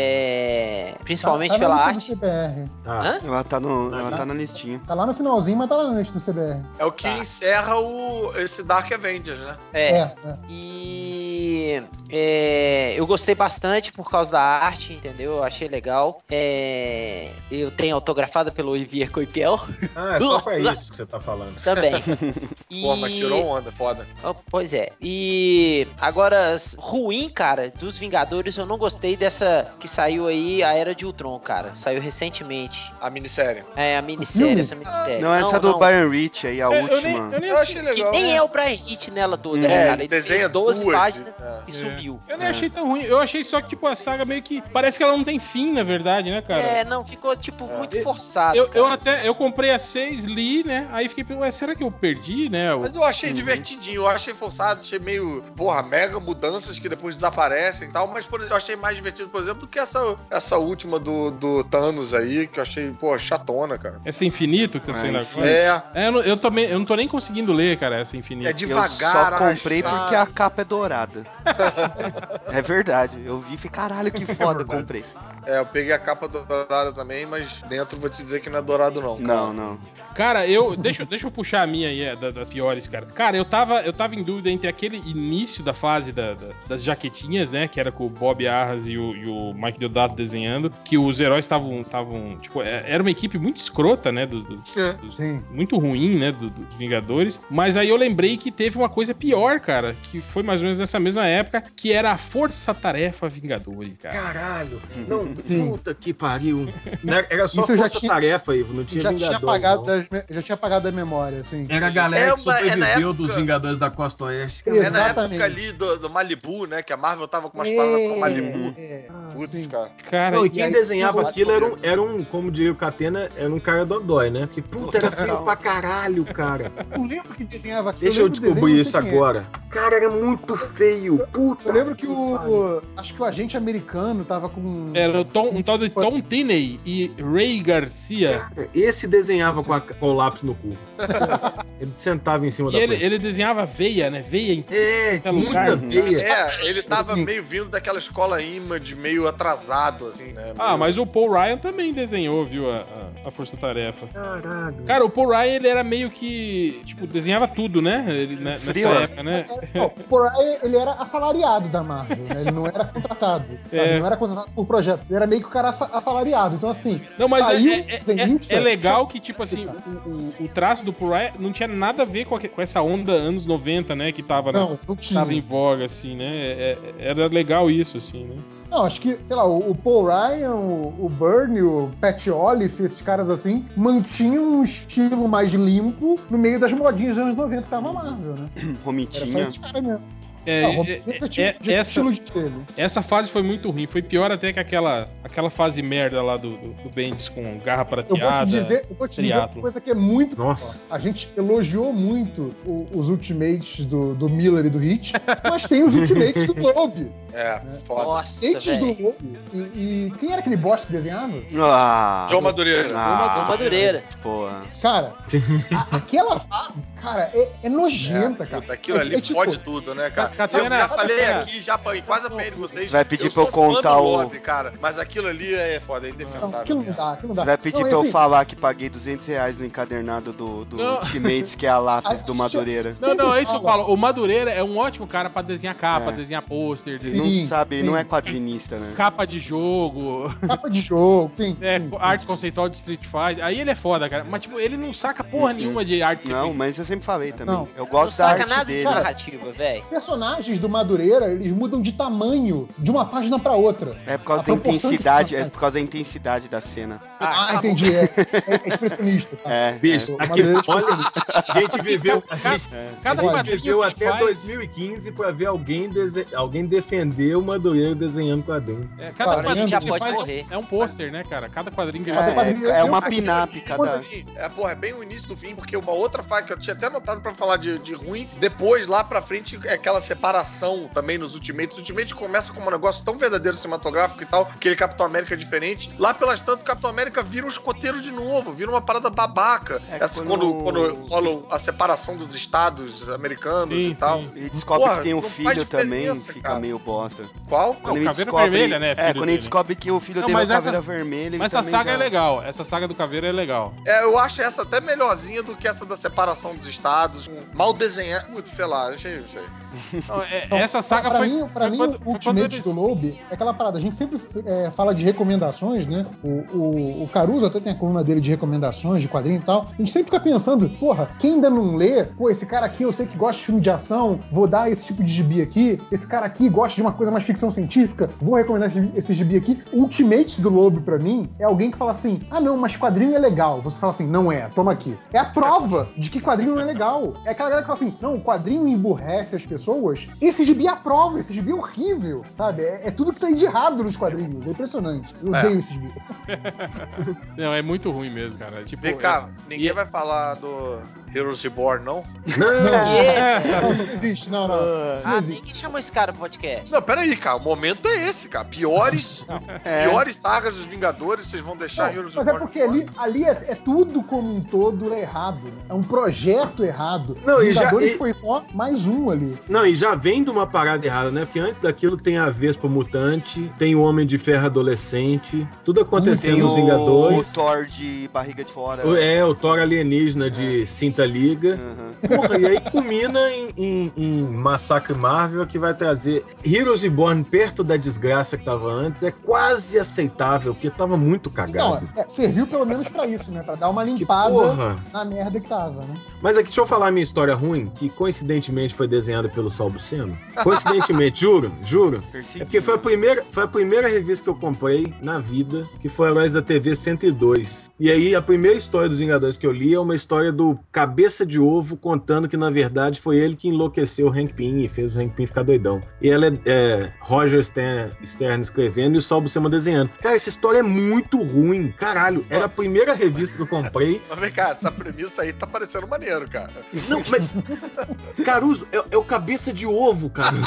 Speaker 2: É, principalmente
Speaker 5: tá, tá
Speaker 2: pela
Speaker 5: na
Speaker 2: arte.
Speaker 5: lista do C B R.
Speaker 9: Tá.
Speaker 2: Hã?
Speaker 6: Ela tá, no, ela
Speaker 9: Tá.
Speaker 6: tá na listinha.
Speaker 5: Tá lá no finalzinho, mas tá lá na lista do C B R.
Speaker 3: É o que
Speaker 2: Tá.
Speaker 3: encerra o, esse Dark Avengers, né?
Speaker 2: É.
Speaker 5: É, é.
Speaker 2: E é, eu gostei bastante por causa da arte, entendeu? Eu achei legal. É, eu tenho autografada pelo Olivier Coipel
Speaker 9: Ah, é só pra isso que você tá falando.
Speaker 2: também. E...
Speaker 3: Pô, mas tirou onda, foda.
Speaker 2: Oh, pois é. E agora, ruim, cara, dos Vingadores, eu não gostei dessa que saiu aí, a Era de Ultron, cara. Saiu recentemente.
Speaker 3: A minissérie.
Speaker 2: É, a
Speaker 5: filme?
Speaker 2: minissérie, essa minissérie.
Speaker 6: Não, essa do Brian Rich aí, a
Speaker 1: É, eu
Speaker 6: última.
Speaker 1: nem, eu nem
Speaker 3: Eu
Speaker 1: achei,
Speaker 3: achei
Speaker 2: Que
Speaker 3: legal.
Speaker 2: nem
Speaker 3: né?
Speaker 2: é o Brian Hitch nela toda,
Speaker 6: É,
Speaker 2: né, cara?
Speaker 3: ele
Speaker 2: Ele
Speaker 3: desenha
Speaker 2: fez doze
Speaker 3: duas,
Speaker 2: páginas
Speaker 3: é.
Speaker 2: e
Speaker 1: É.
Speaker 2: sumiu.
Speaker 1: Eu nem
Speaker 6: É.
Speaker 1: achei tão ruim. Eu achei só que, tipo, a saga meio que. Parece que ela não tem fim, na verdade, né, cara?
Speaker 2: É, não, ficou, tipo, muito
Speaker 1: Eu-
Speaker 2: forçado,
Speaker 1: Eu, eu
Speaker 2: cara.
Speaker 1: até. Eu comprei a seis, li, né? Aí fiquei pensando, ué, será que eu perdi, né? O-
Speaker 3: Mas eu achei
Speaker 6: Uhum.
Speaker 3: divertidinho, eu achei forçado, achei meio, porra, mega mudanças que depois desaparecem e tal, mas por, eu achei mais divertido, por exemplo, do que essa, essa última do, do Thanos aí, que eu achei, pô, chatona, cara.
Speaker 1: Essa Infinito que tá
Speaker 6: Ah,
Speaker 1: saindo
Speaker 6: Infinito.
Speaker 1: agora.
Speaker 3: É,
Speaker 1: É, eu, não- eu, também, eu não tô nem conseguindo ler, cara, essa Infinito.
Speaker 3: é
Speaker 6: Eu
Speaker 3: devagar,
Speaker 6: só comprei
Speaker 3: arrastado.
Speaker 6: porque a capa é dourada. É verdade. Eu vi e falei, caralho, que foda, comprei.
Speaker 3: É, eu peguei a capa dourada também, mas dentro vou te dizer que não é dourado não, cara.
Speaker 6: Não, não.
Speaker 1: Cara, eu. Deixa, deixa eu puxar a minha aí, é, da- das piores, cara. Cara, eu tava, eu tava em dúvida entre aquele início da fase da- da- das jaquetinhas, né? Que era com o Bob Arras e o, e o Mike Deodato desenhando. Que os heróis estavam. estavam tipo, é- era uma equipe muito escrota, né? do- do-
Speaker 3: É.
Speaker 1: dos-
Speaker 5: Sim.
Speaker 1: muito ruim, né? do- dos Vingadores. Mas aí eu lembrei que teve uma coisa pior, cara. Que foi mais ou menos nessa mesma época. Que era a Força Tarefa Vingadores, cara.
Speaker 9: Caralho. Não,
Speaker 5: Sim.
Speaker 9: puta que pariu. Era, era só
Speaker 5: Isso eu já
Speaker 9: força-tarefa, Ivo, não tinha
Speaker 5: Já
Speaker 9: Vingador.
Speaker 5: tinha, apagado
Speaker 9: não.
Speaker 5: das, me- já tinha apagado da memória, assim.
Speaker 4: Era a galera
Speaker 3: É
Speaker 4: que
Speaker 3: uma- é na
Speaker 4: sobreviveu
Speaker 3: época-
Speaker 4: dos Vingadores da Costa Oeste.
Speaker 3: É na
Speaker 5: Exatamente.
Speaker 3: época ali do, do Malibu, né? Que a Marvel tava com umas paradas com a Malibu.
Speaker 5: É,
Speaker 3: Putz,
Speaker 5: sim.
Speaker 3: cara.
Speaker 1: Cara,
Speaker 9: Não, e
Speaker 1: e
Speaker 9: quem
Speaker 5: aí,
Speaker 9: desenhava
Speaker 3: eu-
Speaker 9: aquilo era um, era um, como diria o Catena, era um cara dodói, né? Porque, puta, era feio pra caralho, cara.
Speaker 5: Eu lembro que desenhava aquilo.
Speaker 9: Deixa eu
Speaker 5: lembro do desenho,
Speaker 9: descobrir
Speaker 5: não
Speaker 9: isso
Speaker 5: sei quem é.
Speaker 9: agora. Cara, era muito feio. Puta.
Speaker 5: Eu lembro que
Speaker 9: pariu.
Speaker 5: o. Acho que o agente americano tava com.
Speaker 1: era o Tom, um tal de Tom Tinney e Ray Garcia.
Speaker 9: Cara, esse desenhava com, a- com o lápis no cu. Ele sentava em cima
Speaker 1: E
Speaker 9: da
Speaker 1: ele,
Speaker 9: coisa.
Speaker 1: ele desenhava veia, né? Veia em
Speaker 9: É,
Speaker 1: Pelo
Speaker 9: muita
Speaker 1: lugar.
Speaker 9: veia.
Speaker 3: É, ele tava
Speaker 5: Assim.
Speaker 3: meio vindo daquela escola Image, meio atrasado, assim, né?
Speaker 1: Ah,
Speaker 3: Meio-
Speaker 1: mas o Paul Ryan também desenhou, viu? A, a- a Força Tarefa.
Speaker 9: Caralho.
Speaker 1: Cara, o Paul Ryan, ele era meio que, tipo, desenhava tudo, né? Ele, né nessa
Speaker 6: Frila.
Speaker 1: época, né?
Speaker 5: É, não, o Paul Ryan, ele era assalariado da Marvel, né? Ele não era contratado. Sabe?
Speaker 1: É.
Speaker 5: Ele não era contratado por projeto. Ele era meio que o cara assa- assalariado. Então, assim,
Speaker 1: Não, mas é,
Speaker 5: saiu
Speaker 1: é, é,
Speaker 5: desenhista,
Speaker 1: é legal
Speaker 5: só-
Speaker 1: que, tipo assim, o, o, o traço do Paul Ryan não tinha nada a ver com, a, com essa onda anos noventa, né? Que tava,
Speaker 5: Não,
Speaker 1: na,
Speaker 5: não tinha.
Speaker 1: tava em voga, assim, né? É- é- era legal isso, assim, né?
Speaker 5: Não, acho que, sei lá, o, o Paul Ryan, o, o Bernie, o Pat Olive, esses caras assim, mantinham um estilo mais limpo no meio das modinhas dos anos noventa que tava na Marvel, né? Era só
Speaker 6: Romitinha.
Speaker 5: esses caras mesmo.
Speaker 1: É,
Speaker 5: Não,
Speaker 1: é,
Speaker 5: Romitinha já tinha-
Speaker 1: é,
Speaker 5: já tinha
Speaker 1: essa,
Speaker 5: estilo dele.
Speaker 1: essa fase foi muito ruim. Foi pior até que aquela, aquela fase merda lá do, do, do Bendis com garra
Speaker 5: Eu vou te
Speaker 1: prateada.
Speaker 5: dizer, eu vou te dizer uma
Speaker 1: triatlo.
Speaker 5: coisa que é muito
Speaker 9: Nossa.
Speaker 5: pior. A gente elogiou muito o- os Ultimates do, do Miller e do Hit, mas tem os Ultimates do Loeb.
Speaker 3: É, foda.
Speaker 2: Nossa,
Speaker 5: Antes do
Speaker 2: velho.
Speaker 5: Loeb. E, e quem era aquele bosta que desenhava?
Speaker 6: Ah,
Speaker 3: João Madureira.
Speaker 6: ah,
Speaker 2: Madureira.
Speaker 6: Porra.
Speaker 5: Cara, a- aquela fase, cara, é, é nojenta,
Speaker 3: É,
Speaker 5: cara.
Speaker 3: puta, aquilo
Speaker 5: É-
Speaker 3: ali
Speaker 5: é tipo-
Speaker 3: fode tudo, né, cara?
Speaker 1: Ca- Catena,
Speaker 3: eu já falei
Speaker 1: Catena.
Speaker 3: aqui, já apanhei, quase apanhei de vocês.
Speaker 6: Você vai pedir
Speaker 3: eu
Speaker 6: pra eu
Speaker 3: sou fã
Speaker 6: contar
Speaker 3: do
Speaker 6: o-
Speaker 3: Lobby, cara, mas aquilo ali é foda, é
Speaker 5: Não,
Speaker 3: indefensável.
Speaker 5: aquilo não
Speaker 3: mesmo.
Speaker 5: dá, aquilo não dá.
Speaker 6: Você vai pedir
Speaker 5: Não,
Speaker 6: pra eu
Speaker 5: assim,
Speaker 6: falar que paguei duzentos reais no encadernado do, do
Speaker 1: Não.
Speaker 6: Ultimates, que é a lápis do Madureira.
Speaker 1: Não, não, é isso que eu
Speaker 5: fala.
Speaker 1: falo. O Madureira é um ótimo cara pra desenhar capa,
Speaker 6: É.
Speaker 1: desenhar pôster,
Speaker 6: Ele
Speaker 1: desenhar
Speaker 6: não
Speaker 5: Sim,
Speaker 6: sabe, ele
Speaker 5: sim.
Speaker 6: não é quadrinista, né?
Speaker 1: capa de jogo,
Speaker 5: Capa de jogo, sim.
Speaker 1: é,
Speaker 5: sim, sim.
Speaker 1: arte conceitual de Street Fighter. Aí ele é foda, cara. Mas, tipo, ele não saca porra
Speaker 6: Uhum.
Speaker 1: nenhuma de arte
Speaker 6: Não,
Speaker 1: sequência.
Speaker 6: mas eu sempre falei também.
Speaker 5: Não.
Speaker 6: Eu
Speaker 2: Não
Speaker 6: gosto da
Speaker 2: saca
Speaker 6: arte
Speaker 2: nada de
Speaker 6: dele.
Speaker 5: cara.
Speaker 2: narrativa, velho.
Speaker 5: Os personagens do Madureira, eles mudam de tamanho de uma página pra outra.
Speaker 6: É por causa
Speaker 5: A
Speaker 6: da
Speaker 5: proporção de
Speaker 6: intensidade, é
Speaker 5: personagem.
Speaker 6: por causa da intensidade da cena.
Speaker 5: Ah,
Speaker 3: cala a
Speaker 5: entendi. É, é- é expressionista. Tá?
Speaker 6: É,
Speaker 9: Bicho,
Speaker 5: O
Speaker 9: aqui,
Speaker 5: Madureira é
Speaker 9: olha,
Speaker 5: expressionista.
Speaker 9: a gente
Speaker 1: Assim,
Speaker 9: viveu, a
Speaker 1: cada-
Speaker 9: gente,
Speaker 1: cada
Speaker 9: a gente
Speaker 1: quadrinho
Speaker 9: viveu
Speaker 1: que
Speaker 9: até
Speaker 1: faz-
Speaker 9: dois mil e quinze pra ver alguém, dese- alguém defender o Madureira desenhando quadrinho.
Speaker 1: É, cada
Speaker 5: Agora a
Speaker 1: quadrinho
Speaker 5: gente
Speaker 2: já
Speaker 1: que ele
Speaker 2: pode
Speaker 1: faz
Speaker 2: morrer.
Speaker 1: é um pôster, né, cara? Cada quadrinho que ele
Speaker 6: É,
Speaker 1: faz.
Speaker 5: quadrinho-
Speaker 6: é, é uma
Speaker 5: aquilo
Speaker 6: pin-up cada.
Speaker 3: É, porra, é bem o início do fim, porque uma outra fase que eu tinha até anotado pra falar de, de ruim, depois, lá pra frente, é aquela separação também nos Ultimates. Os Ultimates começa como um negócio tão verdadeiro, cinematográfico e tal, aquele Capitão América diferente. Lá pelas tantas, o Capitão América vira um escoteiro de novo, vira uma parada babaca.
Speaker 6: É
Speaker 3: Essa,
Speaker 6: quando-
Speaker 3: quando, quando rola a separação dos estados americanos
Speaker 1: Sim,
Speaker 3: e tal.
Speaker 1: sim.
Speaker 6: E descobre
Speaker 3: Porra,
Speaker 6: que tem um
Speaker 3: não faz
Speaker 6: filho também,
Speaker 3: diferença,
Speaker 6: fica
Speaker 3: cara.
Speaker 6: meio bosta.
Speaker 3: Qual?
Speaker 6: Quando ele
Speaker 1: Caveira
Speaker 6: descobre,
Speaker 1: Vermelha, né,
Speaker 6: É,
Speaker 1: filho
Speaker 6: quando ele
Speaker 1: dele.
Speaker 6: descobre que o filho
Speaker 1: Não,
Speaker 6: dele é
Speaker 1: mas
Speaker 6: o Caveira
Speaker 1: essa-
Speaker 6: Vermelha, ele
Speaker 1: Mas essa
Speaker 6: também
Speaker 1: saga
Speaker 6: já...
Speaker 1: é legal. Essa saga do Caveira é legal.
Speaker 3: É, eu acho essa até melhorzinha do que essa da separação dos estados. Um mal desenhado. Putz, sei lá, achei, não sei.
Speaker 1: Não, é-
Speaker 5: Então,
Speaker 1: essa saga
Speaker 5: pra
Speaker 1: foi.
Speaker 5: mim, pra
Speaker 1: foi
Speaker 5: mim
Speaker 1: quando-
Speaker 5: o
Speaker 1: foi quando
Speaker 5: Ultimate
Speaker 1: eles-
Speaker 5: do Loeb é aquela parada. A gente sempre é, fala de recomendações, né? O, o, o Caruso até tem a coluna dele de recomendações, de quadrinhos e tal. A gente sempre fica pensando, porra, quem ainda não lê, pô, esse cara aqui eu sei que gosta de filme de ação, vou dar esse tipo de gibi aqui. Esse cara aqui gosta de uma coisa mais ficção científica, vou recomendar esse, esse gibi aqui. O Ultimates do Loeb, pra mim, é alguém que fala assim: ah, não, mas quadrinho é legal. Você fala assim: não é, toma aqui. É a prova de que quadrinho não é legal. É aquela galera que fala assim: não, o quadrinho emburrece as pessoas. Esse gibi é a prova, esse gibi é horrível, sabe? É, é tudo que tá aí de errado nos quadrinhos. É impressionante. Eu
Speaker 3: É.
Speaker 5: odeio esse gibi.
Speaker 1: Não, é muito ruim mesmo, cara. Tipo,
Speaker 3: Vem cá,
Speaker 1: é-
Speaker 3: ninguém
Speaker 1: e-
Speaker 3: vai falar do Heroes Reborn, não?
Speaker 9: Não,
Speaker 2: É.
Speaker 5: Não, não existe, não, não. Isso não
Speaker 2: Ah,
Speaker 5: existe.
Speaker 2: nem que chamou esse cara pro podcast.
Speaker 3: Não, peraí, cara, o momento é esse, cara. Piores,
Speaker 6: É.
Speaker 3: piores sagas dos Vingadores, vocês vão deixar
Speaker 5: Não,
Speaker 3: Heroes
Speaker 5: mas é
Speaker 3: Reborn
Speaker 5: porque ali, ali é, é tudo como um todo é errado. Né? É um projeto errado.
Speaker 9: Não, e já-
Speaker 5: Vingadores
Speaker 9: e-
Speaker 5: foi só mais um ali.
Speaker 9: não, e já vem de uma parada errada, né? Porque antes daquilo tem a Vespa Mutante, tem o Homem de Ferro adolescente, tudo acontecendo
Speaker 6: Tem
Speaker 9: nos
Speaker 6: o,
Speaker 9: Vingadores.
Speaker 6: o Thor de barriga de fora.
Speaker 9: O- É, o Thor alienígena de cinta liga.
Speaker 6: Uhum.
Speaker 9: Porra, e aí culmina em, em- em Massacre Marvel, que vai trazer Heroes Reborn perto da desgraça que tava antes. É quase aceitável, porque tava muito
Speaker 5: Não,
Speaker 9: cagado.
Speaker 5: é, serviu pelo menos pra isso, né? Pra dar uma
Speaker 9: Que
Speaker 5: limpada
Speaker 9: porra!
Speaker 5: na merda que tava, né?
Speaker 9: Mas aqui, deixa eu falar a minha história ruim, que coincidentemente foi desenhada pelo Sol Buscema. Coincidentemente, juro, juro. É porque foi a, primeira, foi a primeira revista que eu comprei na vida, que foi Heróis da T V cento e dois. E aí, a primeira história dos Vingadores que eu li é uma história do Cabeça de Ovo contando que, na verdade, foi ele que enlouqueceu o Hank Pym e fez o Hank Pym ficar doidão. E ela é, é Roger Stern, Stern escrevendo e o Sol Buscema desenhando. Cara, essa história é muito ruim. Caralho, era a primeira revista que eu comprei.
Speaker 3: Mas vem cá, essa premissa aí tá parecendo maneiro, cara.
Speaker 9: Não, mas. Caruso, é, é o Cabeça de Ovo, Caruso.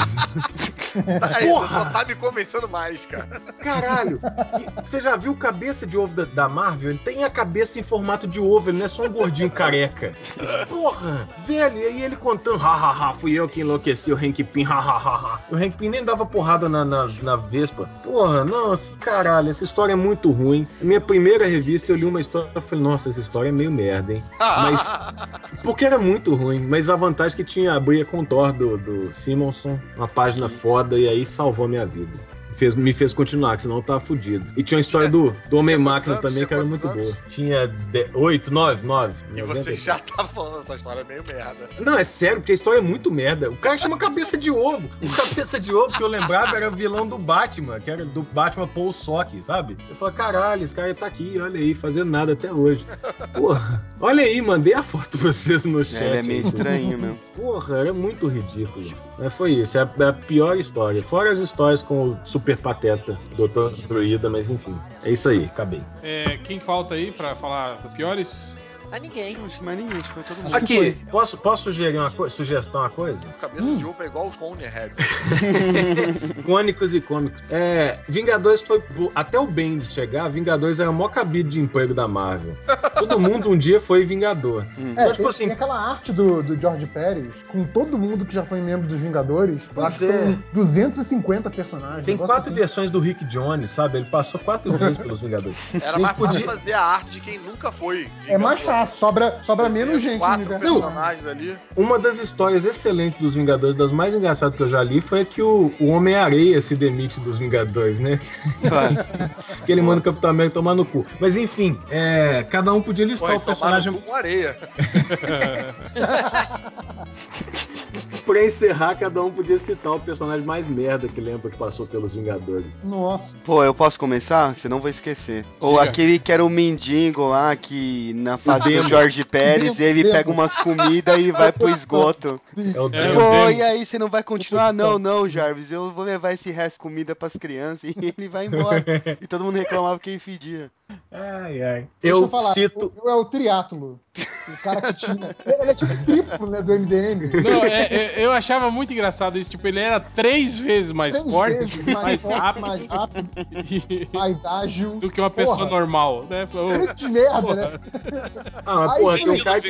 Speaker 3: Aí,
Speaker 9: Porra!
Speaker 3: você só tá me convencendo mais, cara.
Speaker 9: Caralho! E você já viu o Cabeça de Ovo da, da Marvel? Ele tem a cabeça em formato de ovo, ele não é só um gordinho careca. Porra, velho, e aí ele contando, hahaha, fui eu que enlouqueci o Hank Pym, hahaha. O Hank Pym nem dava porrada na, na, na Vespa. Porra, nossa, caralho, essa história é muito ruim. Minha primeira revista, eu li uma história e falei, nossa, essa história é meio merda, hein? Mas, porque era muito ruim, mas a vantagem é que tinha a Bria com Thor do, do Simonson, uma página foda, e aí salvou minha vida. Fez, me fez continuar, que senão eu tava fudido. E tinha a história do, do Homem-Máquina também, que era muito boa. Tinha oito, nove, nove.
Speaker 3: E você já tá falando essa história meio merda.
Speaker 9: Não, é sério, porque a história é muito merda. O cara chama Cabeça de Ovo. O Cabeça de Ovo que eu lembrava era o vilão do Batman, que era do Batman Paul Sock, sabe? Eu falei, caralho, esse cara tá aqui, olha aí, fazendo nada até hoje. Porra, olha aí, mandei a foto pra vocês no chat.
Speaker 6: É, ele é meio estranho mesmo.
Speaker 9: Porra, era muito ridículo. Mas foi isso, é a, é a pior história. Fora as histórias com o Super Pateta, doutor Druida, mas enfim. É isso aí, acabei.
Speaker 1: É, quem falta aí pra falar das piores?
Speaker 2: A ninguém.
Speaker 6: Acho que mais ninguém, acho que foi todo mundo.
Speaker 9: Aqui, posso, posso sugerir uma co- sugestão, uma coisa?
Speaker 3: Cabeça hum. de ovo é igual o Ponyhead.
Speaker 9: Icônicos e cômicos. É, Vingadores foi... Até o Bendis chegar, Vingadores era o maior cabide de emprego da Marvel. Todo mundo um dia foi Vingador.
Speaker 5: Hum. É, então, tipo tem, assim, tem aquela arte do, do George Pérez, com todo mundo que já foi membro dos Vingadores. Lá que é. São duzentos e cinquenta personagens.
Speaker 9: Tem quatro assim. versões do Rick Jones, sabe? Ele passou quatro vezes pelos Vingadores.
Speaker 3: Era mais podia... fácil fazer a arte de quem nunca foi Vingador.
Speaker 5: É mais fácil. Sobra, sobra menos gente
Speaker 3: quatro
Speaker 5: no
Speaker 3: personagens não, ali.
Speaker 9: Uma das histórias excelentes dos Vingadores, das mais engraçadas que eu já li, foi que o, o Homem-Areia se demite dos Vingadores, né? Que ele manda o Capitão América tomar no cu. Mas enfim, é, cada um podia listar Pô, o personagem.
Speaker 3: Com areia.
Speaker 9: Pra encerrar, cada um podia citar o personagem mais merda que lembra que passou pelos Vingadores.
Speaker 5: Nossa.
Speaker 6: Pô, eu posso começar? Senão vou esquecer. Ou Diga. Aquele que era o mendigo lá, que na fase do Jorge Pérez, ele pega umas comidas e vai pro esgoto.
Speaker 9: É o
Speaker 6: tipo, oh, e aí você não vai continuar? Não, não, Jarvis, eu vou levar esse resto de comida pras crianças e ele vai embora. E todo mundo reclamava que ele fedia.
Speaker 9: Ai, ai.
Speaker 5: Deixa
Speaker 9: eu,
Speaker 5: eu falar,
Speaker 9: cito...
Speaker 5: eu, eu é o triátulo. O cara que tinha... Ele é tipo triplo, né, do M D M.
Speaker 1: Não, é, é, eu achava muito engraçado isso. Tipo, ele era três vezes mais
Speaker 5: três
Speaker 1: forte,
Speaker 5: vezes mais,
Speaker 1: mais,
Speaker 5: forte
Speaker 1: rápido,
Speaker 5: mais rápido, mais ágil.
Speaker 1: Do que uma porra. pessoa normal, né?
Speaker 5: Oh, que merda, porra. Né?
Speaker 9: Ah, mas
Speaker 5: Aí,
Speaker 9: porra, tem um cara
Speaker 3: que...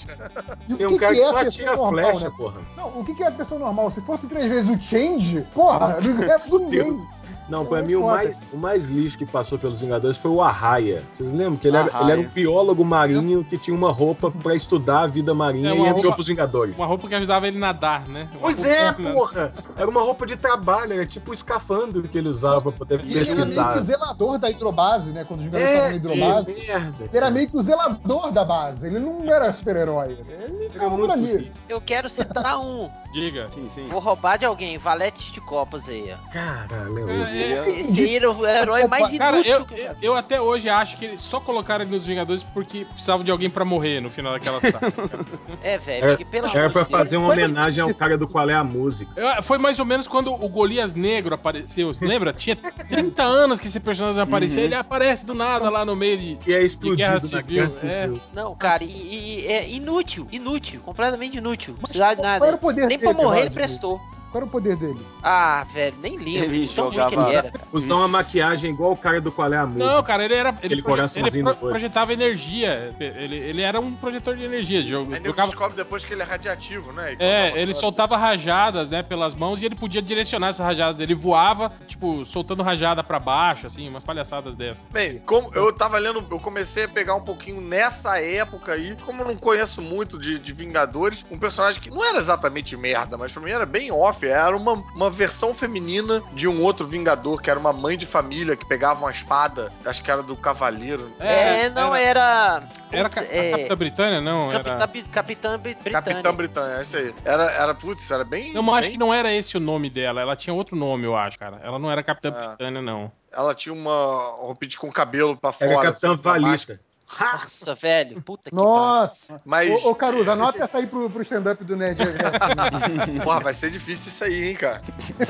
Speaker 9: Tem um cara que, que só atira normal, flecha, né? Porra.
Speaker 5: Não, o que é a pessoa normal? Se fosse três vezes o Change, porra, não ganha ninguém.
Speaker 9: Não, pra mim o mais, o mais lixo que passou pelos Vingadores foi o Arraia. Vocês lembram que ele era, ele era um biólogo marinho que tinha uma roupa pra estudar a vida marinha é e entrou roupa, pros Vingadores.
Speaker 1: Uma roupa que ajudava ele a nadar, né? Uma
Speaker 9: pois é, porra! Era uma roupa de trabalho, era tipo o escafandro que ele usava pra poder
Speaker 5: e
Speaker 9: pesquisar.
Speaker 5: Ele era meio que o zelador da hidrobase, né? Quando os Vingadores estavam na hidrobase.
Speaker 9: Que merda!
Speaker 5: Ele era meio que o zelador da base. Ele não era super-herói. Ele ficava por ali.
Speaker 2: Eu quero citar um.
Speaker 1: Diga.
Speaker 6: Sim, sim.
Speaker 2: Vou roubar de alguém. Valete de Copas aí, ó.
Speaker 9: Caralho,
Speaker 2: é, esse era o herói mais inútil.
Speaker 1: Cara, eu,
Speaker 2: que eu,
Speaker 1: eu, eu até hoje acho que eles só colocaram ele nos Vingadores porque precisavam de alguém pra morrer no final daquela saga.
Speaker 2: É, velho, porque pelo
Speaker 9: Era pra fazer uma homenagem ao cara do Qual é a Música.
Speaker 1: Eu, foi mais ou menos quando o Golias Negro apareceu. Lembra? Tinha trinta anos que esse personagem aparecia. Uhum. Ele aparece do nada lá no meio de,
Speaker 9: e é explodido
Speaker 1: de Guerra
Speaker 9: na
Speaker 1: Civil.
Speaker 9: Guerra Civil.
Speaker 2: É. Não, cara, e, e é inútil. Inútil. Completamente inútil. Não precisava de nada.
Speaker 5: Qual era o poder
Speaker 2: Nem
Speaker 5: dele,
Speaker 2: pra morrer
Speaker 5: Roger?
Speaker 2: ele prestou.
Speaker 5: Qual era o poder dele?
Speaker 2: Ah, velho, nem lembro.
Speaker 6: Ele
Speaker 2: tão ruim
Speaker 6: jogava...
Speaker 2: que ele era, cara.
Speaker 9: Usar uma maquiagem igual o cara do Qual é a Música.
Speaker 1: Não, cara, ele era. Ele, proje ele pro projetava energia. Ele, ele era um projetor de energia. Jogo,
Speaker 3: Aí ele jogava... descobre depois que ele é radioativo, né?
Speaker 1: É, ele soltava rajadas, né, pelas mãos e ele podia direcionar essas rajadas. Ele voava, tipo, soltando rajada pra baixo, assim, umas palhaçadas dessas.
Speaker 3: Bem, como eu tava lendo, eu comecei a pegar um pouquinho nessa época aí, como eu não conheço muito de, de Vingadores, um personagem que não era exatamente merda, mas pra mim era bem off, era uma, uma versão feminina de um outro Vingador, que era uma mãe de família que pegava uma espada, acho que era do Cavaleiro.
Speaker 2: É, não era...
Speaker 1: Era, era
Speaker 2: é,
Speaker 1: Capitã Britânia, não?
Speaker 2: Capitã,
Speaker 1: era...
Speaker 2: Capitã Britânia.
Speaker 3: Capitã Britânia, é isso aí. Era, era, putz, era bem...
Speaker 1: Não, mas
Speaker 3: bem...
Speaker 1: acho que não era esse o nome dela, ela tinha outro nome, eu acho, cara. Ela não era Capitã ah. Britânia, não.
Speaker 3: Ela tinha uma roupinha com cabelo pra fora.
Speaker 9: Era Capitã
Speaker 3: assim,
Speaker 9: Valista.
Speaker 2: Nossa, velho, puta que
Speaker 5: Nossa!
Speaker 3: Mas...
Speaker 5: Ô, ô Caruso, anota essa aí pro, pro stand-up do Nerd Reverso.
Speaker 3: Porra, vai ser difícil isso aí, hein, cara?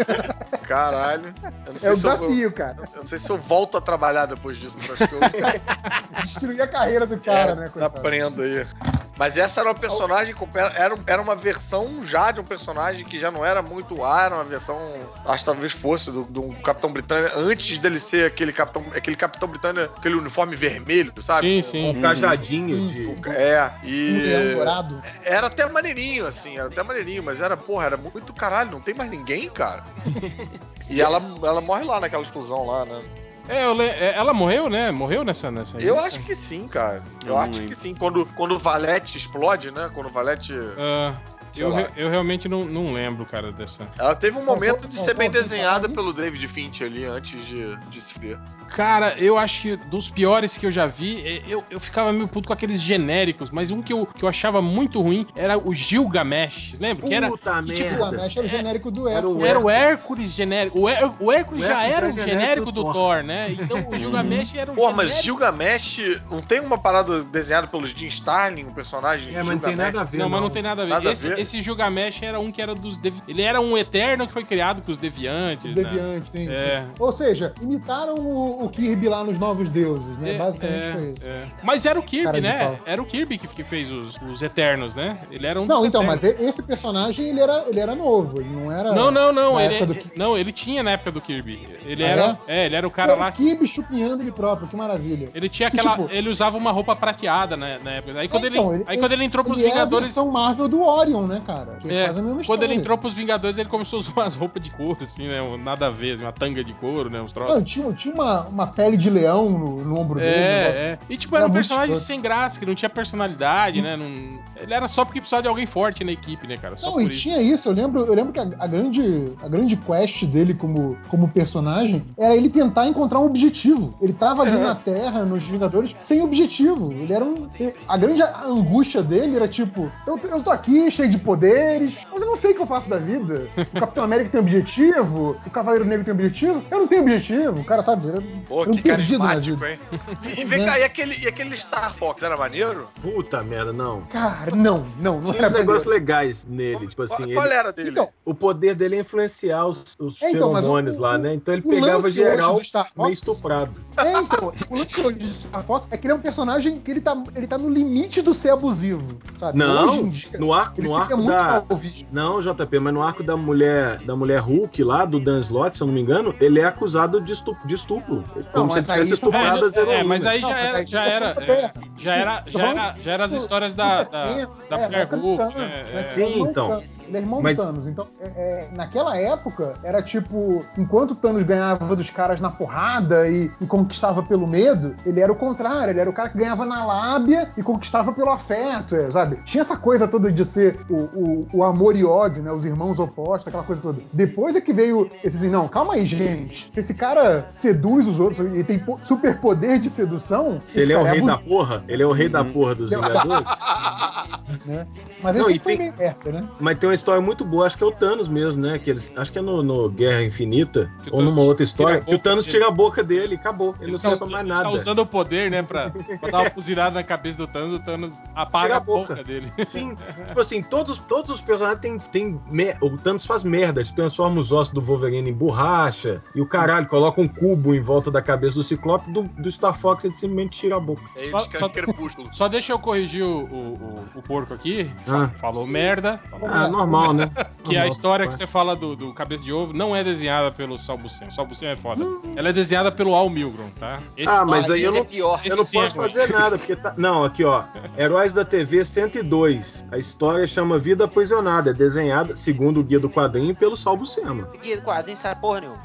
Speaker 3: Caralho. Eu não sei
Speaker 5: é o
Speaker 3: se
Speaker 5: desafio,
Speaker 3: eu,
Speaker 5: cara.
Speaker 3: Eu não sei se eu volto a trabalhar depois disso. Acho que eu...
Speaker 5: Destruir a carreira do cara,
Speaker 3: é,
Speaker 5: né?
Speaker 3: Aprendo aí. Mas essa era uma personagem, era, era uma versão já de um personagem que já não era muito A, era uma versão, acho que talvez fosse, do, do Capitão Britânia, antes dele ser aquele Capitão, aquele Capitão Britânia, aquele uniforme vermelho, sabe?
Speaker 1: Sim, sim.
Speaker 9: Um
Speaker 1: Uhum.
Speaker 9: cajadinho de...
Speaker 3: É, e...
Speaker 5: Um leão dourado.
Speaker 3: Era até maneirinho, assim, era até maneirinho, mas era, porra, era muito caralho, não tem mais ninguém, cara. E ela, ela morre lá naquela explosão lá, né?
Speaker 1: É, eu le... ela morreu, né? Morreu nessa... nessa
Speaker 3: Eu
Speaker 1: lista?
Speaker 3: acho que sim, cara. Eu,
Speaker 6: Eu não
Speaker 3: acho
Speaker 6: lembro.
Speaker 3: que sim. Quando, quando o Valete explode, né? Quando o Valete...
Speaker 1: Ah, eu,
Speaker 3: lá.
Speaker 1: re- eu realmente não, não lembro, cara, dessa...
Speaker 3: Ela teve um momento de
Speaker 5: Faltou-
Speaker 3: ser bem
Speaker 5: faltou
Speaker 3: desenhada
Speaker 5: alguém?
Speaker 3: pelo David Fincher ali, antes de, de se ver.
Speaker 1: Cara, eu acho que dos piores que eu já vi, é, eu, eu ficava meio puto com aqueles genéricos, mas um que eu, que eu achava muito ruim era o Gilgamesh, lembra? Que era,
Speaker 9: Puta
Speaker 1: que,
Speaker 5: O
Speaker 1: tipo,
Speaker 9: merda.
Speaker 5: Gilgamesh era o genérico do
Speaker 9: Era o
Speaker 5: Hércules.
Speaker 1: era o Hércules genérico. O, Her- o Hércules
Speaker 9: O
Speaker 1: já
Speaker 9: Hércules
Speaker 1: era
Speaker 9: era
Speaker 1: o
Speaker 9: genérico
Speaker 1: genérico
Speaker 9: do
Speaker 1: do
Speaker 9: Thor.
Speaker 1: Thor, né? Então o Gilgamesh era o
Speaker 3: Pô, mas
Speaker 1: genérico.
Speaker 3: Gilgamesh, não tem uma parada desenhada pelo Jim Starlin, um personagem
Speaker 9: É, mas não tem
Speaker 3: Gilgamesh?
Speaker 9: nada a ver,
Speaker 1: Não, mas não tem nada a ver.
Speaker 3: Nada a
Speaker 1: esse,
Speaker 3: ver?
Speaker 1: esse Gilgamesh era um que era dos... Devi... Ele era um eterno que foi criado pros deviantes,
Speaker 5: Os
Speaker 1: né?
Speaker 5: deviantes, sim,
Speaker 1: É.
Speaker 5: sim. Ou seja, imitaram o, o Kirby lá nos Novos Deuses, né?
Speaker 1: É,
Speaker 5: Basicamente
Speaker 1: é,
Speaker 5: foi isso.
Speaker 1: é. Mas era o Kirby,
Speaker 5: Cara de
Speaker 1: né?
Speaker 5: pau.
Speaker 1: Era o Kirby que, que fez os, os Eternos, né? Ele era um
Speaker 5: Não,
Speaker 1: dos
Speaker 5: então,
Speaker 1: Eternos.
Speaker 5: mas e- esse personagem, ele era, ele era novo, ele não era...
Speaker 1: Não, não, não.
Speaker 5: na
Speaker 1: Ele,
Speaker 5: época do
Speaker 1: é-
Speaker 5: Kirby.
Speaker 1: não, ele tinha na época do Kirby. Ele
Speaker 5: Ah,
Speaker 1: era. É? ele era o cara
Speaker 5: Era
Speaker 1: lá
Speaker 5: o
Speaker 1: que.
Speaker 5: Kirby chupinhando ele próprio, que maravilha.
Speaker 1: Ele tinha
Speaker 5: E,
Speaker 1: aquela.
Speaker 5: tipo,
Speaker 1: ele usava uma roupa prateada, né, na época. Aí quando,
Speaker 5: É, então,
Speaker 1: ele, aí quando ele entrou pros
Speaker 5: ele
Speaker 1: Vingadores.
Speaker 5: É a versão Marvel do Orion, né, cara? Que
Speaker 1: é,
Speaker 5: faz a mesma
Speaker 1: quando
Speaker 5: história.
Speaker 1: ele entrou pros Vingadores, ele começou a usar umas roupas de couro, assim, né? Nada a ver, assim, uma tanga de couro, né? Uns troços.
Speaker 5: Não, tinha, tinha uma, uma pele de leão no, no ombro dele. um
Speaker 1: É,
Speaker 5: negócio-
Speaker 1: é. E tipo, era um
Speaker 5: muito
Speaker 1: personagem
Speaker 5: escroto.
Speaker 1: sem graça, que não tinha personalidade, né? Não... Ele era só porque precisava de alguém forte na equipe, né, cara? Só
Speaker 5: Não,
Speaker 1: por
Speaker 5: e
Speaker 1: isso.
Speaker 5: tinha isso, eu lembro, eu lembro que a, a grande, a grande quest dele como, como personagem era ele tentar encontrar um objetivo. Ele tava ali na Terra, nos Vingadores, sem objetivo. Ele era um. ele- a grande angústia dele era tipo: eu, eu tô aqui, cheio de poderes, mas eu não sei o que eu faço da vida. O Capitão América tem objetivo, o Cavaleiro Negro tem objetivo, eu não tenho objetivo. O cara, sabe, era,
Speaker 3: Pô,
Speaker 5: era um
Speaker 3: que
Speaker 5: perdido na
Speaker 3: carismático,
Speaker 5: vida.
Speaker 3: hein? E, e vem cá, e aquele, e aquele Star Fox, era maneiro?
Speaker 9: Puta merda, não.
Speaker 5: Cara, não, não, não
Speaker 9: Tinha
Speaker 5: era
Speaker 9: uns negócios
Speaker 5: maneiro.
Speaker 9: legais nele, tipo
Speaker 3: Qual,
Speaker 9: assim,
Speaker 3: qual
Speaker 9: ele-
Speaker 3: era dele?
Speaker 5: Então,
Speaker 9: o poder dele é influenciar os, os
Speaker 5: É, então, mas o-
Speaker 9: feromônios lá,
Speaker 5: o-
Speaker 9: né? Então ele
Speaker 5: o
Speaker 9: pegava
Speaker 5: lance
Speaker 9: geral
Speaker 5: hoje do Star
Speaker 9: meio
Speaker 5: Fox-
Speaker 9: estuprado.
Speaker 5: É, então, o lance hoje de Star Fox é que ele é um personagem que ele tá, ele tá no limite do ser abusivo, sabe? Hoje
Speaker 9: Não,
Speaker 5: em dia,
Speaker 9: no, ar,
Speaker 5: ele
Speaker 9: no
Speaker 5: seria
Speaker 9: arco
Speaker 5: muito
Speaker 9: da...
Speaker 5: mal visto.
Speaker 9: Não, J P, mas no arco da mulher da mulher Hulk lá, do Dan Slott, se eu não me engano, ele é acusado de estupro. De estupro como se ele
Speaker 5: mas aí
Speaker 9: tivesse
Speaker 5: tá
Speaker 9: estuprado
Speaker 5: falando-
Speaker 9: as
Speaker 1: É,
Speaker 9: heroínas.
Speaker 1: mas aí
Speaker 5: Não,
Speaker 1: já
Speaker 5: mas
Speaker 1: era,
Speaker 5: aí
Speaker 1: já
Speaker 5: tá
Speaker 1: era,
Speaker 5: falando
Speaker 1: é,
Speaker 5: moderno.
Speaker 1: já era,
Speaker 5: Tô
Speaker 1: já
Speaker 5: falando
Speaker 1: era, já era as
Speaker 5: do-
Speaker 1: histórias
Speaker 5: do
Speaker 1: da, da,
Speaker 5: setenta,
Speaker 1: da
Speaker 5: é,
Speaker 1: mulher
Speaker 5: época do
Speaker 1: Hulk,
Speaker 5: Thanos,
Speaker 1: né?
Speaker 5: né?
Speaker 1: É.
Speaker 9: Sim,
Speaker 5: Ele é irmão do
Speaker 9: então.
Speaker 5: Thanos. Ele é irmão
Speaker 9: Mas-
Speaker 5: do Thanos. Então, é, é, naquela época, era tipo, enquanto o Thanos ganhava dos caras na porrada e, e conquistava pelo medo, ele era o contrário. Ele era o cara que ganhava na lábia e conquistava pelo afeto, é, sabe? Tinha essa coisa toda de ser o, o, o amor e ódio, né? Os irmãos opostos, aquela coisa toda. Depois é que veio esse assim, não, calma aí, gente. Se esse cara seduz os outros e tem po- superpoder de sedução,
Speaker 9: Se
Speaker 5: esse
Speaker 9: ele é o
Speaker 5: cara
Speaker 9: rei da
Speaker 5: bonito,
Speaker 9: porra, ele é o rei da
Speaker 6: Uhum.
Speaker 9: porra dos
Speaker 5: Ele é o-
Speaker 9: Vingadores.
Speaker 5: né? Mas
Speaker 9: Não,
Speaker 5: esse
Speaker 9: e
Speaker 5: foi
Speaker 9: tem-
Speaker 5: meio merda, né?
Speaker 9: Mas tem uma história muito boa, acho que é o Thanos mesmo, né? Que eles, acho que é no, no Guerra Infinita,
Speaker 1: Que o
Speaker 9: ou numa
Speaker 1: Thanos
Speaker 9: outra história,
Speaker 1: tira a
Speaker 9: que o
Speaker 1: boca
Speaker 9: Thanos
Speaker 1: dele.
Speaker 9: tira a boca dele e acabou. Ele,
Speaker 1: Ele
Speaker 9: não
Speaker 1: tá,
Speaker 9: serve pra mais
Speaker 1: tá
Speaker 9: nada.
Speaker 1: usando o poder, né, pra, pra dar uma fuzilada na cabeça do Thanos, o Thanos apaga
Speaker 9: Tira
Speaker 1: a
Speaker 9: a boca.
Speaker 1: boca dele.
Speaker 9: Sim, tipo assim, todos, todos os personagens têm. Tem mer- o Thanos faz merda, tipo, transforma os ossos do Wolverine em borracha, e o caralho, coloca um cubo em volta da cabeça do Ciclope, do, do Star Fox ele simplesmente tira a boca.
Speaker 3: É
Speaker 1: Só-
Speaker 3: isso que
Speaker 1: só-
Speaker 3: é crepúsculo.
Speaker 1: Só deixa eu corrigir o, o, o- o porco aqui.
Speaker 9: Ah.
Speaker 1: Falou merda. Falou
Speaker 9: Ah, normal, né?
Speaker 1: Que a
Speaker 9: Normal,
Speaker 1: história que
Speaker 9: vai.
Speaker 1: você fala do, do Cabeça de Ovo não é desenhada pelo Sal Buscema. O Sal Buscema é foda. Ela é desenhada pelo Al Milgrom, tá? Esse-
Speaker 9: Ah, mas
Speaker 2: Nossa,
Speaker 9: aí eu
Speaker 2: ele
Speaker 9: não,
Speaker 2: é pior.
Speaker 9: eu não
Speaker 1: Esse sim é
Speaker 9: posso
Speaker 1: ruim.
Speaker 9: fazer nada, porque tá. Não, aqui ó. Heróis da T V cento e dois. A história chama Vida Aprisionada. É desenhada, segundo o guia do quadrinho, pelo Sal Buscema.
Speaker 2: Guia do quadrinho sabe porra nenhuma.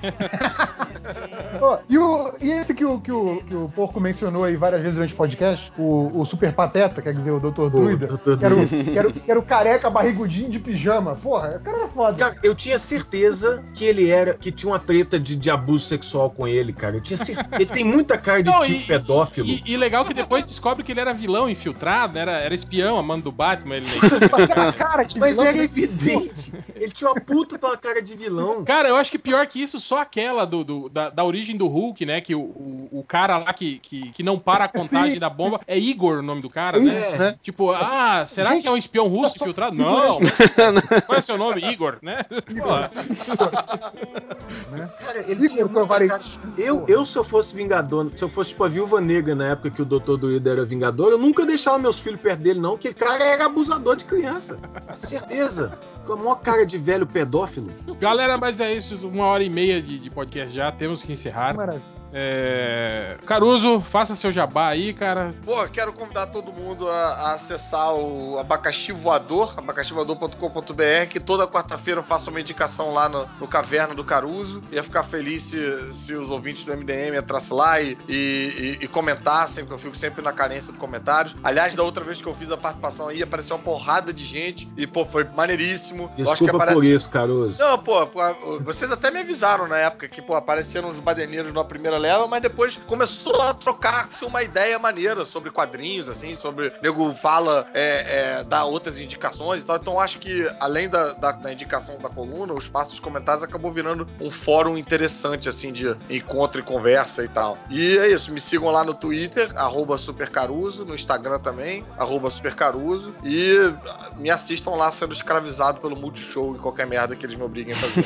Speaker 5: Ó, e, o, e esse que o, que, o, que o Porco mencionou aí várias vezes durante o podcast, o, o Super Pateta, quer dizer, o doutor Druida,
Speaker 9: doutor
Speaker 5: que era o,
Speaker 9: Druida.
Speaker 5: que, era o, que era o careca barrigudinho de pijama. Porra, esse cara era foda.
Speaker 9: Cara, eu tinha certeza que ele era. Que tinha uma treta de, de abuso sexual com ele, cara. Eu tinha certeza. Ele tem muita cara de
Speaker 1: Não,
Speaker 9: tipo
Speaker 1: e-
Speaker 9: pedófilo.
Speaker 1: E, e legal que depois descobre que ele era vilão infiltrado, né? era, era espião, a mano do Batman. Ele...
Speaker 5: Com aquela cara de
Speaker 9: Mas
Speaker 5: vilão,
Speaker 9: era
Speaker 5: né?
Speaker 9: evidente. Ele tinha uma puta de uma cara de vilão.
Speaker 1: Cara, eu acho que pior que isso, só aquela do, do- da, da origem do Hulk, né? Que o, o, o cara lá que, que, que não para a contagem
Speaker 5: Sim,
Speaker 1: da bomba é Igor o nome do cara,
Speaker 5: É
Speaker 1: né?
Speaker 5: isso, né?
Speaker 1: Tipo, ah, será
Speaker 5: gente,
Speaker 1: que é um espião russo
Speaker 5: só-
Speaker 1: infiltrado? Não. Qual é seu nome? Igor, né? Porra.
Speaker 5: né?
Speaker 9: Cara, ele
Speaker 5: Igor
Speaker 9: tinha muita
Speaker 5: Kovarevic.
Speaker 9: cara- eu, eu, se eu fosse Vingador, se eu fosse tipo a Viúva Negra na época que o doutor Doido era Vingador, eu nunca deixava meus filhos perto dele, não, porque o cara era abusador de criança. Certeza. Com a maior cara de velho pedófilo.
Speaker 1: Galera, mas é isso. Uma hora e meia de, de podcast já. Temos que encerrar.
Speaker 5: Maravilha.
Speaker 1: É... Caruso, faça seu jabá aí, cara.
Speaker 3: Pô, quero convidar todo mundo a, a acessar o Abacaxi Voador, abacaxi voador ponto com ponto b r, que toda quarta-feira eu faço uma indicação lá no, no Caverna do Caruso. Ia ficar feliz se, se os ouvintes do M D M entrassem lá e, e, e, e comentassem, porque eu fico sempre na carência de comentários. Aliás, da outra vez que eu fiz a participação aí, apareceu uma porrada de gente e, pô, foi maneiríssimo. Eu acho que
Speaker 9: Desculpa
Speaker 3: aparece...
Speaker 9: por isso, Caruso.
Speaker 3: Não, pô, pô, vocês até me avisaram na época que, pô, apareceram os baderneiros na primeira leva, mas depois começou a trocar-se uma ideia maneira sobre quadrinhos, assim, sobre... O nego fala, é, é, dá outras indicações e tal, então acho que, além da, da, da indicação da coluna, o espaço dos comentários acabou virando um fórum interessante, assim, de encontro e conversa e tal. E é isso, me sigam lá no Twitter, arroba supercaruso, no Instagram também, arroba supercaruso, e me assistam lá sendo escravizado pelo Multishow e qualquer merda que eles me obriguem a fazer.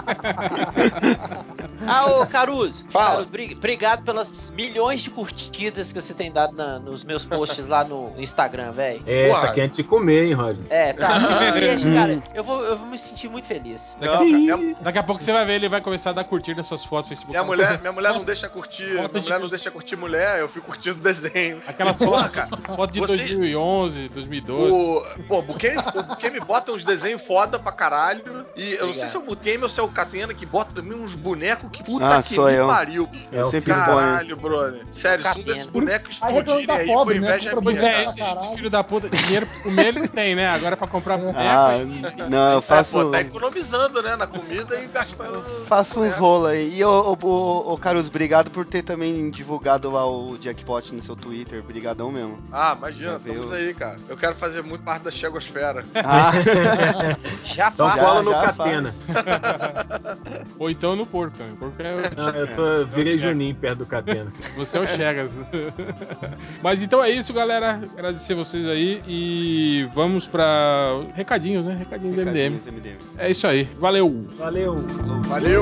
Speaker 2: Ah, ô Caruso,
Speaker 3: Fala.
Speaker 2: Caruso, bri- obrigado pelas milhões de curtidas que você tem dado na- nos meus posts lá no Instagram, velho.
Speaker 9: É,
Speaker 3: Porra.
Speaker 9: tá querendo te comer, hein, Roger?
Speaker 2: É, tá. E, cara, eu vou, eu vou me sentir muito feliz.
Speaker 1: Daqui a,
Speaker 3: minha,
Speaker 1: daqui a pouco você vai ver, ele vai começar a dar curtir nas suas fotos no Facebook.
Speaker 3: minha mulher, minha mulher não deixa curtir,
Speaker 1: Foto
Speaker 3: minha
Speaker 1: de-
Speaker 3: mulher não deixa curtir mulher, eu fico curtindo desenho.
Speaker 1: Aquelas
Speaker 3: Porra,
Speaker 1: fotos,
Speaker 3: cara,
Speaker 1: foto de
Speaker 3: você-
Speaker 1: dois mil e onze, dois mil e doze.
Speaker 3: O, pô, o Buquem, o Buquem me bota uns desenhos foda pra caralho. E eu não sei
Speaker 2: Obrigado.
Speaker 3: se é o Buquem ou se é o Catena que bota também uns bonecos que puta
Speaker 6: Ah,
Speaker 3: que
Speaker 6: sou
Speaker 3: me
Speaker 6: eu.
Speaker 3: pariu.
Speaker 9: É o
Speaker 6: sempre
Speaker 9: filho
Speaker 3: Caralho, brother. Sério, se um
Speaker 2: Catena.
Speaker 3: desses bonecos
Speaker 5: Aí reclama
Speaker 3: explodirem
Speaker 5: da
Speaker 3: aí, foi
Speaker 5: pobre, né?
Speaker 3: inveja
Speaker 5: Compra
Speaker 1: Pois
Speaker 3: minha.
Speaker 1: é,
Speaker 5: boneco.
Speaker 1: esse, esse
Speaker 5: Caralho.
Speaker 1: filho da puta, dinheiro pro comer ele tem, né? Agora pra comprar boneco.
Speaker 6: Ah,
Speaker 1: aí-
Speaker 6: não, eu
Speaker 3: É,
Speaker 6: faço.
Speaker 3: pô, tá economizando, né, na comida e gastando.
Speaker 6: Faço uns
Speaker 3: É.
Speaker 6: rolos aí. E, ô, ô, ô, ô, Caruso, obrigado por ter também divulgado lá o Jackpot no seu Twitter. Brigadão mesmo.
Speaker 3: Ah, imagina,
Speaker 6: Já
Speaker 3: estamos
Speaker 6: veio.
Speaker 3: aí, cara. Eu quero fazer muito parte da Chegosfera.
Speaker 6: Ah,
Speaker 2: Já
Speaker 9: Então
Speaker 2: faz.
Speaker 9: cola no
Speaker 6: já
Speaker 9: Catena.
Speaker 1: Ou então no porco também. Porco é o-
Speaker 9: Não, eu tô, eu virei Juninho perto do Catena.
Speaker 1: Você é o Chegas. Mas então é isso, galera. Agradecer vocês aí e vamos pra recadinhos, né? Recadinhos do M D M.
Speaker 6: Recadinhos M D M.
Speaker 1: É isso aí. Valeu!
Speaker 9: Valeu.
Speaker 3: Valeu!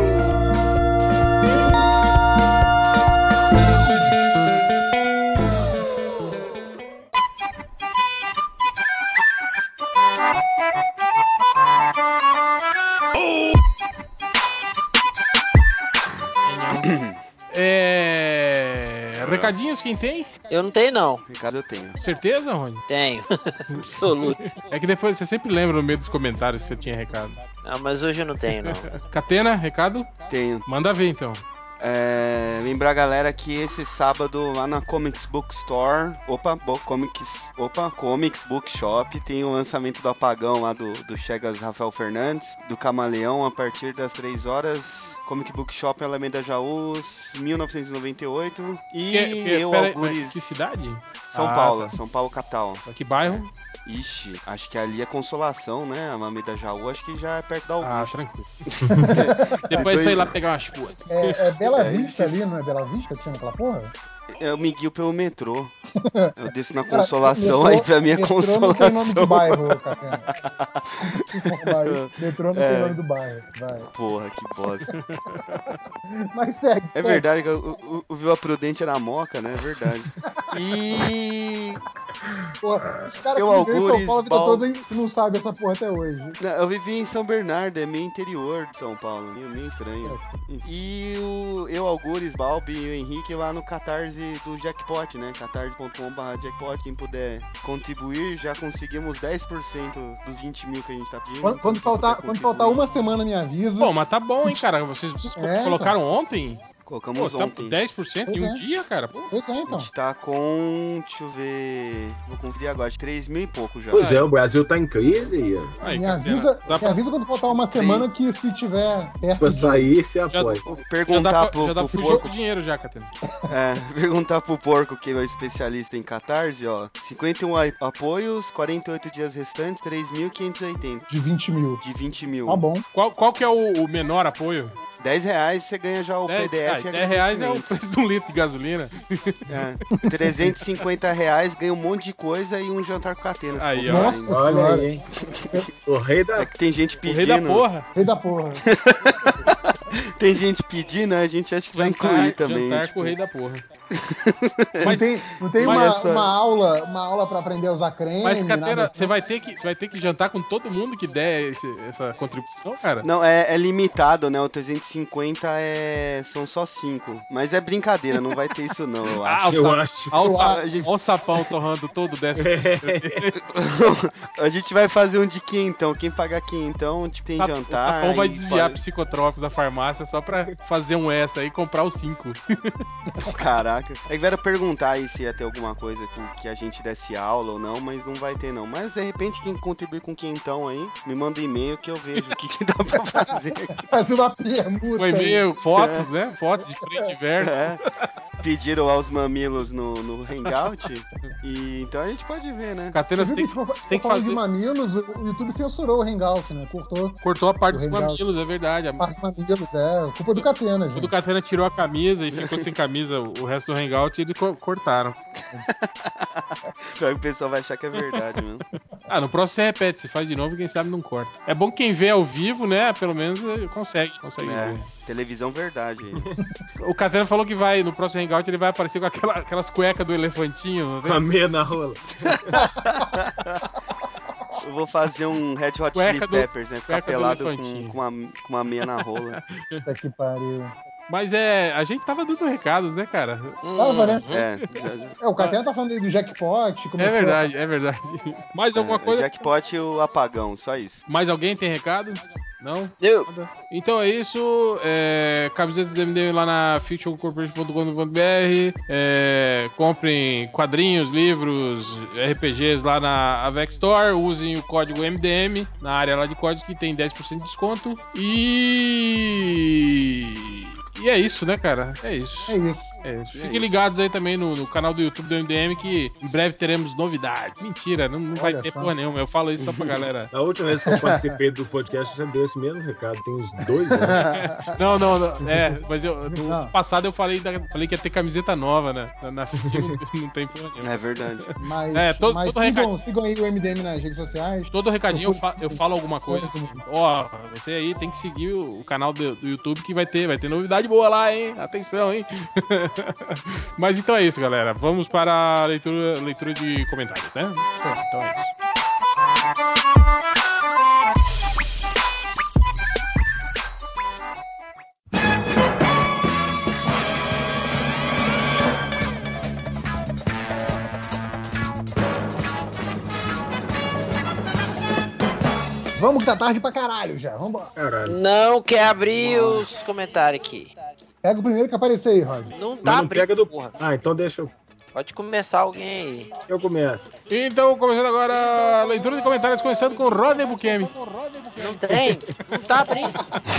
Speaker 1: É... Recadinhos, quem tem?
Speaker 2: Eu não tenho, não.
Speaker 6: Recado eu tenho.
Speaker 1: Certeza, Rony?
Speaker 2: Tenho. Absoluto.
Speaker 1: É que depois você sempre lembra no meio dos comentários que você tinha recado.
Speaker 2: Não, mas hoje eu não tenho, não.
Speaker 1: Catena, recado?
Speaker 6: Tenho.
Speaker 1: Manda ver então.
Speaker 6: É, lembrar a galera que esse sábado lá na Comics Book Store, opa, bo, Comics, opa, Comics Bookshop, tem o lançamento do Apagão lá do, do Chegas Rafael Fernandes, do Camaleão, a partir das três horas. Comic Bookshop Alameda Jaús, mil novecentos e noventa e oito. E
Speaker 1: Que, que,
Speaker 6: eu,
Speaker 1: pera-
Speaker 6: Algures,
Speaker 1: que cidade?
Speaker 6: São
Speaker 1: Ah,
Speaker 6: Paulo,
Speaker 1: tá.
Speaker 6: São Paulo capital.
Speaker 1: Que bairro?
Speaker 6: Ixi, acho que ali é Consolação, né? A Alameda Jaú, acho que já é perto da
Speaker 1: Ah,
Speaker 6: Augusta.
Speaker 1: tranquilo. Depois sair lá pegar umas coisas.
Speaker 5: É, é Bela
Speaker 6: É,
Speaker 5: Vista
Speaker 6: esses-
Speaker 5: ali, não é Bela Vista que tinha naquela porra?
Speaker 6: Eu me guio pelo metrô. Eu desço na
Speaker 5: Cara,
Speaker 6: Consolação,
Speaker 5: metrô-
Speaker 6: aí pra mim é
Speaker 5: metrô
Speaker 6: Consolação.
Speaker 5: não tem nome de bairro, Catena. Informar aí, metrô não
Speaker 6: É.
Speaker 5: tem nome do bairro. Vai.
Speaker 6: Porra, que bosta.
Speaker 5: Mas segue,
Speaker 6: É
Speaker 5: segue.
Speaker 6: verdade que o, o, o Vila Prudente era Moca, né? É verdade. E
Speaker 5: Porra, os caras
Speaker 6: Eu,
Speaker 5: que vivem em São
Speaker 6: Algures,
Speaker 5: Paulo a vida
Speaker 6: Bal-
Speaker 5: toda e não sabem essa porra até hoje.
Speaker 6: não, eu vivi em São Bernardo, é meio interior de São Paulo, meio, meio estranho. E o eu, Algures, Balbi e o Henrique lá no Catarse do Jackpot, né? catarse ponto com barra jackpot. Quem puder contribuir, já conseguimos dez por cento dos vinte mil que a gente tá pedindo.
Speaker 5: Quando, quando
Speaker 6: Quem
Speaker 5: faltar,
Speaker 6: puder
Speaker 5: quando faltar
Speaker 6: contribuir.
Speaker 5: uma semana, me avisa.
Speaker 1: Bom, mas tá bom, hein, cara. Vocês, vocês
Speaker 5: É,
Speaker 1: colocaram ontem? Pô,
Speaker 6: Colocamos
Speaker 1: tá
Speaker 6: ontem.
Speaker 1: dez por cento em
Speaker 5: Pois
Speaker 1: um
Speaker 5: é.
Speaker 1: dia, cara. Pô.
Speaker 5: Pois é,
Speaker 6: A
Speaker 5: então.
Speaker 6: gente tá com. Deixa eu ver. Vou conferir agora, de três mil e pouco já.
Speaker 9: Pois é, o Brasil tá em crise.
Speaker 1: Aí,
Speaker 5: me
Speaker 1: Catena,
Speaker 5: avisa,
Speaker 1: dá
Speaker 5: me
Speaker 1: pra,
Speaker 5: avisa quando faltar uma semana que se tiver perto
Speaker 9: Pra
Speaker 5: de...
Speaker 9: sair, você
Speaker 1: já,
Speaker 9: apoia.
Speaker 6: Vou
Speaker 1: já dá
Speaker 6: perguntar
Speaker 1: pra,
Speaker 6: pro,
Speaker 1: já dá
Speaker 6: pro
Speaker 1: pra fugir
Speaker 6: porco.
Speaker 1: com dinheiro já, Catena.
Speaker 6: É, perguntar pro porco, que é o especialista em Catarse, ó. cinquenta e um a- apoios, quarenta e oito dias restantes, três mil quinhentos e oitenta.
Speaker 5: de vinte mil.
Speaker 6: De vinte mil.
Speaker 5: Tá bom.
Speaker 1: Qual, qual que é o, o menor apoio?
Speaker 6: dez reais você ganha já o
Speaker 1: dez,
Speaker 6: P D F
Speaker 1: ah,
Speaker 6: e
Speaker 1: dez reais é o
Speaker 6: agradecimento.
Speaker 1: preço de um litro de gasolina.
Speaker 6: É, trezentos e cinquenta reais ganha um monte de coisa e um jantar com catena. se
Speaker 1: Aí,
Speaker 6: for
Speaker 1: ó.
Speaker 6: pra
Speaker 5: Nossa
Speaker 6: ainda.
Speaker 9: Olha
Speaker 5: senhora.
Speaker 9: aí, hein? O rei da.
Speaker 6: É que tem gente
Speaker 1: O
Speaker 6: pedindo.
Speaker 1: rei da porra.
Speaker 5: Rei da porra.
Speaker 6: Tem gente pedindo, né? A gente acha que vai
Speaker 1: Jantar,
Speaker 6: incluir também.
Speaker 1: jantar
Speaker 6: tipo,
Speaker 1: com o rei da porra.
Speaker 5: Não
Speaker 1: Mas,
Speaker 5: tem, não tem
Speaker 1: mas
Speaker 5: uma,
Speaker 6: essa-
Speaker 5: uma aula, uma aula pra aprender a usar creme,
Speaker 1: mas
Speaker 5: nada
Speaker 1: Catena,
Speaker 5: assim?
Speaker 1: você vai, ter que, você vai ter que jantar com todo mundo que der esse- essa contribuição, cara?
Speaker 6: Não, é, é limitado, né? O trezentos e cinquenta é... são só cinco. Mas é brincadeira, não vai ter isso não, eu
Speaker 1: Ah,
Speaker 6: acho.
Speaker 1: o
Speaker 9: Eu
Speaker 1: sa-
Speaker 9: acho.
Speaker 1: Olha o,
Speaker 5: Eu
Speaker 1: sa-
Speaker 6: acho.
Speaker 1: olha o sapão torrando todo o décimo.
Speaker 6: A gente vai fazer um de quinhentão. Quem pagar quinhentão, tipo, tem
Speaker 1: Sa-
Speaker 6: jantar.
Speaker 1: O sapão vai
Speaker 6: aí
Speaker 1: desviar
Speaker 6: pode-
Speaker 1: psicotrópicos da farmácia só pra fazer um extra aí e comprar os cinco.
Speaker 6: Caraca. Aí vieram perguntar aí se ia ter alguma coisa tipo, que a gente desse aula ou não, mas não vai ter não. Mas de repente quem contribuir com quinhentão aí, me manda um e-mail que eu vejo o que, que dá pra fazer.
Speaker 5: Faz uma permuta.
Speaker 1: O
Speaker 5: aí.
Speaker 1: e-mail, fotos, né? Fotos de frente e verso.
Speaker 6: É. Pediram aos mamilos no, no Hangout. E então a gente pode ver, né?
Speaker 1: Catena,
Speaker 5: Você
Speaker 1: você
Speaker 5: viu
Speaker 1: tem,
Speaker 5: que, tipo,
Speaker 1: você tem que
Speaker 5: falando
Speaker 1: fazer.
Speaker 5: de mamilos, o o YouTube censurou o Hangout, né? Cortou
Speaker 1: Cortou a parte
Speaker 5: o
Speaker 1: dos
Speaker 5: Hangout.
Speaker 1: mamilos, é verdade. A
Speaker 5: a parte de mamilos, é. Culpa do Catena,
Speaker 1: Quando o
Speaker 5: gente.
Speaker 1: Catena tirou a camisa e ficou sem camisa o resto do hangout, eles co- cortaram.
Speaker 6: Pior que o pessoal vai achar que é verdade mesmo.
Speaker 1: Ah, no próximo você repete, você faz de novo e quem sabe não corta. É bom que quem vê ao vivo, né? Pelo menos eh, consegue, consegue
Speaker 6: É,
Speaker 1: ver.
Speaker 6: televisão verdade.
Speaker 1: O Catena falou que vai, no próximo hangout, ele vai aparecer com aquela- aquelas cuecas do elefantinho, não
Speaker 9: Com a
Speaker 1: tem?
Speaker 9: meia na rola.
Speaker 6: Eu vou fazer um Red Hot
Speaker 1: Cueca
Speaker 6: Chili
Speaker 1: do-
Speaker 6: Peppers, né? Ficar
Speaker 1: cueca do
Speaker 6: pelado com,
Speaker 1: elefantinho.
Speaker 6: com, uma, com uma meia na rola.
Speaker 5: Puta que pariu.
Speaker 1: Mas é, a gente tava dando recados, né, cara?
Speaker 5: Tava, né?
Speaker 6: É, já, já.
Speaker 5: É, o Catena tá falando aí do jackpot.
Speaker 1: É
Speaker 5: começou
Speaker 1: verdade, é verdade. Mais alguma
Speaker 6: É,
Speaker 1: coisa?
Speaker 6: Jackpot e o apagão, só isso.
Speaker 1: Mais alguém tem recado? Não?
Speaker 2: Eu.
Speaker 1: Nada? Então é isso. É, camisetas do M D M lá na fiction corporation ponto com ponto b r. É, comprem quadrinhos, livros, R P Gs lá na Avex Store. Usem o código M D M na área lá de código que tem dez por cento de desconto. E. E é isso, né, cara? É isso.
Speaker 5: É isso.
Speaker 1: É isso.
Speaker 6: É
Speaker 1: Fiquem
Speaker 6: isso.
Speaker 1: ligados aí também no, no canal do YouTube do M D M que em breve teremos novidades. Mentira, não, não vai
Speaker 5: Olha
Speaker 1: ter
Speaker 5: só.
Speaker 1: porra nenhuma. Eu falo isso só pra galera.
Speaker 9: A última vez que eu participei do podcast, eu já dei esse mesmo recado. Tem uns dois anos.
Speaker 1: Não, não, não. É, mas eu, no
Speaker 5: Não.
Speaker 1: passado eu falei, da- falei que ia ter camiseta nova, né? Na, na Fitinha não, não tem porra nenhuma.
Speaker 6: É verdade.
Speaker 5: Mas,
Speaker 1: É, todo-
Speaker 5: mas
Speaker 1: todo
Speaker 5: sigam,
Speaker 1: recado-
Speaker 5: sigam aí o M D M nas redes sociais.
Speaker 1: Todo recadinho eu, fa- eu falo alguma coisa assim. Ó, você aí tem que seguir o, o canal do, do YouTube que vai ter, vai ter novidade boa lá, hein? Atenção, hein? Mas então é isso, galera. Vamos para a leitura, leitura de comentários, né? Então é isso.
Speaker 5: Vamos que tá tarde pra caralho já. Vambora.
Speaker 9: Caralho.
Speaker 2: Não quer abrir os comentários aqui.
Speaker 5: Pega o primeiro que aparecer aí, Rod.
Speaker 2: Não tá
Speaker 9: Mas não
Speaker 2: abrindo,
Speaker 9: pega do.
Speaker 2: porra.
Speaker 9: Ah, então deixa eu.
Speaker 2: Pode começar alguém aí.
Speaker 9: Eu começo.
Speaker 1: Então, começando agora a leitura de comentários, começando com Rodney Bukemi.
Speaker 2: Não tem? Não tá abrindo.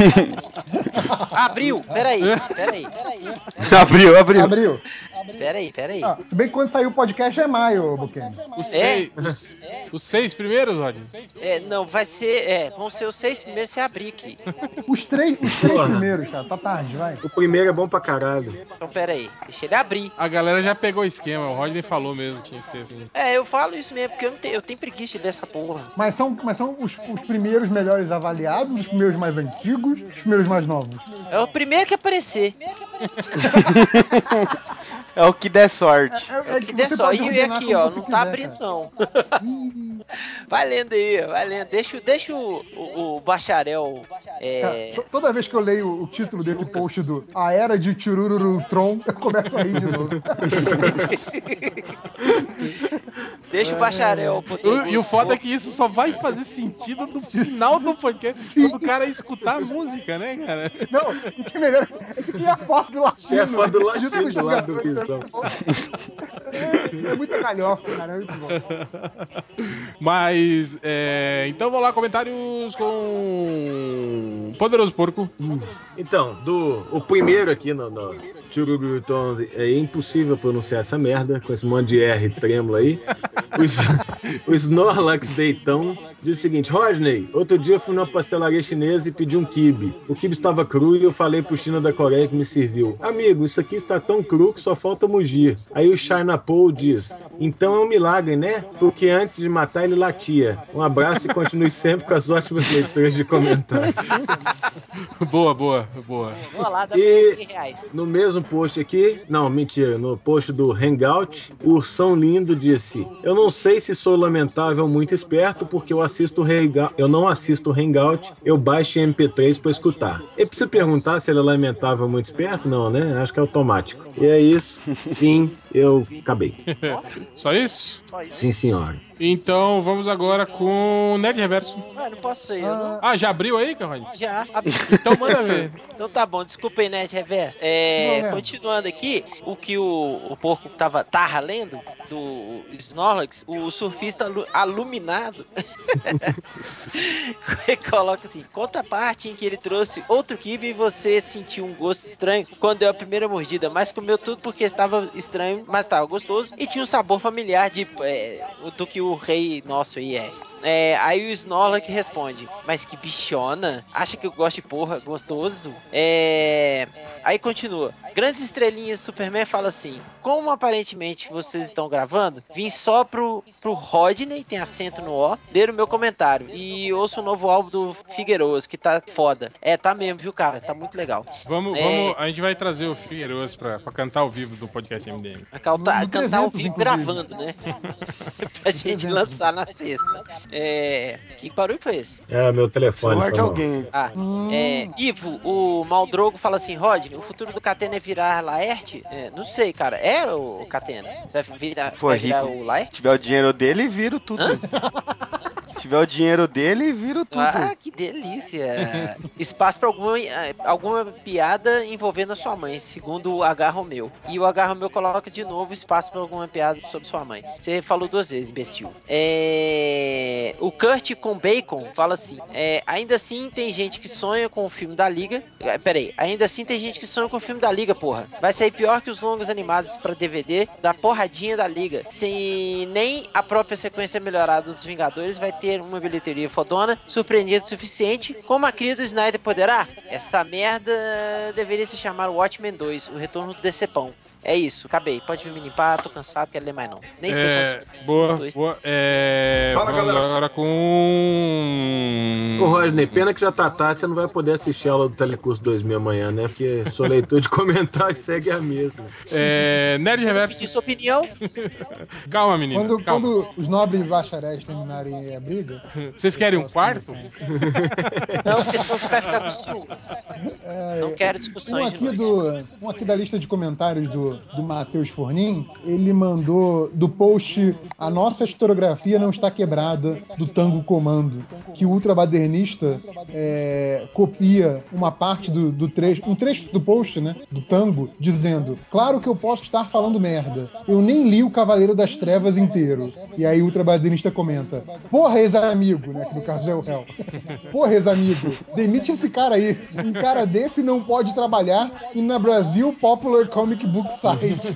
Speaker 2: Abriu. Peraí, peraí, peraí.
Speaker 6: Abriu, abriu.
Speaker 5: Abriu.
Speaker 2: Peraí, peraí.
Speaker 5: Ah, se bem que quando sair o podcast é maio, Buquemi.
Speaker 1: Os,
Speaker 2: É?
Speaker 1: seis, os, os seis primeiros, Rodney?
Speaker 2: É, não, vai ser. É, vão ser os seis primeiros se abrir aqui.
Speaker 5: Os três, os três
Speaker 9: Porra.
Speaker 5: primeiros, cara. Tá tarde, vai.
Speaker 9: O primeiro é bom pra caralho.
Speaker 2: Então peraí, deixa ele abrir.
Speaker 1: A galera já pegou o esquema, o Rodney falou mesmo que ia ser assim.
Speaker 2: É, eu falo isso mesmo, porque eu, não tenho, eu tenho preguiça dessa porra.
Speaker 5: Mas são, mas são os, os primeiros melhores avaliados, os primeiros mais antigos, os primeiros mais novos.
Speaker 2: É o primeiro que aparecer.
Speaker 6: É o que der sorte.
Speaker 5: É, é
Speaker 2: Que der
Speaker 5: você
Speaker 2: só.
Speaker 5: pode
Speaker 2: E
Speaker 5: ordenar
Speaker 2: aqui,
Speaker 5: como
Speaker 2: ó,
Speaker 5: você
Speaker 2: não tá
Speaker 5: quiser,
Speaker 2: abrindo
Speaker 5: cara.
Speaker 2: não. Vai lendo aí, vai lendo. Deixa, deixa o, o, o bacharel. É...
Speaker 5: Cara, to- toda vez que eu leio o título desse post do A Era de Tchururutron, eu começo a rir de novo.
Speaker 2: Deixa o bacharel poder.
Speaker 1: E, e o foda é que isso só vai fazer sentido no final do podcast, quando o cara escutar a música, né, cara?
Speaker 5: Não, o que é melhor é que tem a foto do latino.
Speaker 9: É a foto do
Speaker 5: junto
Speaker 9: latino
Speaker 5: com os
Speaker 9: do lado do
Speaker 5: jogadores. É muito galhofa, cara. É muito bom.
Speaker 1: Mas, é, então vamos lá, comentários com Poderoso Porco.
Speaker 9: Então, do o primeiro aqui no, no Churuguton, é impossível pronunciar essa merda com esse monte de R trêmulo aí. O, o Snorlax Deitão diz o seguinte: Rodney, outro dia fui numa pastelaria chinesa e pedi um quibe. O quibe estava cru e eu falei pro China da Coreia que me serviu: amigo, isso aqui está tão cru que só falta mugir. Aí o China Paul diz: então é um milagre, né? Porque antes de matar ele latia. Um abraço e continue sempre com as ótimas leituras de comentários.
Speaker 1: Boa, boa, boa.
Speaker 2: Vou lá, dá
Speaker 9: E
Speaker 2: cem reais.
Speaker 9: no mesmo post aqui, não, mentira, no post do Hangout, o Ursão Lindo disse: eu não sei se sou lamentável ou muito esperto, porque eu assisto Hangout, eu não assisto Hangout, eu baixo M P três para escutar. E precisa perguntar se ele é lamentável ou muito esperto? Não, né? Acho que é automático. E é isso. Fim, eu acabei.
Speaker 1: Só isso?
Speaker 2: Só isso.
Speaker 9: Sim, senhora.
Speaker 1: Então vamos agora com o Nerd Reverso.
Speaker 2: Ah, não posso ir, eu não...
Speaker 1: Ah, já abriu aí, Carrone?
Speaker 2: Já.
Speaker 1: Então manda ver.
Speaker 2: Então tá bom, desculpa aí, Nerd Reverso. É, continuando aqui, o que o, o porco tava, tava lendo, do Snorlax, o surfista alu, aluminado, coloca assim: conta a parte em que ele trouxe outro quibe e você sentiu um gosto estranho quando deu a primeira mordida, mas comeu tudo porque estava estranho, mas estava gostoso e tinha um sabor familiar de, é, do que o rei nosso aí é. É, aí o Snorlax responde: mas que bichona, acha que eu gosto de porra gostoso? É, aí continua: grandes estrelinhas Superman fala assim: como aparentemente vocês estão gravando, vim só pro, pro Rodney, tem acento no O, ler o meu comentário e ouço o novo álbum do Figueiroas, que tá foda. É, tá mesmo, viu, cara? Tá muito legal.
Speaker 1: Vamos,
Speaker 2: é...
Speaker 1: vamos, a gente vai trazer o Figueiroas pra, pra cantar ao vivo do podcast M D M.
Speaker 2: A cantar,
Speaker 5: No- no
Speaker 2: cantar ao
Speaker 5: trezentos,
Speaker 2: vivo
Speaker 5: inclusive.
Speaker 2: gravando, né? Pra gente
Speaker 5: trezentos.
Speaker 2: lançar na sexta. É... Que barulho foi esse?
Speaker 9: É, meu telefone.
Speaker 6: Celular
Speaker 9: Foi
Speaker 6: de
Speaker 9: mal.
Speaker 6: alguém.
Speaker 2: Ah,
Speaker 5: Hum.
Speaker 2: é, Ivo, o Maldrogo fala assim: Rodney, o futuro do Catena é virar Laerte? É, não sei, cara. É o Catena? Vai virar,
Speaker 6: For
Speaker 2: vai virar
Speaker 6: rico.
Speaker 2: o
Speaker 6: Se
Speaker 2: Laerte?
Speaker 6: tiver o dinheiro dele, viro tudo.
Speaker 2: Hã?
Speaker 6: Se tiver o dinheiro dele, viro tudo.
Speaker 2: Ah, que delícia! Espaço pra alguma, alguma piada envolvendo a sua mãe, segundo o H. Romeu. E o H. Romeu coloca de novo espaço pra alguma piada sobre sua mãe. Você falou duas vezes, imbecil. É... O Kurt com Bacon fala assim: é, ainda assim tem gente que sonha com o filme da Liga. É, peraí, ainda assim tem gente que sonha com o filme da Liga, porra. Vai sair pior que os longos animados pra D V D da porradinha da Liga. Sem nem a própria sequência melhorada dos Vingadores vai ter uma bilheteria fodona, surpreendente o suficiente. Como a cria do Snyder poderá? Essa merda deveria se chamar Watchmen dois, o retorno do Decepão. É isso, acabei. Pode vir me limpar, tô cansado, quero ler mais não. Nem sei
Speaker 1: É,
Speaker 2: quantos.
Speaker 1: boa,
Speaker 2: dois.
Speaker 1: boa. É,
Speaker 3: Fala,
Speaker 1: vamos
Speaker 3: galera.
Speaker 1: agora com...
Speaker 9: Ô, Rodney, pena que já tá tarde, você não vai poder assistir a aula do Telecurso dois mil amanhã, né? Porque sua leitura de comentários segue a mesma.
Speaker 1: É, Nerd Reverso.
Speaker 2: Pedir sua opinião.
Speaker 1: Calma, meninas,
Speaker 5: Quando,
Speaker 1: calma.
Speaker 5: quando os nobres bacharéis terminarem a briga.
Speaker 1: Vocês querem um
Speaker 5: posso
Speaker 1: quarto?
Speaker 5: começar.
Speaker 2: Não, porque senão você vai ficar com ciúme.
Speaker 5: É,
Speaker 2: Não quero
Speaker 5: um
Speaker 2: discussões de
Speaker 5: aqui,
Speaker 2: noite.
Speaker 5: do, um aqui da lista de comentários do, do Matheus Fornin, ele mandou do post A Nossa Historiografia Não Está Quebrada, do Tango Comando, que o ultrabadernista é, copia uma parte do, do trecho, um trecho do post, né, do Tango, dizendo: claro que eu posso estar falando merda, eu nem li o Cavaleiro das Trevas inteiro. E aí o ultrabadernista comenta: porra, ex-amigo, né, que no caso é o réu. Porra, ex-amigo, demite esse cara aí. Um cara desse não pode trabalhar e na Brasil Popular Comic Book Site.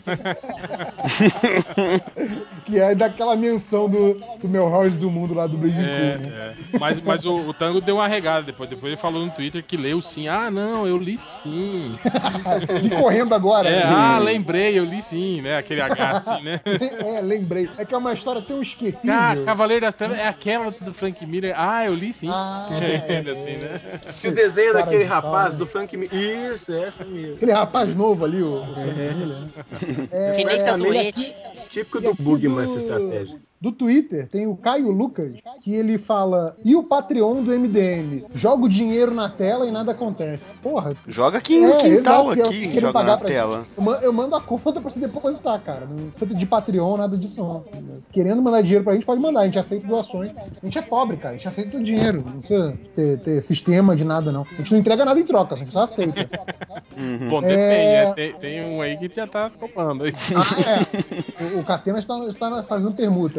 Speaker 5: Que é daquela menção do, do Melhores do Mundo lá do Bleeding
Speaker 1: É,
Speaker 5: Cool, né?
Speaker 1: é. Mas, mas o, o Tango deu uma regada depois. Depois ele falou no Twitter que leu sim. Ah, não, eu li sim.
Speaker 5: E correndo agora.
Speaker 1: É,
Speaker 5: né?
Speaker 1: ah, lembrei, eu li sim, né? Aquele H assim, né?
Speaker 5: É, lembrei. É que é uma história tão esquecível.
Speaker 1: Cara, Cavaleiro das Trevas é aquela do Frank Miller. Ah, eu li sim.
Speaker 5: Ah, é,
Speaker 1: Ele assim, né?
Speaker 9: E o desenho
Speaker 5: Cara
Speaker 9: daquele
Speaker 5: de
Speaker 9: rapaz
Speaker 5: pau, né?
Speaker 9: do Frank Miller. Isso, essa mesmo.
Speaker 5: Aquele rapaz novo ali, o, o Frank Miller, né? É,
Speaker 2: Que nem tá
Speaker 9: praticamente
Speaker 2: doente.
Speaker 9: Típico
Speaker 5: E
Speaker 9: do
Speaker 5: aqui
Speaker 9: Bugman essa
Speaker 5: do,
Speaker 9: estratégia.
Speaker 5: do Twitter tem o Caio Lucas, que ele fala: e o Patreon do M D M? Joga o dinheiro na tela e nada acontece. Porra.
Speaker 6: Joga aqui no
Speaker 5: É,
Speaker 6: quintal
Speaker 5: exato, que é o
Speaker 6: aqui,
Speaker 5: que querem
Speaker 6: joga
Speaker 5: pagar
Speaker 6: na
Speaker 5: pra
Speaker 6: tela.
Speaker 5: gente. Eu ma- Eu mando a conta pra você depositar, cara. Não precisa de Patreon, nada disso não. Querendo mandar dinheiro pra gente, pode mandar. A gente aceita doações. A gente é pobre, cara. A gente aceita dinheiro. Não precisa ter, ter sistema de nada, não. A gente não entrega nada em troca, a gente só aceita.
Speaker 6: Uhum.
Speaker 1: Bom, depende, né? Tem, tem um aí que já tá topando aí.
Speaker 5: Ah, é. O, o Catena está, está fazendo permuta aí.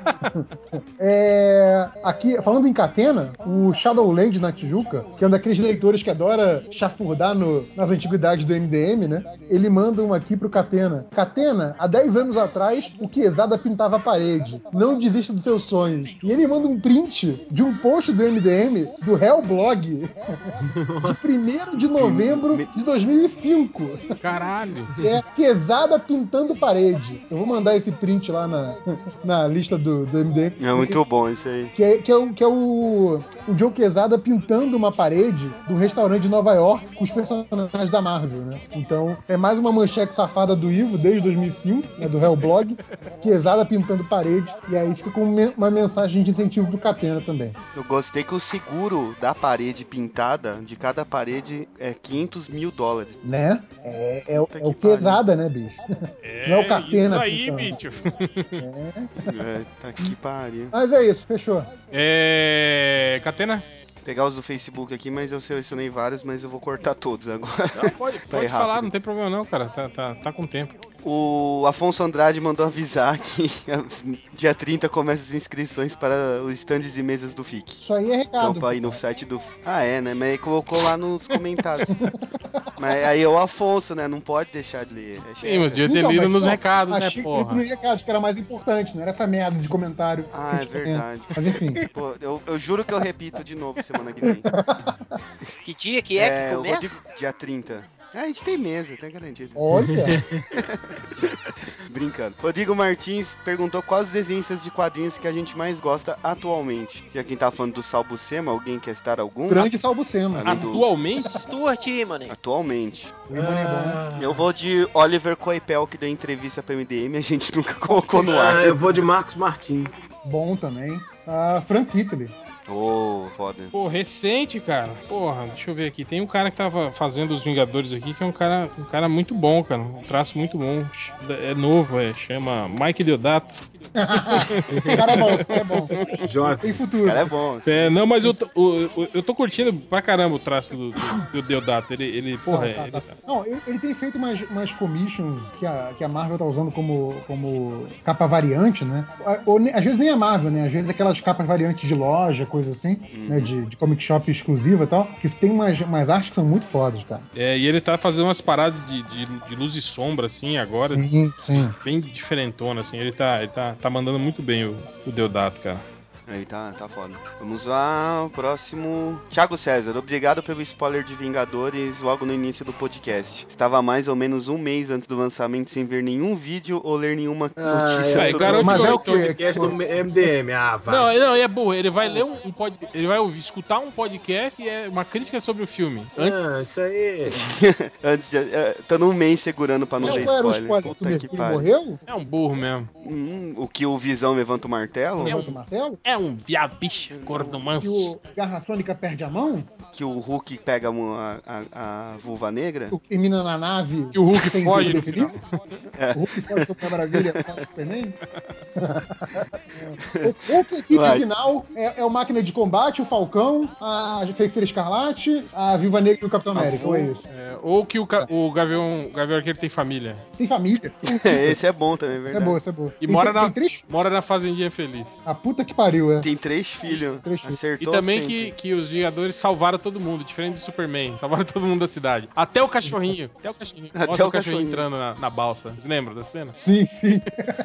Speaker 5: É, aqui, falando em Catena, o Shadowland na Tijuca, que é um daqueles leitores que adora chafurdar no, nas antiguidades do M D M, né? Ele manda um aqui pro Catena. Catena, há dez anos atrás, o Quesada pintava a parede. Não desista dos seus sonhos. E ele manda um print de um post do M D M, do Hellblog, de primeiro de novembro de dois mil e cinco.
Speaker 1: Caralho.
Speaker 5: É Quesada pintando parede. Eu vou mandar esse print lá na, na lista do, do M D M.
Speaker 6: É muito bom isso aí.
Speaker 5: Que é, que é, o, que é o, o Joe Quesada pintando uma parede de um restaurante de Nova York com os personagens da Marvel, né? Então, é mais uma manchete safada do Ivo, desde dois mil e cinco, né, do Hellblog. Quesada pintando parede. E aí fica com uma mensagem de incentivo pro Catena também.
Speaker 6: Eu gostei que o seguro da parede pintada, de cada parede, é quinhentos mil dólares.
Speaker 5: Né? É, é, é o Quesada, né, bicho?
Speaker 1: É,
Speaker 5: não é o Catena.
Speaker 1: Isso aí,
Speaker 5: pintando.
Speaker 1: bicho.
Speaker 5: É.
Speaker 6: É, tá que pariu.
Speaker 5: Mas é isso, fechou.
Speaker 1: É. Catena?
Speaker 6: Pegar os do Facebook aqui, mas eu selecionei vários, mas eu vou cortar todos agora.
Speaker 1: Não, pode,
Speaker 6: Vai
Speaker 1: pode
Speaker 6: rápido.
Speaker 1: falar, não tem problema não, cara. Tá, tá, tá com tempo.
Speaker 6: O Afonso Andrade mandou avisar que dia trinta começa as inscrições para os stands e mesas do F I C.
Speaker 5: Isso aí é recado.
Speaker 6: Então, aí no site do... Ah, é, né? Mas ele colocou lá nos comentários. Mas aí é o Afonso, né? Não pode deixar de ler. É
Speaker 1: Sim, mas devia ter
Speaker 5: Então,
Speaker 1: lido
Speaker 5: mas,
Speaker 1: nos
Speaker 5: não,
Speaker 1: recados, né,
Speaker 5: achei que
Speaker 1: porra?
Speaker 5: nos recados, que era mais importante, não era essa merda de comentário.
Speaker 6: Ah, é verdade.
Speaker 5: Mas enfim.
Speaker 6: Pô, eu, eu juro que eu repito de novo semana que vem.
Speaker 2: Que dia que é, que
Speaker 6: o
Speaker 2: começa?
Speaker 6: Rodrigo, dia trinta. É, a gente tem mesa, tem garantido.
Speaker 5: Olha!
Speaker 6: Brincando. Rodrigo Martins perguntou quais desenhistas de quadrinhos que a gente mais gosta atualmente. Já quem tá falando do Salbucema, alguém quer citar algum?
Speaker 5: Grande Salbucema.
Speaker 6: Além do-
Speaker 1: Atualmente?
Speaker 2: Stuart, mano.
Speaker 6: Atualmente.
Speaker 5: O Limone é bom.
Speaker 6: Eu vou de Oliver Coipel, que deu entrevista pra M D M, a gente nunca colocou no ar.
Speaker 9: Ah, eu vou de Marcos Martins.
Speaker 5: Bom também. Ah, Frank Kittley.
Speaker 6: Ô, oh, foda.
Speaker 1: Pô, recente, cara. Porra, deixa eu ver aqui. Tem um cara que tava fazendo os Vingadores aqui, que é um cara, um cara muito bom, cara. Um traço muito bom. É novo, é. Chama Mike Deodato.
Speaker 5: Esse cara é bom, esse cara é bom.
Speaker 9: Jovem.
Speaker 5: Tem futuro.
Speaker 6: Esse cara é bom. Assim.
Speaker 1: É, não, mas eu tô, eu, eu tô curtindo pra caramba o traço do, do, do Deodato. Ele, ele porra,
Speaker 5: Tá, tá,
Speaker 1: ele,
Speaker 5: tá. Não, ele, ele tem feito umas, umas commissions que a, que a Marvel tá usando como, como capa variante, né? Ou, às vezes nem a Marvel, né? Às vezes aquelas capas variantes de loja, coisa assim, uhum. né? De, de comic shop exclusiva e tal, que tem umas, umas artes que são muito fodas, cara.
Speaker 1: É, e ele tá fazendo umas paradas de, de, de luz e sombra, assim, agora.
Speaker 5: Sim, sim.
Speaker 1: Bem diferentona, assim. Ele tá, ele tá, tá mandando muito bem o, o Deodato, cara.
Speaker 6: Aí tá, tá foda. Vamos lá, próximo. Thiago César, obrigado pelo spoiler de Vingadores logo no início do podcast. Estava mais ou menos um mês antes do lançamento sem ver nenhum vídeo ou ler nenhuma notícia
Speaker 1: ah, é,
Speaker 6: sobre
Speaker 1: garoto,
Speaker 6: o
Speaker 5: Mas é o
Speaker 9: que? Podcast do M D M. Ah, vai.
Speaker 1: Não, não, é burro. Ele vai ler um, um pod... ele vai ouvir, escutar um podcast e é uma crítica sobre o filme. Antes...
Speaker 9: Ah, isso aí.
Speaker 6: Antes de. Uh, tá num mês segurando pra não
Speaker 5: Mas
Speaker 6: ver
Speaker 5: qual era o
Speaker 6: spoiler.
Speaker 5: spoiler?
Speaker 6: Puta
Speaker 5: Que
Speaker 6: que
Speaker 5: ele
Speaker 6: pariu.
Speaker 5: morreu?
Speaker 1: É um burro mesmo.
Speaker 6: Hum, o que o Visão levanta o martelo?
Speaker 5: Levanta o martelo?
Speaker 1: É um viado bicho, gordo
Speaker 5: Que
Speaker 1: manso.
Speaker 5: o Garra Sônica perde a mão?
Speaker 6: Que o Hulk pega a, a, a vulva negra?
Speaker 5: O que termina na nave?
Speaker 1: Que o Hulk
Speaker 5: tem
Speaker 1: foge no
Speaker 5: definido?
Speaker 6: É.
Speaker 5: O Hulk foge com a Maravilha com o Superman? O Hulk, a equipe
Speaker 6: Vai.
Speaker 5: final é, é o Máquina de Combate, o Falcão, a Feiticeira Escarlate, a Viúva Negra e o Capitão América, ou é isso?
Speaker 1: É, ou que o, ca... o Gavião, o Gavião Arqueiro tem família.
Speaker 5: Tem família.
Speaker 6: Esse é bom também, é
Speaker 5: Essa é
Speaker 6: verdade.
Speaker 5: boa, essa é boa.
Speaker 1: E
Speaker 5: Tem,
Speaker 1: mora,
Speaker 5: tem,
Speaker 1: na,
Speaker 5: tem três?
Speaker 1: mora na Fazendinha Feliz.
Speaker 5: A puta que pariu, é.
Speaker 6: Tem três filhos.
Speaker 5: Três filhos.
Speaker 1: E
Speaker 6: Acertou
Speaker 1: também
Speaker 6: sempre.
Speaker 1: que, que os Vingadores salvaram todo mundo, diferente do Superman. Salvaram todo mundo da cidade. Até o cachorrinho. Até o cachorrinho.
Speaker 6: Até
Speaker 1: Mostra
Speaker 6: o
Speaker 1: o cachorrinho
Speaker 6: cachorrinho.
Speaker 1: entrando na, na balsa. Vocês lembram da cena?
Speaker 5: Sim, sim.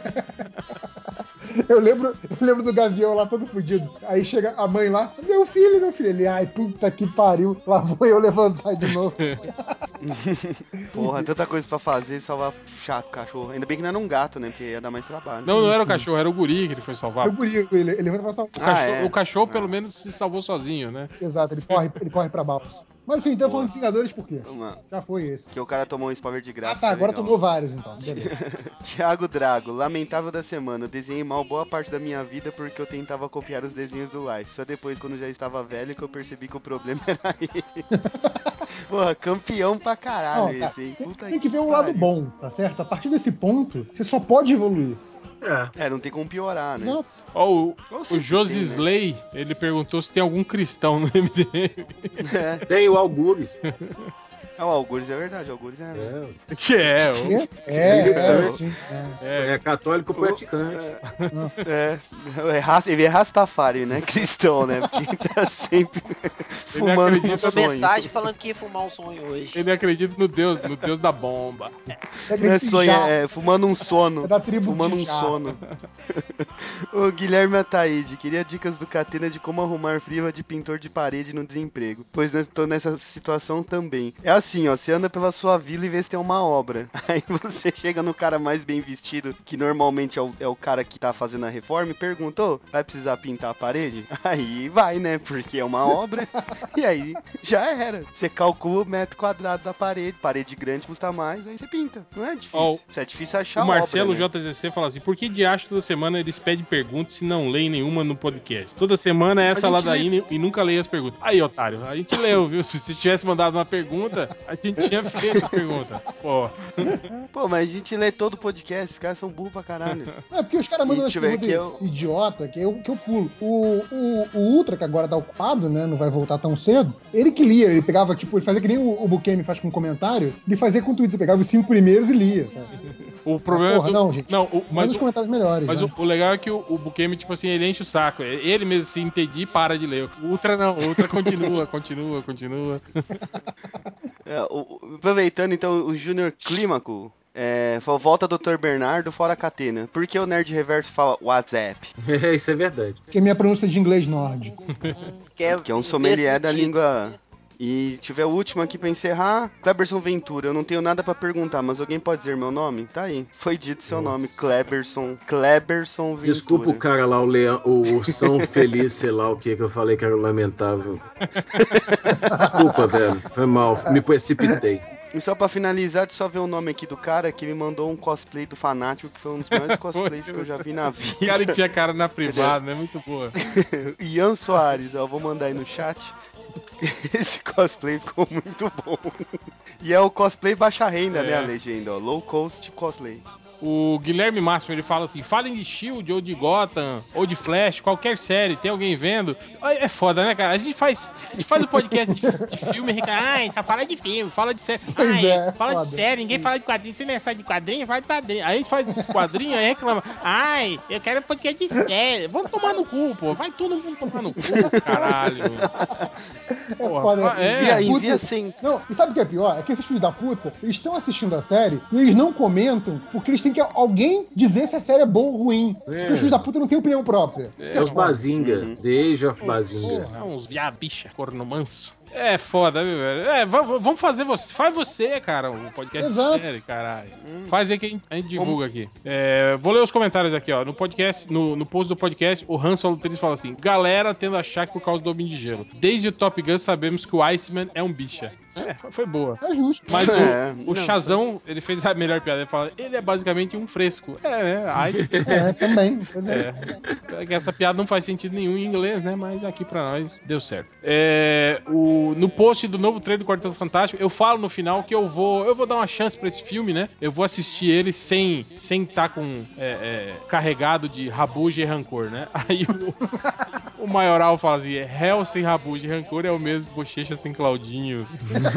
Speaker 5: Eu lembro, eu lembro do Gavião lá todo fudido. Aí chega a mãe lá, meu filho, meu filho. Ele, ai, puta que pariu. Lá vou eu levantar de novo.
Speaker 6: Porra, tanta coisa pra fazer e salvar chato cachorro. Ainda bem que não era um gato, né? Porque ia dar mais trabalho.
Speaker 1: Não, não era o cachorro, era o guri que ele foi salvar.
Speaker 5: É o guri, ele, ele levanta pra salvar.
Speaker 1: O
Speaker 6: Ah,
Speaker 1: cachorro,
Speaker 6: é.
Speaker 1: o cachorro
Speaker 6: Ah.
Speaker 1: pelo menos se salvou sozinho, né?
Speaker 5: Exato, ele corre, ele corre pra balsa. Mas enfim, então falando de Vingadores por quê?
Speaker 6: Uma-
Speaker 5: Já foi esse.
Speaker 6: Que o cara tomou um spoiler de
Speaker 5: Ah
Speaker 6: graça.
Speaker 5: tá,
Speaker 6: foi
Speaker 5: agora
Speaker 6: legal.
Speaker 5: tomou vários então. Beleza.
Speaker 6: Thiago Drago, lamentável da semana. Eu desenhei mal boa parte da minha vida porque eu tentava copiar os desenhos do Life. Só depois, quando já estava velho, que eu percebi que o problema era ele. Porra, campeão pra caralho
Speaker 5: Não, cara,
Speaker 6: esse, hein? Puta
Speaker 5: Tem que ver o lado
Speaker 6: pariu.
Speaker 5: bom, tá certo? A partir desse ponto, você só pode evoluir.
Speaker 9: É.
Speaker 6: É, não tem como piorar, né?
Speaker 5: Exato.
Speaker 1: Ó, o,
Speaker 6: Ou
Speaker 1: o
Speaker 6: sempre
Speaker 1: Josi
Speaker 6: tem, né?
Speaker 1: Slay, ele perguntou se tem algum cristão no M D M.
Speaker 6: É.
Speaker 9: Tem o Algures.
Speaker 6: É, o Algures é verdade, o Algures é.
Speaker 9: É,
Speaker 1: Que é,
Speaker 5: Que?
Speaker 1: o-
Speaker 5: É, é,
Speaker 9: É.
Speaker 5: sim. É.
Speaker 1: é,
Speaker 9: é católico praticante.
Speaker 6: É, é, ras- ele é Rastafari, né? Cristão, né? Porque tá sempre fumando um
Speaker 1: acredita
Speaker 2: Mandou
Speaker 6: sonho.
Speaker 2: mensagem falando que ia fumar um sonho hoje.
Speaker 1: ele acredita no Deus, no Deus da bomba.
Speaker 6: Não é sonho, é fumando um sono.
Speaker 5: É da tribo
Speaker 6: Fumando um
Speaker 5: Tijá.
Speaker 6: sono. O Guilherme Ataíde queria dicas do Catena de como arrumar friva de pintor de parede no desemprego. Pois eu tô nessa situação também. É assim, ó, você anda pela sua vila e vê se tem uma obra. Aí você chega no cara mais bem vestido, que normalmente é o, é o cara que tá fazendo a reforma, e pergunta, ô, vai precisar pintar a parede? Aí vai, né? Porque é uma obra. E aí já era. Você calcula o metro quadrado da parede. Parede grande custa mais, aí você pinta. Não é difícil.
Speaker 1: Ó,
Speaker 6: Isso é difícil achar
Speaker 1: O Marcelo
Speaker 6: obra, né?
Speaker 1: J Z C fala assim: por que de acho toda semana eles pedem perguntas se não leem nenhuma no podcast? Toda semana é essa
Speaker 6: A gente
Speaker 1: ladainha e nunca leem as perguntas. Aí, otário, a gente leu, viu? Se você tivesse mandado uma pergunta, a gente tinha feito a pergunta. Pô.
Speaker 6: Pô, mas a gente lê todo o podcast, os caras são burros pra caralho.
Speaker 5: Não, é porque os caras mandam
Speaker 6: E
Speaker 5: umas
Speaker 6: deixa eu ver
Speaker 5: perguntas
Speaker 6: aqui, eu-
Speaker 5: idiota que eu, que eu pulo. O, o, o Ultra, que agora tá ocupado, né? Não vai voltar tão cedo. Ele que lia, ele pegava, tipo, ele fazia que nem o, o Bukemi faz com comentário, ele fazia com o Twitter, pegava os cinco primeiros e lia, sabe?
Speaker 1: O problema
Speaker 5: porra,
Speaker 1: é do...
Speaker 5: não, gente.
Speaker 1: Não, o-
Speaker 5: Manda
Speaker 1: mas,
Speaker 5: os
Speaker 1: o,
Speaker 5: comentários melhores.
Speaker 1: mas
Speaker 5: né?
Speaker 1: o, o legal é que o, o Bukemi, tipo assim, ele enche o saco. Ele mesmo se entendi e para de ler. O Ultra não, o Ultra continua, continua, continua.
Speaker 6: É, o- o- aproveitando então o Júnior Clímaco, é, falou, volta doutor Bernardo, fora Catena. Por que o Nerd Reverso fala WhatsApp?
Speaker 9: É, isso é verdade.
Speaker 5: Porque minha pronúncia de inglês nórdico.
Speaker 2: Que é,
Speaker 6: Que é um sommelier da
Speaker 2: sentido.
Speaker 6: língua. E tiver o último aqui pra encerrar, Kleberson Ventura. Eu não tenho nada pra perguntar, mas alguém pode dizer meu nome? Tá aí. Foi dito seu
Speaker 9: Nossa.
Speaker 6: nome, Kleberson. Kleberson Ventura.
Speaker 9: Desculpa o cara lá, o leão, o ursão feliz, sei lá o que que eu falei que era lamentável. Desculpa, velho. Foi mal, me precipitei.
Speaker 6: E só pra finalizar, deixa eu só ver o nome aqui do cara que me mandou um cosplay do Fanático, que foi um dos maiores cosplays que eu já vi na
Speaker 1: O
Speaker 6: vida.
Speaker 1: cara enfia a cara na privada, né? Muito boa.
Speaker 6: Ian Soares, ó, vou mandar aí no chat. Esse cosplay ficou muito bom. E é o cosplay baixa renda,
Speaker 1: É.
Speaker 6: né, a legenda, ó, low cost cosplay.
Speaker 1: O Guilherme Máximo, ele fala assim: falem de Shield, ou de Gotham, ou de Flash, qualquer série, tem alguém vendo? É foda, né, cara? A gente faz, a gente faz um podcast de, de filme e reclama, ai, só fala de filme, fala de série.
Speaker 5: Pois
Speaker 1: Ai,
Speaker 5: é,
Speaker 1: fala
Speaker 5: foda.
Speaker 1: de série, ninguém
Speaker 5: Sim.
Speaker 1: fala de quadrinho, você não é só de quadrinho, fala de quadrinho. Aí a gente faz de quadrinho, aí reclama, ai, eu quero podcast de série. Vamos tomar no cu, pô. Vai todo mundo tomar no cu, caralho.
Speaker 5: É
Speaker 1: Porra,
Speaker 5: foda.
Speaker 1: fa- é.
Speaker 6: Envia,
Speaker 5: Puta-
Speaker 6: envia sem.
Speaker 5: Não, e sabe o que é pior? É que esses filhos da puta, eles estão assistindo a série e eles não comentam porque eles têm que alguém dizer se a série é boa ou ruim. Porque os filhos da puta não têm opinião própria. Isso que
Speaker 9: É
Speaker 5: é
Speaker 9: os
Speaker 5: foda.
Speaker 9: Bazinga,
Speaker 6: Uhum.
Speaker 9: The Age of Bazinga.
Speaker 1: Porra, é uns viado, bicha, corno manso. É foda, viu, velho? É, vamos, vamos fazer você. Faz você, cara, um podcast
Speaker 5: Exato.
Speaker 1: de série, caralho. Faz aí que a gente, a gente divulga aqui. É, vou ler os comentários aqui, ó. No podcast, no, no post do podcast, o Han Solo três fala assim: galera tendo achar que por causa do Homem de Gelo. Desde o Top Gun sabemos que o Iceman é um bicha. É, foi- foi boa.
Speaker 5: É justo.
Speaker 1: Mas o,
Speaker 6: É,
Speaker 1: o
Speaker 6: não,
Speaker 1: Shazão, ele fez a melhor piada. Ele fala: ele é basicamente um fresco. É, né? Ice-
Speaker 5: É, também. Pois é.
Speaker 1: é. É que essa piada não faz sentido nenhum em inglês, né? Mas aqui pra nós deu certo. É, o, no post do novo trailer do Quarteto Fantástico, eu falo no final que eu vou eu vou dar uma chance pra esse filme, né? Eu vou assistir ele sem sem estar com é, é, carregado de rabuja e rancor, né? Aí o, o Maioral fala assim: réu sem rabuja e rancor é o mesmo bochecha sem Claudinho.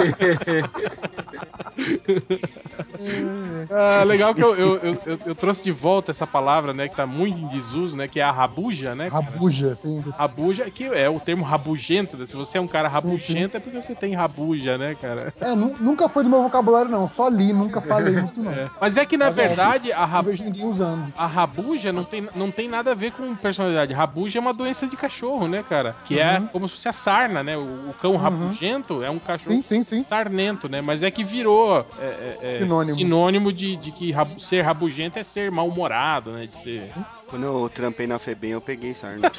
Speaker 1: Ah, legal que eu, eu, eu, eu- eu trouxe de volta essa palavra, né, que tá muito em desuso, né, que é a rabuja, né, cara?
Speaker 5: Rabuja, assim.
Speaker 1: Rabuja, que é o termo rabugento, né? Se você é um cara rabugento é porque você tem rabuja, né, cara?
Speaker 5: É, nu- nunca foi do meu vocabulário, não. Só li, nunca falei muito, não.
Speaker 1: É. Mas é que, na
Speaker 5: Mas é,
Speaker 1: verdade, a,
Speaker 5: Não
Speaker 1: rabu
Speaker 5: vejo ninguém usando.
Speaker 1: a rabuja não tem, não tem nada a ver com personalidade. Rabuja é uma doença de cachorro, né, cara? Que é
Speaker 5: Uhum.
Speaker 1: como se fosse a sarna, né? O, o cão rabugento é um cachorro
Speaker 5: Sim, sim, sim.
Speaker 1: sarnento, né? Mas é que virou é, é, é,
Speaker 5: Sinônimo.
Speaker 1: sinônimo de, de que rabu- ser rabugento é ser mal-humorado, né? De ser...
Speaker 6: Quando eu trampei na Febem, eu peguei sarna.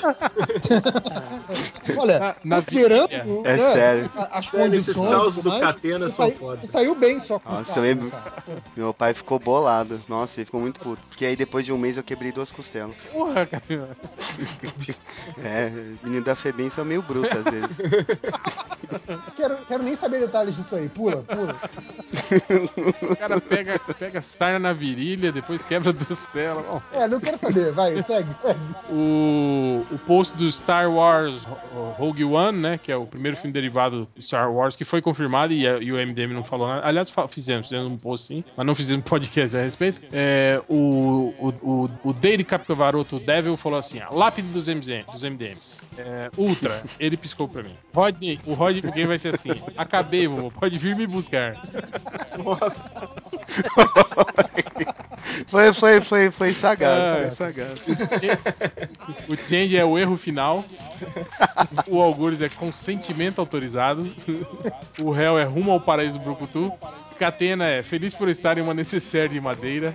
Speaker 5: Olha,
Speaker 1: Na- na
Speaker 5: considerando
Speaker 1: Bíblia.
Speaker 6: É sério.
Speaker 5: a- as
Speaker 9: Velho, esses
Speaker 5: condições,
Speaker 9: causos do
Speaker 5: mas,
Speaker 9: Catena
Speaker 5: você
Speaker 9: são
Speaker 5: sai-
Speaker 9: foda.
Speaker 5: você saiu bem só com
Speaker 6: Nossa,
Speaker 5: sarna,
Speaker 6: eu lembro.
Speaker 5: sabe?
Speaker 6: Meu pai ficou bolado. Nossa, ele ficou muito puto. Porque aí depois de um mês eu quebrei duas costelas.
Speaker 1: Porra, cara.
Speaker 6: É, os meninos da Febem são meio brutos às vezes.
Speaker 5: Quero, quero nem saber detalhes disso aí. Pula, pula.
Speaker 1: O cara pega, pega sarna na virilha, depois quebra duas telas. Bom,
Speaker 5: É, não quero saber. Vai, segue, segue.
Speaker 1: O, o post do Star Wars Rogue One, né, que é o primeiro filme derivado do Star Wars, que foi confirmado e, a, e o M D M não falou nada. Aliás, fizemos, fizemos um post sim, mas não fizemos um podcast a respeito. É, o, o, o, o Dave Capavaroto Devil falou assim, a lápide dos, M D M, dos M D Ms. É, Ultra, ele piscou pra mim. Rodney, o Rodney Game vai ser assim, acabei, vovô, pode vir me buscar.
Speaker 6: Nossa. Foi, foi, foi, foi sagaz,
Speaker 1: Ah,
Speaker 6: foi sagaz.
Speaker 1: O change é o erro final. O Algures é consentimento autorizado. O réu é rumo ao paraíso Brucutu. Catena é feliz por estar em uma necessaire de madeira.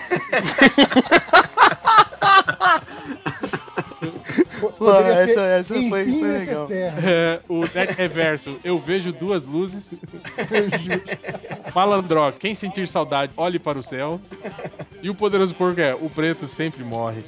Speaker 6: Pô, essa, essa foi, foi legal.
Speaker 1: É, o deck reverso, eu vejo duas luzes. Malandró, quem sentir saudade, olhe para o céu. E o poderoso porco é, o preto sempre morre.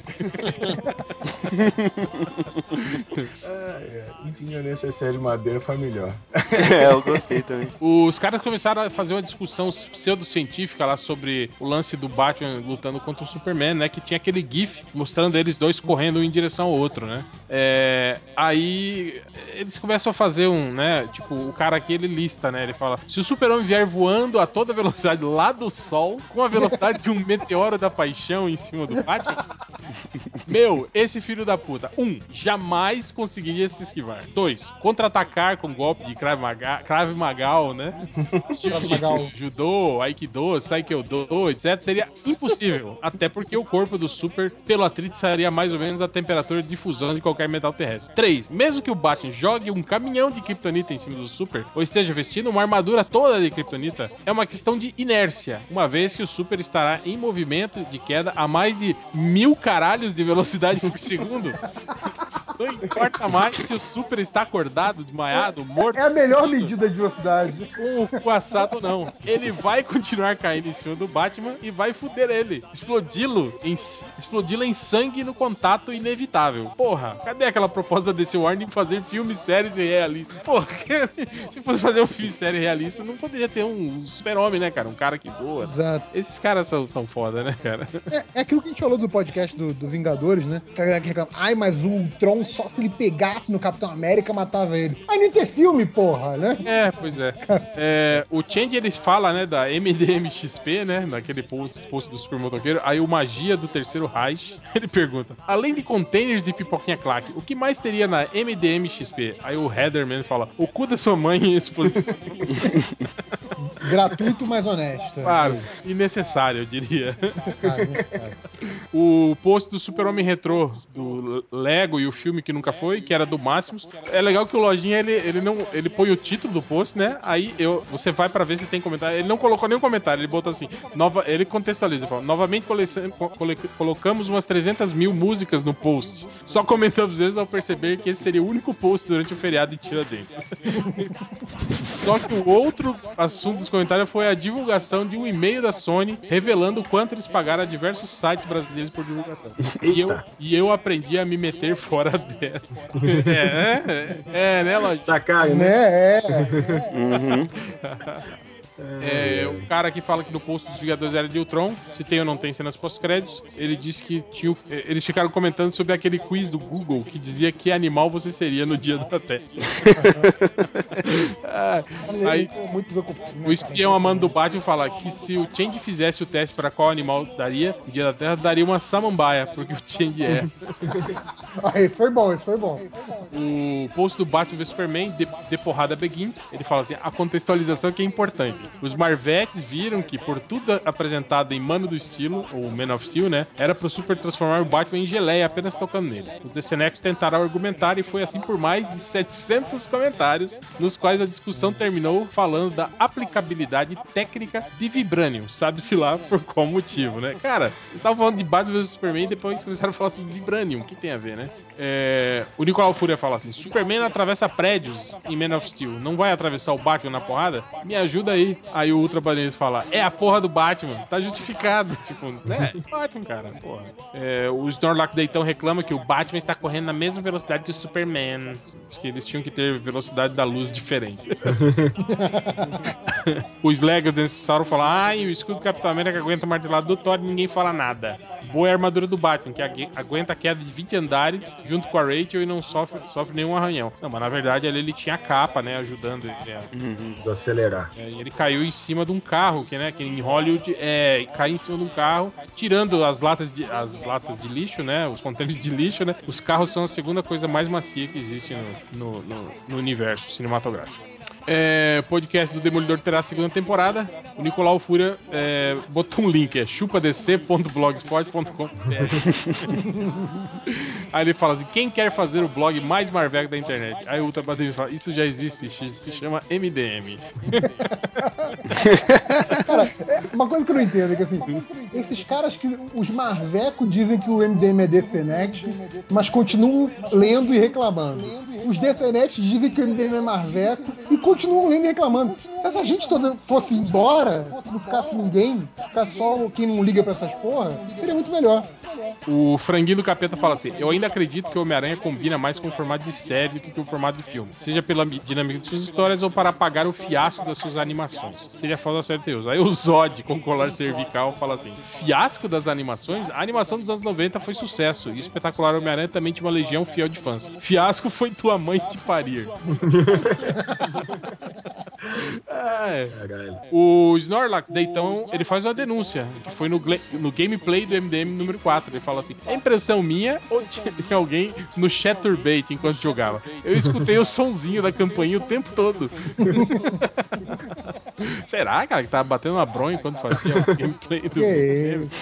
Speaker 9: Ah, é. Enfim, a necessidade de madeira foi melhor.
Speaker 6: É, eu gostei também.
Speaker 1: Os caras começaram a fazer uma discussão pseudocientífica lá sobre o lance do Batman lutando contra o Superman, né? Que tinha aquele gif mostrando eles dois correndo em direção ao outro, né? É, aí eles começam a fazer um, né? Tipo, o cara aqui ele lista, né? Ele fala: se o Super-Homem vier voando a toda velocidade lá do Sol, com a velocidade de um meteoro da paixão em cima do Batman, meu, esse filho da puta, um, jamais conseguiria se esquivar. Dois, contra-atacar com golpe de Krav Maga, Krav Magal, né? Jiu-jitsu, judô, aikido, saikyo-do, etcétera. Seria impossível, até porque o corpo do Super, pelo atrito, seria mais ou menos a temperatura de fusão de qualquer metal terrestre. Três, mesmo que o Batman jogue um caminhão de kryptonita em cima do Super, ou esteja vestindo uma armadura toda de kryptonita, é uma questão de inércia, uma vez que o Super estará em movimento de queda a mais de mil caralhos de velocidade por segundo. Não importa mais se o Super está acordado, desmaiado, morto.
Speaker 5: É a melhor medida de velocidade.
Speaker 1: Com o cu assado ou não. Ele vai continuar caindo em cima do Batman e vai foder ele. Explodi-lo em, explodi-lo em sangue no contato inevitável. Porra, cadê aquela proposta da D C Warning de fazer filmes, séries e realistas? Porra, se fosse fazer um filme, série realista, não poderia ter um super-homem, né, cara? Um cara que voa.
Speaker 5: Exato.
Speaker 1: Esses caras são, são foda, né, cara?
Speaker 5: É, é aquilo que a gente falou do podcast do, do Vingadores, né? Que a galera que reclama, ai, mas o Ultron só se ele pegasse no Capitão América matava ele. Aí nem ter filme, porra, né?
Speaker 1: É, pois é. é o Change, ele fala, né, da M D M X P, né, naquele post, post do Super Motoqueiro. Aí o Magia do Terceiro Reich, ele pergunta, além de containers de pipoquinha claque, o que mais teria na M D M X P? Aí o Heatherman fala, o cu da sua mãe em exposição.
Speaker 5: Gratuito, mas honesto.
Speaker 1: Claro, e necessário, eu diria.
Speaker 5: Necessário, necessário.
Speaker 1: O post do Super-Homem Retrô, do Lego e o filme que nunca foi, que era do Máximos. É legal que o Lojinha, ele, ele não ele põe o título do post, né? Aí eu, você vai pra ver se tem comentário. Ele não colocou nenhum comentário, ele botou assim, nova, ele contextualiza, fala, novamente cole, cole, colocamos umas trezentas mil músicas no post. Só comentamos eles ao perceber que esse seria o único post durante o feriado de Tiradentes. Só que o outro assunto dos comentários foi a divulgação de um e-mail da Sony revelando quanto eles pagaram a diversos sites brasileiros por divulgação. E eu, e eu aprendi a me meter fora dela. É, é, é, né, Lógico?
Speaker 9: Sacanagem, né?
Speaker 5: É, é.
Speaker 6: Uhum.
Speaker 1: É, o cara que fala que no posto dos Vingadores era de Ultron, se tem ou não tem cenas pós-créditos, ele disse que tinha, eles ficaram comentando sobre aquele quiz do Google que dizia que animal você seria no dia da teste. ah, aí, o espião amando do Batman fala que se o Change fizesse o teste para qual animal daria, no dia da Terra, daria uma samambaia, porque o Change é.
Speaker 5: Ah, esse foi bom, esse foi bom.
Speaker 1: O post do Batman vs Superman, de, de porrada Begins, ele fala assim, a contextualização que é importante. Os Marvetes viram que, por tudo apresentado em Mano do Estilo, ou Man of Steel, né, era pro Super transformar o Batman em geleia apenas tocando nele. Os D C Next tentaram argumentar e foi assim por mais de setecentos comentários, nos quais a discussão terminou falando da aplicabilidade técnica de Vibranium, sabe-se lá por qual motivo, né? Cara, eles estavam falando de Batman vs Superman e depois começaram a falar sobre Vibranium, o que tem a ver, né? É... O Nicolau Fúria fala assim, Superman atravessa prédios em Man of Steel, não vai atravessar o Batman na porrada? Me ajuda aí. Aí o Ultra Baneiros fala, é a porra do Batman, tá justificado. Tipo, né? Batman, cara, porra. É, o Snorlax Deitão reclama que o Batman está correndo na mesma velocidade que o Superman. Diz que eles tinham que ter velocidade da luz diferente. O Slag Denssauro fala, ai, o escudo do Capitão América aguenta o martelado do Thor e ninguém fala nada. Boa é a armadura do Batman, que agu- aguenta a queda de vinte andares junto com a Rachel e não sofre, sofre nenhum arranhão. Não, mas na verdade ali ele tinha a capa, né, ajudando ele a
Speaker 9: uhum. desacelerar.
Speaker 1: É, e ele caiu em cima de um carro, que, né, que em Hollywood é, cai em cima de um carro, tirando as latas de, as latas de lixo, né, os contêineres de lixo, né, os carros são a segunda coisa mais macia que existe no, no, no, no universo cinematográfico. É, podcast do Demolidor terá a segunda temporada. O Nicolau Fúria é, botou um link, é chupa d c ponto blogspot ponto com. Aí ele fala assim, quem quer fazer o blog mais marveco da internet? Aí o Ultra Batman fala, isso já existe, se chama M D M.
Speaker 5: Cara, é uma coisa que eu não entendo é que assim, esses caras que os marvecos dizem que o M D M é D C Next, mas continuam lendo e reclamando. Os D C Next dizem que o M D M é marveco e continuam lendo e reclamando. Se essa gente toda fosse embora, não ficasse ninguém, ficasse só quem não liga pra essas porra, seria muito melhor.
Speaker 1: O Franguinho do Capeta fala assim, eu ainda acredito que o Homem-Aranha combina mais com o formato de série do que o formato de filme. Seja pela dinâmica de suas histórias ou para apagar o fiasco das suas animações. Seria foda a série ter uso. Aí o Zod, com colar cervical, fala assim, fiasco das animações? A animação dos anos noventa foi sucesso. E o espetacular Homem-Aranha também tinha uma legião fiel de fãs. Fiasco foi tua mãe te parir. É. O Snorlax Deitão, ele faz uma denúncia, que foi no, no gameplay do M D M número quatro. Ele fala assim, é impressão minha ou tinha alguém no Chaturbate enquanto jogava? Eu escutei o sonzinho da campainha o tempo todo. Será, cara, que tava batendo uma bronha enquanto fazia o gameplay do M D M?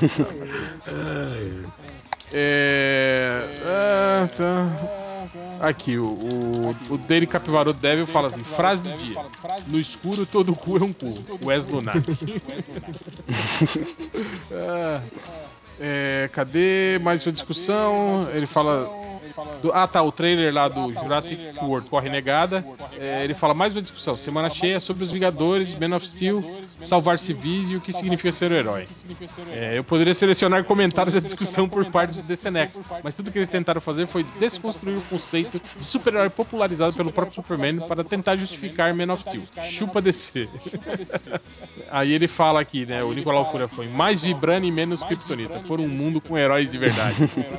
Speaker 1: É... Ah, tá... Aqui, o, o, o Dele Capivaroto Devil fala assim, frase do dia, no escuro todo cu é um cu, Wes Lunak. ah, é, cadê mais uma discussão? Ele fala... Do, ah tá, o trailer lá do Jurassic World Corre Negada. É, ele fala mais uma discussão, semana cheia sobre os Vingadores, Man of Steel, salvar civis e o que significa ser um herói. É, eu poderia selecionar comentários da discussão por parte do D C Next, mas tudo que eles tentaram fazer foi desconstruir o conceito de super-herói popularizado pelo próprio Superman para tentar justificar Man of Steel. Chupa D C. Aí ele fala aqui, né, o Nicolau Fúria foi mais Vibranium e menos Kryptonita, por um mundo com heróis de verdade.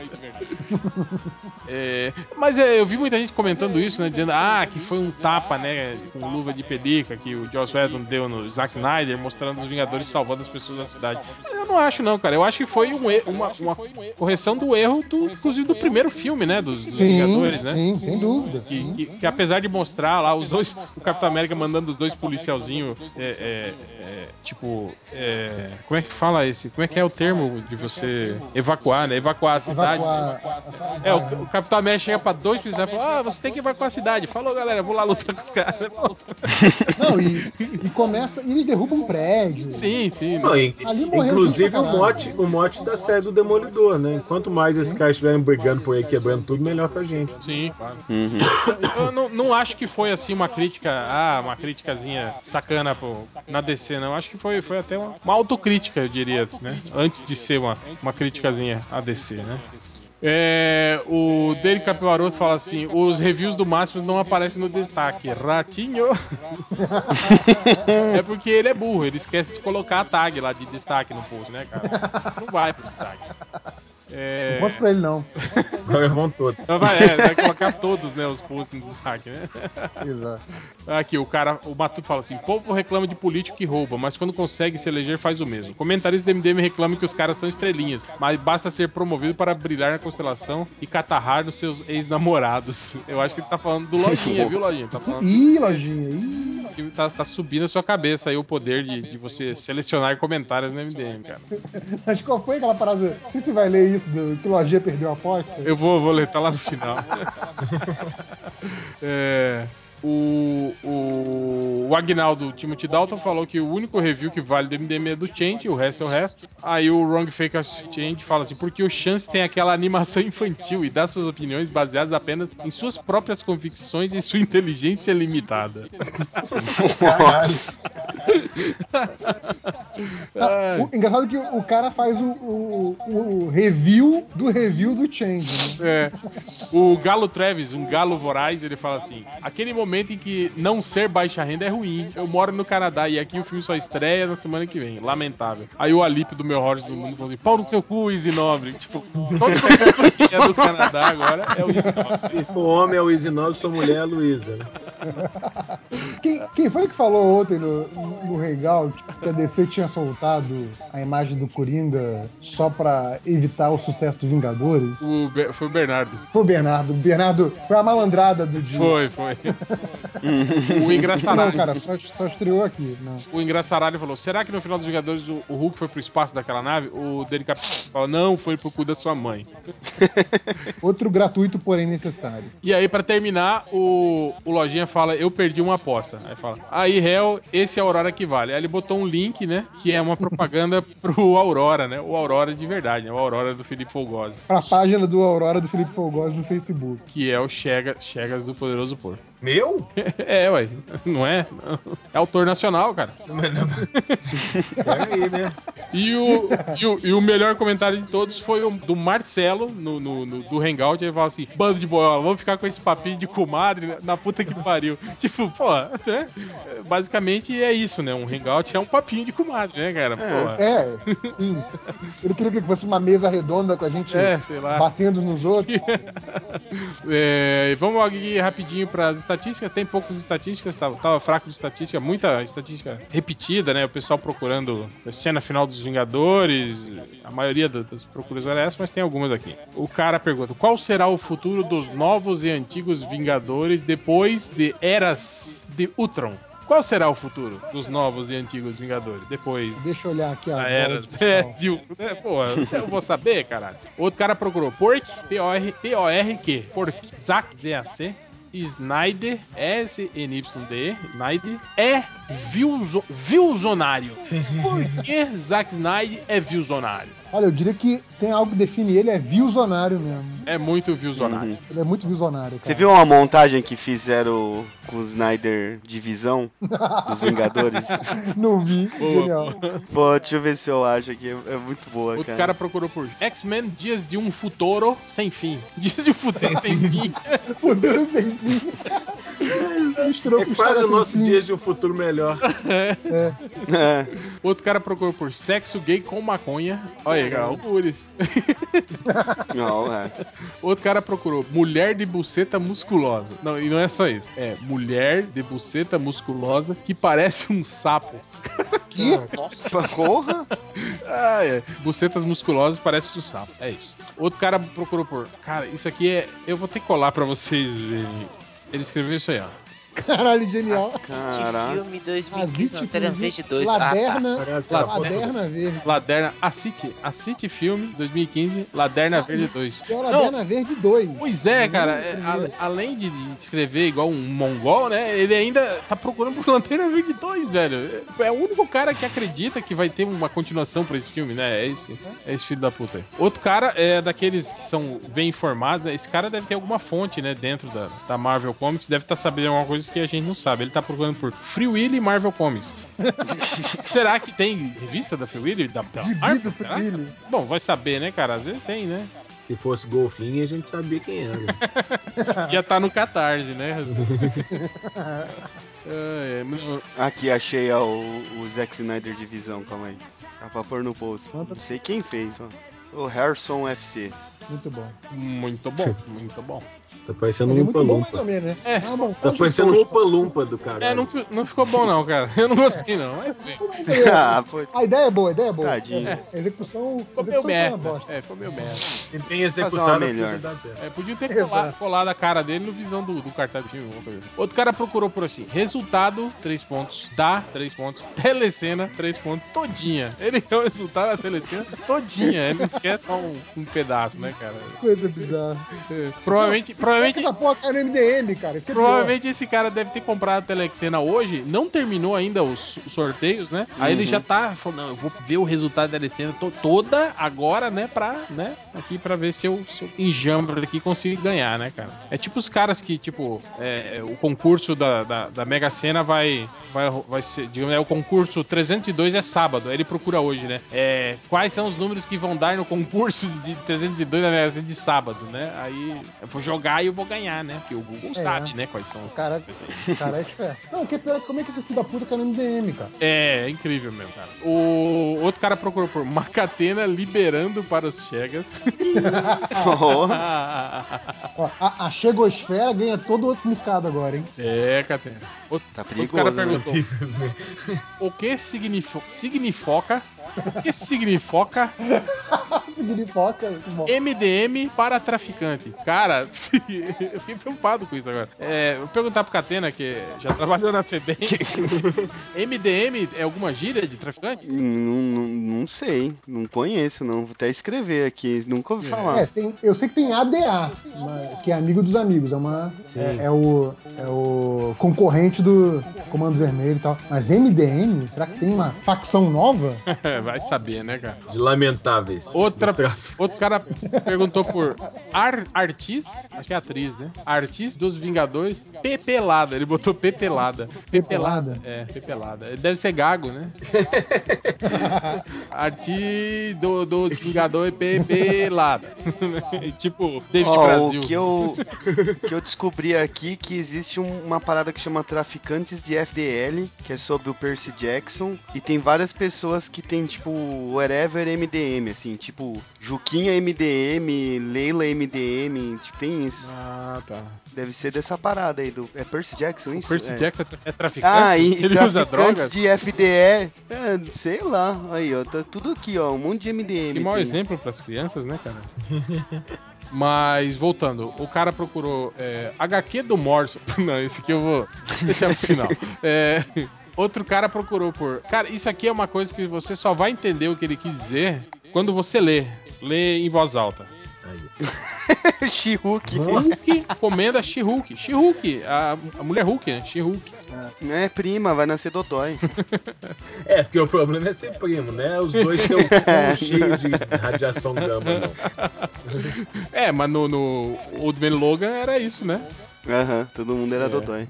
Speaker 1: É, mas é, eu vi muita gente comentando isso, né, dizendo ah, que foi um tapa, né, com luva de pelica que o Joss Whedon deu no Zack Snyder, mostrando os Vingadores salvando as pessoas da cidade. Eu não acho não, cara, eu acho que foi um erro, uma, uma correção do erro, do, inclusive do primeiro filme, né, dos, dos
Speaker 5: sim,
Speaker 1: Vingadores, né?
Speaker 5: Sim, sem dúvida.
Speaker 1: Que, que, que apesar de mostrar lá os dois, o Capitão América mandando os dois policialzinhos, é, é, é, tipo, é, como é que fala esse, como é que é o termo de você evacuar, né, evacuar a cidade. Evacuar. É, o, o Capitão América chega pra dois policiais e fala, ah, você tem que evacuar a cidade. Falou, galera, vou lá lutar com os caras.
Speaker 5: Não, e, e começa, e eles derrubam um prédio.
Speaker 1: Sim, sim.
Speaker 9: Não, e, inclusive o mote, o mote da série do Demolidor, né? Quanto mais esses caras estiverem brigando por aí, quebrando tudo, melhor pra gente.
Speaker 1: Sim, claro. Uhum. Eu não, não acho que foi assim uma crítica, ah, uma criticazinha sacana pro, na D C, não. Acho que foi, foi até uma, uma autocrítica, eu diria, né? Antes de ser uma, uma criticazinha a D C, né? É, o Dele Capivaroto fala assim, os reviews do Máximo não aparecem no destaque. Ratinho. É porque ele é burro, ele esquece de colocar a tag lá de destaque no post, né, cara? Não vai pro destaque. É...
Speaker 5: Não conta pra ele, não.
Speaker 9: Agora vão todos.
Speaker 1: Então vai, é, vai colocar todos, né, os posts no destaque, né?
Speaker 5: Exato.
Speaker 1: Aqui, o cara, o Matuto fala assim, povo reclama de político que rouba, mas quando consegue se eleger faz o mesmo. Comentarista do M D M reclama que os caras são estrelinhas, mas basta ser promovido para brilhar na constelação e catarrar nos seus ex-namorados. Eu acho que ele tá falando do Lojinha, viu, Lojinha? Tá falando...
Speaker 5: Ih, Lojinha, ih.
Speaker 1: Tá, tá subindo a sua cabeça aí o poder de, de você selecionar comentários no M D M, cara.
Speaker 5: Mas qual foi aquela parada? Não sei se você vai ler isso do que Lojinha perdeu a aposta.
Speaker 1: Eu vou, vou ler, tá lá no final. é... O, o, o Agnaldo, o Timothy Dalton, falou que o único review que vale do M D M é do Change, o resto é o resto. Aí o Wrong Fake Change fala assim, porque o Chance tem aquela animação infantil e dá suas opiniões baseadas apenas em suas próprias convicções e sua inteligência limitada.
Speaker 5: Nossa. Não, o, engraçado que o, o cara faz o, o, o review do review do Change, né?
Speaker 1: É. O Galo Travis, um galo voraz, ele fala assim, aquele momento em que não ser baixa renda é ruim. Eu moro no Canadá e aqui o filme só estreia na semana que vem. Lamentável. Aí o Alip do meu Horrors do Mundo falou assim, pau no seu cu, Easy Nobre. Tipo, todo mundo que é do Canadá agora é o Easy Nobre.
Speaker 9: Se for homem é o Easy Nobre, se for mulher é a Luísa.
Speaker 5: Quem, quem foi que falou ontem no, no Regal que a D C tinha soltado a imagem do Coringa só pra evitar o sucesso dos Vingadores?
Speaker 1: O Be- foi o Bernardo.
Speaker 5: Foi o Bernardo. O Bernardo foi a malandrada do dia.
Speaker 1: Foi, foi. O engraçaralho.
Speaker 5: Não, cara, só, só estreou aqui. Não.
Speaker 1: O engraçaralho falou, será que no final dos Vingadores o, o Hulk foi pro espaço daquela nave? O Danny Cap falou, não, foi pro cu da sua mãe.
Speaker 5: Outro gratuito, porém necessário.
Speaker 1: E aí, pra terminar, o, o Lojinha fala, eu perdi uma aposta. Aí fala, aí, réu, esse é a Aurora que vale. Aí ele botou um link, né, que é uma propaganda pro Aurora, né, o Aurora de verdade, né, o Aurora do Felipe Folgosi.
Speaker 5: Pra página do Aurora do Felipe Folgosi no Facebook.
Speaker 1: Que é o Chega, Chegas do Poderoso Porco.
Speaker 9: Meu?
Speaker 1: É, ué, não é? É autor nacional, cara.
Speaker 9: Peraí, né?
Speaker 1: E o, e, o, e o melhor comentário de todos foi o do Marcelo, no, no, no, do Hangout. Ele fala assim, bando de boiola, vamos ficar com esse papinho de comadre na puta que pariu. Tipo, pô, né? Basicamente é isso, né? Um Hangout é um papinho de comadre, né, cara? Pô.
Speaker 5: É, sim. Ele queria que fosse uma mesa redonda com a gente
Speaker 1: é, sei lá.
Speaker 5: batendo nos outros.
Speaker 1: É, vamos aqui rapidinho para as estatísticas. Tem poucas estatísticas, tava, tava fraco de estatística, muita estatística repetida, né? O pessoal procurando a cena final dos Vingadores. A maioria das procuras era essa, mas tem algumas aqui. O cara pergunta, qual será o futuro dos novos e antigos Vingadores depois de Eras de Ultron? Qual será o futuro dos novos e antigos Vingadores depois?
Speaker 5: Deixa eu olhar aqui a
Speaker 1: Era, é, de, é, pô, eu vou saber, caralho. Outro cara procurou Pork, P O R P O R Q, Pork, Zack, Z A C, Snyder, S N Y D, Snyder, é vilzo, vilzonário. Por que Zack Snyder é vilzonário?
Speaker 5: Olha, eu diria que tem algo que define ele, é vilzonário mesmo.
Speaker 1: É muito vilzonário.
Speaker 6: Uhum.
Speaker 5: Ele é muito vilzonário, cara.
Speaker 6: Você viu uma montagem que fizeram com o Snyder Divisão dos Vingadores?
Speaker 5: Não vi,
Speaker 1: Boa,
Speaker 5: genial.
Speaker 6: boa. Pô, deixa eu ver se eu acho aqui, é muito boa,
Speaker 1: Outro
Speaker 6: cara.
Speaker 1: cara procurou por X-Men Dias de um Futuro Sem Fim. Dias de um Futuro Sem, sem Fim.
Speaker 5: Futuro Sem Fim.
Speaker 9: É quase o nosso Dias de um Futuro Melhor.
Speaker 1: É.
Speaker 6: É.
Speaker 1: Outro cara procurou por Sexo Gay com Maconha. Olha aí, cara, algures.
Speaker 6: Não, é.
Speaker 1: Outro cara procurou Mulher de Buceta Musculosa. Não, e não é só isso. É Mulher de Buceta Musculosa que parece um sapo.
Speaker 5: Que?
Speaker 6: Nossa, porra.
Speaker 1: Ah, é. Bucetas musculosas parecem um sapo. É isso. Outro cara procurou por... Cara, isso aqui é... Eu vou ter que colar pra vocês verem. Ele escreveu isso aí, ó.
Speaker 5: Caralho, genial.
Speaker 6: Caraca.
Speaker 2: Filme dois mil e quinze,
Speaker 5: Azite
Speaker 2: Lanterna Verde dois.
Speaker 5: Laderna,
Speaker 2: Ah,
Speaker 1: tá.
Speaker 5: Laderna Verde.
Speaker 1: Laderna... A City. A City Filme dois mil e quinze. Laderna Verde dois.
Speaker 5: Que é o Laderna Verde dois.
Speaker 1: Pois é, cara. É, a, além de escrever igual um mongol, né? Ele ainda tá procurando por Lanterna Verde dois, velho. É o único cara que acredita que vai ter uma continuação pra esse filme, né? É esse, é esse filho da puta aí. Outro cara é daqueles que são bem informados, né? Esse cara deve ter alguma fonte, né? Dentro da, da Marvel Comics. Deve estar sabendo alguma coisa que a gente não sabe. Ele tá procurando por Free Willy e Marvel Comics. Será que tem revista da Free Willy? Da, da
Speaker 5: Gibi
Speaker 1: Marvel?
Speaker 5: do Free Willy.
Speaker 1: Bom, vai saber, né, cara? Às vezes tem, né?
Speaker 9: Se fosse golfinho, a gente sabia quem era.
Speaker 1: Ia estar no Catarse, né? é, é,
Speaker 6: Aqui achei ó, o, o Zack Snyder Divisão, calma aí. Dá pra pôr no post. Não sei quem fez, mano. O Harrison F C.
Speaker 5: Muito bom.
Speaker 1: Muito bom, muito bom.
Speaker 9: Tá parecendo
Speaker 5: Mas é
Speaker 9: um
Speaker 5: muito bom mais
Speaker 9: Umpa-Lumpa.
Speaker 5: ou menos, né?
Speaker 1: É.
Speaker 5: Ah, bom,
Speaker 9: Tá parecendo um Umpa-Lumpa do cara.
Speaker 1: É, não, fi- não ficou bom não, cara. Eu não gostei não. Mas,
Speaker 6: Ah, pô.
Speaker 5: A ideia é boa, a ideia é boa.
Speaker 6: Tadinho.
Speaker 5: É, a execução,
Speaker 1: ficou
Speaker 5: a
Speaker 1: meio
Speaker 5: execução foi uma
Speaker 1: merda.
Speaker 5: bosta.
Speaker 1: É, foi meio merda.
Speaker 9: Quem tem
Speaker 6: Fazer uma
Speaker 9: executado
Speaker 6: melhor.
Speaker 9: podia dar certo.
Speaker 1: É, podia ter
Speaker 5: Exato.
Speaker 1: colado, colado a cara dele no visão do, do cartaz de filme. alguma coisa assim. Outro cara procurou por assim: resultado, três pontos. Dá, três pontos. Telecena, três pontos. Todinha. Ele é o resultado da telecena todinha. Ele não quer só um, um pedaço, né? cara?
Speaker 5: Coisa bizarra.
Speaker 1: É, provavelmente, provavelmente,
Speaker 5: essa porra cai no M D M, cara. Isso é
Speaker 1: provavelmente esse cara deve ter comprado a Telecena hoje, não terminou ainda os sorteios, né? Aí
Speaker 6: Uhum.
Speaker 1: ele já tá falando, não, eu vou ver o resultado da Telecena to- toda agora, né, pra, né, aqui pra ver se eu, se eu enjambro aqui e consigo ganhar, né, cara? É tipo os caras que, tipo, é, o concurso da, da, da Mega Sena vai, vai, vai ser, digamos, é o concurso trezentos e dois é sábado, aí ele procura hoje, né? É, quais são os números que vão dar no concurso de trezentos e dois da Mega Sena de sábado, né? Aí eu vou jogar e eu vou ganhar, né? Porque o Google
Speaker 5: É.
Speaker 1: sabe, né, quais são os...
Speaker 5: Cara, cara é esperto. Não, o que é pior é que como é que esse filho da puta cai no M D M, cara?
Speaker 1: É, é incrível mesmo, cara. O outro cara procurou por Macatena liberando para os Chegas.
Speaker 6: Oh.
Speaker 5: Ó, a, a chegosfera ganha todo outro significado agora, hein?
Speaker 1: É, Catena. Outro,
Speaker 6: Tá
Speaker 1: outro cara
Speaker 6: perigoso, né?
Speaker 1: perguntou: o que significa, significa, o que significa
Speaker 5: Significa, muito bom.
Speaker 1: M D M para traficante? Cara, eu fiquei preocupado com isso agora. É, vou perguntar pro Catena, que já trabalhou na FEBEM. M D M é alguma gíria de traficante?
Speaker 6: Não, não, não sei, não conheço, não. Vou até escrever aqui, nunca ouvi
Speaker 1: É.
Speaker 6: falar.
Speaker 5: É, tem, eu sei que tem A D A, uma- que é amigo dos amigos, é uma é, é o é o concorrente do Comando Vermelho e tal. Mas M D M, será que tem uma facção nova?
Speaker 1: Vai saber, né, cara?
Speaker 9: De lamentáveis.
Speaker 1: Outra,
Speaker 9: Do tráfico.
Speaker 1: outro cara perguntou por Ar, Artis, acho que é atriz, né? Artis dos Vingadores, Pepelada. Ele botou Pepelada.
Speaker 5: Pepelada?
Speaker 1: É, Pepelada. Ele deve ser gago, né? Artis do, dos Vingadores, Pepelada. Tipo, David
Speaker 6: Ó,
Speaker 1: Brasil.
Speaker 6: o que eu, que eu descobri aqui que existe um- uma parada que chama Traficantes de F D L, que é sobre o Percy Jackson, e tem várias pessoas que tem, tipo, wherever M D M, assim, tipo, Juquinha M D M, Leila M D M, tipo, tem isso.
Speaker 1: Ah, tá.
Speaker 6: Deve ser dessa parada aí, do... É Percy Jackson
Speaker 1: O
Speaker 6: isso?
Speaker 1: Percy
Speaker 6: É.
Speaker 1: Jackson é traficante?
Speaker 6: Ah, e
Speaker 1: Ele usa
Speaker 6: traficantes
Speaker 1: drogas?
Speaker 6: de F D E, é, sei lá, aí, ó, tá tudo aqui, ó, um monte de M D M.
Speaker 1: Que mau
Speaker 6: tem.
Speaker 1: exemplo pras crianças, né, cara? Mas, voltando, o cara procurou é, H Q do Morrison. Não, esse aqui eu vou deixar pro final. É, outro cara procurou por... Cara, isso aqui é uma coisa que você só vai entender o que ele quis dizer quando você lê. Lê em voz alta.
Speaker 6: She-Hulk.
Speaker 1: Hulk comenda She-Hulk. She-Hulk, a, a mulher Hulk, né? She-Hulk.
Speaker 6: Não é prima, vai nascer Dodói.
Speaker 9: É, porque o problema é ser primo, né? Os dois têm o cu cheio de radiação gama, não.
Speaker 1: É, mas no, no Old Man Logan era isso, né?
Speaker 6: Aham, todo mundo era
Speaker 1: É.
Speaker 6: Dodói.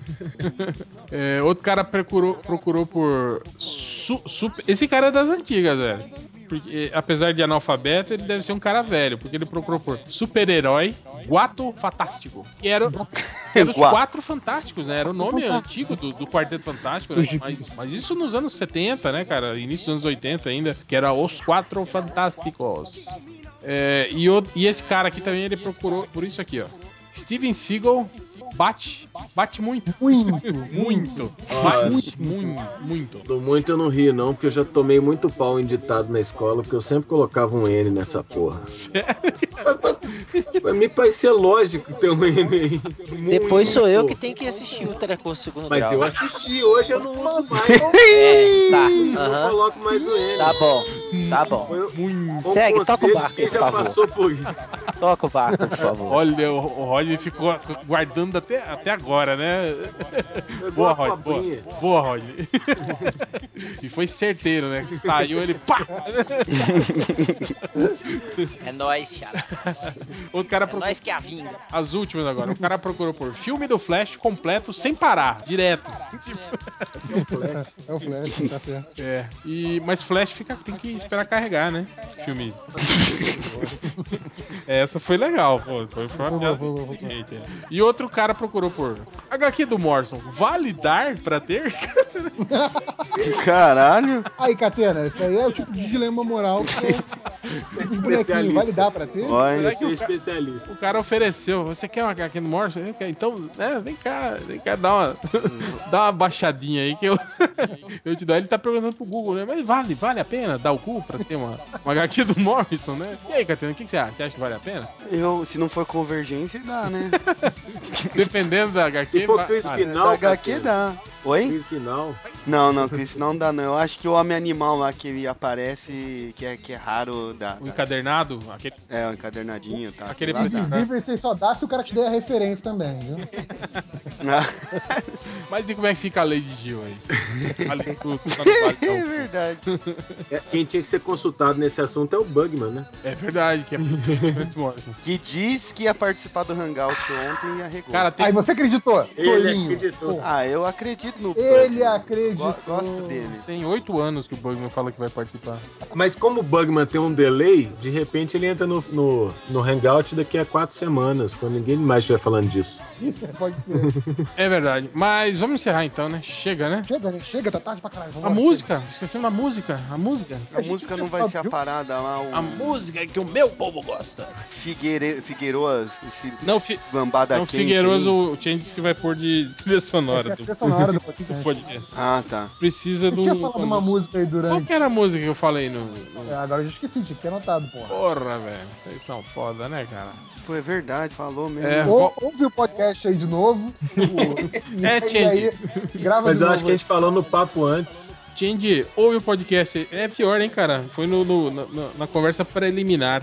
Speaker 1: É, outro cara procurou, procurou por. Su, super, esse cara é das antigas, velho. Porque, apesar de analfabeto, ele deve ser um cara velho. Porque ele procurou por super-herói Guato Fantástico. Que era, que era os
Speaker 6: Guato.
Speaker 1: Quatro Fantásticos, né? Era o nome antigo do, do Quarteto Fantástico, né? Mas, mas isso nos anos setenta, né, cara? Início dos anos oitenta ainda. Que era os Quatro Fantásticos. É, e, o, e esse cara aqui também, ele procurou por isso aqui, ó. Steven Seagal bate, bate muito.
Speaker 5: Muito,
Speaker 1: Muito.
Speaker 9: Ah,
Speaker 1: Bate muito, muito.
Speaker 9: Do muito eu não rio, não, porque eu já tomei muito pau em ditado na escola, porque eu sempre colocava um N nessa porra. Pra mim parecia lógico ter um N aí.
Speaker 2: Depois sou eu que
Speaker 9: Muito.
Speaker 2: tenho que assistir o Telecurso segundo
Speaker 9: Mas
Speaker 2: grau.
Speaker 9: eu assisti, hoje eu não uso mais.
Speaker 2: É, tá.
Speaker 9: Eu não
Speaker 2: aham.
Speaker 9: coloco mais o N.
Speaker 2: Tá bom, tá bom.
Speaker 9: Foi um
Speaker 2: Segue, toca o
Speaker 9: conselho
Speaker 2: barco
Speaker 9: de quem
Speaker 2: aí, por
Speaker 9: já
Speaker 2: favor.
Speaker 9: passou por isso.
Speaker 2: Toca o barco, por favor.
Speaker 1: Olha, o, o Roger ficou guardando até, até agora, né? Boa,
Speaker 9: uma
Speaker 1: Roger. Boa,
Speaker 9: cobrinha.
Speaker 1: boa, Roger. E foi certeiro, né? Saiu ele, pá!
Speaker 2: É nóis, cara.
Speaker 1: Outro cara
Speaker 2: É
Speaker 1: procurou.
Speaker 2: nóis que avinga.
Speaker 1: As últimas agora. O cara procurou por filme do Flash completo sem parar, direto.
Speaker 5: É o Flash, tá certo.
Speaker 1: É, e, mas Flash fica, tem que esperar carregar, né? Filme. É, essa foi legal, pô. Foi, foi uma piada inteligente, é. E outro cara procurou por H Q do Morrison. Vale dar pra ter?
Speaker 6: Caralho.
Speaker 5: Aí, Catena, isso aí é o tipo de dilema moral que é os bonequinhos, vale dar pra ter?
Speaker 6: Olha,
Speaker 1: Será que
Speaker 9: Sou
Speaker 1: o cara,
Speaker 9: especialista.
Speaker 1: o cara ofereceu? Você quer uma H Q do Morrison? Eu quero. Então, né, vem cá, vem cá dar uma, dar uma baixadinha aí que eu, eu te dou. Ele tá perguntando pro Google, né? Mas vale, vale a pena dar o cu pra ter uma, uma H Q do Morrison, né? E aí, Catena, o que, que você acha? Você acha que vale a pena?
Speaker 6: eu, se não for convergência, dá, né?
Speaker 1: Dependendo da H Q,
Speaker 9: Se for
Speaker 1: va-
Speaker 9: Chris
Speaker 1: vale.
Speaker 9: Final,
Speaker 6: da H Q
Speaker 9: Catena.
Speaker 6: dá. Oi?
Speaker 9: Crise final.
Speaker 6: Não, não, Chris, não dá não. Eu acho que o Homem Animal lá que ele aparece, que é, que é raro, dá.
Speaker 1: O
Speaker 6: dá.
Speaker 1: encadernado, aquele...
Speaker 6: É, o encadernadinho, tá?
Speaker 1: Aquele
Speaker 6: Lá dá.
Speaker 5: Invisível você só dá se o cara te der a referência também, viu?
Speaker 1: Mas e como é que fica a Lady Gil aí? Vale tudo, só não vale não.
Speaker 6: É verdade.
Speaker 9: É, quem tinha que ser consultado nesse assunto é o Bugman, né?
Speaker 1: É verdade, que é Grant Morrison.
Speaker 6: Que diz que ia participar do Hangout ontem e arregou.
Speaker 1: Cara, tem...
Speaker 5: Aí você acreditou,
Speaker 9: Ele
Speaker 5: Tolinho.
Speaker 9: acreditou.
Speaker 5: Pô,
Speaker 6: Ah, eu acredito no
Speaker 5: Ele
Speaker 6: Bugman.
Speaker 5: acreditou.
Speaker 6: Go- Gosto dele.
Speaker 1: tem oito anos que o Bugman fala que vai participar.
Speaker 9: Mas como o Bugman tem um delay, de repente ele entra no, no, no Hangout daqui a quatro semanas, quando ninguém mais estiver falando disso.
Speaker 5: Pode ser.
Speaker 1: É verdade. Mas vamos encerrar então, né? Chega, né?
Speaker 5: Chega, né? Chega, tá tarde pra caralho.
Speaker 1: A
Speaker 5: Vambora,
Speaker 1: música, esquecemos da música. A música.
Speaker 6: A música não vai ser a parada lá, o
Speaker 1: A música que o meu povo gosta.
Speaker 6: Figueire... Figueiroas, esse
Speaker 1: Não, fi...
Speaker 6: bambada
Speaker 1: não
Speaker 6: quente
Speaker 1: Figueiroso,
Speaker 6: aí.
Speaker 1: o Chen disse que vai pôr de trilha sonora.
Speaker 5: Essa é a
Speaker 1: do...
Speaker 5: trilha sonora do
Speaker 1: do
Speaker 5: podcast.
Speaker 1: podcast.
Speaker 6: Ah, tá.
Speaker 1: Precisa
Speaker 5: Eu
Speaker 1: do...
Speaker 5: tinha falado uma música aí durante...
Speaker 1: Qual que era a música que eu falei no... no...
Speaker 5: É, agora eu já esqueci, tinha que ter anotado, porra.
Speaker 1: Porra, velho. Vocês são foda, né, cara?
Speaker 6: Pô, é verdade, falou mesmo.
Speaker 1: É,
Speaker 5: Ou, ouve o podcast aí de novo. e,
Speaker 1: É,
Speaker 5: e
Speaker 1: Change.
Speaker 5: aí, grava
Speaker 9: Mas
Speaker 5: de
Speaker 9: eu
Speaker 5: novo.
Speaker 9: acho que a gente falou no papo antes.
Speaker 1: Change, ouve o podcast. É pior, hein, cara? Foi no, no- na, na conversa preliminar.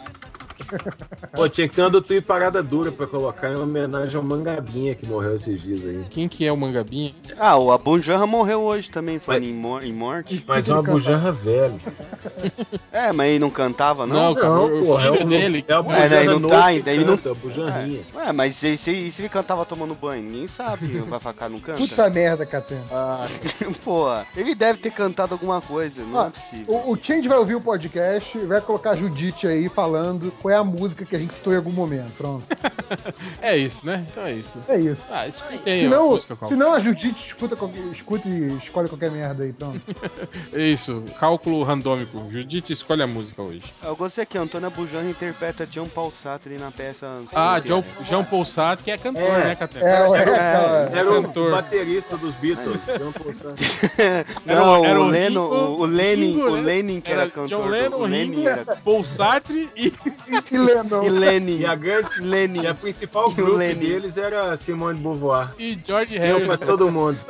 Speaker 9: Pô, tinha que ter uma do Tui Parada Dura pra colocar em homenagem ao Mangabinha que morreu esses dias aí.
Speaker 1: Quem que é o Mangabinha?
Speaker 6: Ah, o Abu Janra morreu hoje também, foi
Speaker 9: Mas-
Speaker 6: em, mor- em morte.
Speaker 9: Mas é uma bujanra velho.
Speaker 6: É, mas ele não cantava, não?
Speaker 1: Não, cara,
Speaker 9: Não,
Speaker 1: o
Speaker 9: porra, é
Speaker 1: filho
Speaker 9: o
Speaker 1: dele.
Speaker 9: É o
Speaker 6: É, né,
Speaker 9: bujanra
Speaker 6: ele não
Speaker 9: novo
Speaker 6: tá
Speaker 9: que
Speaker 6: ainda, ele não-
Speaker 9: canta, a bujanrinha.
Speaker 6: Ué, mas se, se, se ele cantava tomando banho, ninguém sabe. Vai facar, não canta?
Speaker 5: Puta merda, Catena.
Speaker 6: Pô, ele deve ter cantado alguma coisa, não
Speaker 5: Ó,
Speaker 6: é possível.
Speaker 5: O, o Change vai ouvir o podcast e vai colocar a Judite aí falando qual é a música que a gente citou em algum momento. Pronto.
Speaker 1: É isso, né? Então é isso.
Speaker 5: É isso.
Speaker 1: Ah, escuta aí
Speaker 5: Se
Speaker 1: a
Speaker 5: não,
Speaker 1: música qual.
Speaker 5: se não a Judite escuta, qualquer- escuta e escolhe qualquer merda aí. Pronto.
Speaker 1: É isso, cálculo randômico. Judite escolhe a música hoje.
Speaker 6: Eu gostei que a Antônia Bujanra interpreta John Paul Sartre na peça...
Speaker 1: Ah,
Speaker 6: Como
Speaker 1: John,
Speaker 6: que é?
Speaker 1: Jean Paul Sartre, que é cantor,
Speaker 9: É.
Speaker 1: né, Catena?
Speaker 5: É, ué,
Speaker 6: é,
Speaker 5: cara.
Speaker 9: Era o
Speaker 1: Cantor.
Speaker 9: baterista dos Beatles. John Paul Sartre.
Speaker 6: Não,
Speaker 1: Era
Speaker 6: o,
Speaker 1: o
Speaker 6: Lennon,
Speaker 1: Ringo-
Speaker 6: o, o Lenin,
Speaker 1: Ringo,
Speaker 6: o
Speaker 1: né?
Speaker 6: Lenin que era,
Speaker 1: Era
Speaker 6: cantor.
Speaker 1: John
Speaker 6: do-
Speaker 1: Lennon,
Speaker 6: o Lenin
Speaker 1: Ringo,
Speaker 6: era...
Speaker 1: Paul Sartre e...
Speaker 5: E, e Lennon.
Speaker 6: E Lenin.
Speaker 9: E a grande
Speaker 6: Lenin.
Speaker 9: E a principal
Speaker 6: E o
Speaker 9: grupo
Speaker 6: Lenin.
Speaker 9: deles era Simone de Beauvoir.
Speaker 1: e George
Speaker 9: Eu pra
Speaker 1: Harrison.
Speaker 9: todo mundo.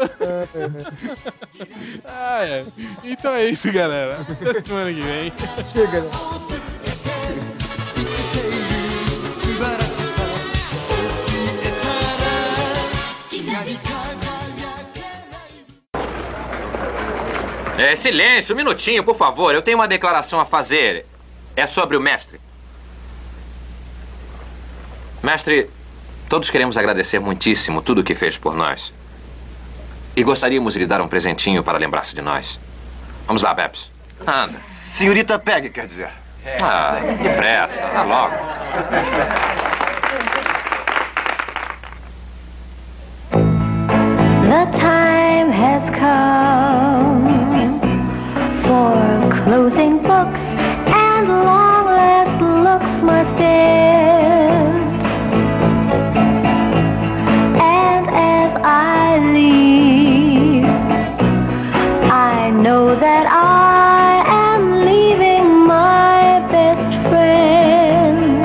Speaker 1: Ah, é. Então é isso, galera. Até semana que vem.
Speaker 5: Chega, né?
Speaker 10: É, silêncio, um minutinho, por favor. Eu tenho uma declaração a fazer. É sobre o mestre. Mestre, todos queremos agradecer muitíssimo tudo o que fez por nós. E gostaríamos de lhe dar um presentinho para lembrar-se de nós. Vamos lá, Babs. Anda.
Speaker 11: Senhorita Peg, quer dizer.
Speaker 10: Ah, depressa, vá logo.
Speaker 12: The time has come for closing books and long last looks must end. And as I leave, I know that I am leaving my best friend.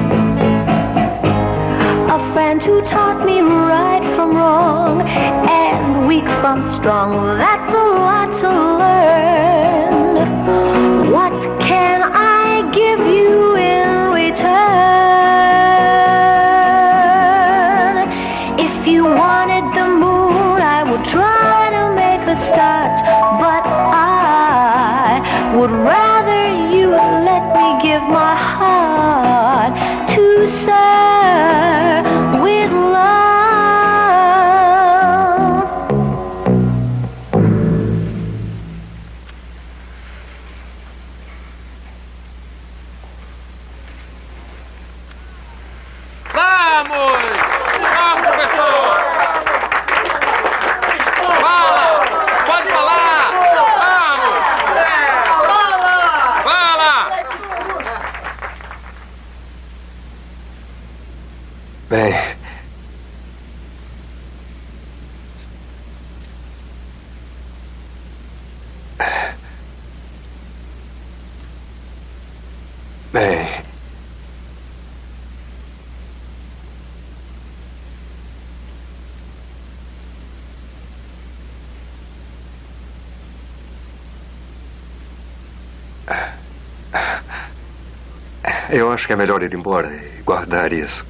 Speaker 12: A friend who taught me right from wrong and weak from strong. That's a lot to learn. What can I give you in return? If you wanted the moon, I would try to make a start, but I would rather you let me give my heart to Sir with love.
Speaker 10: Vamos! Vamos, professor! Fala! Pode falar! Vamos! Fala!
Speaker 11: Bem. Bem. Eu acho que é melhor ir embora e guardar isso.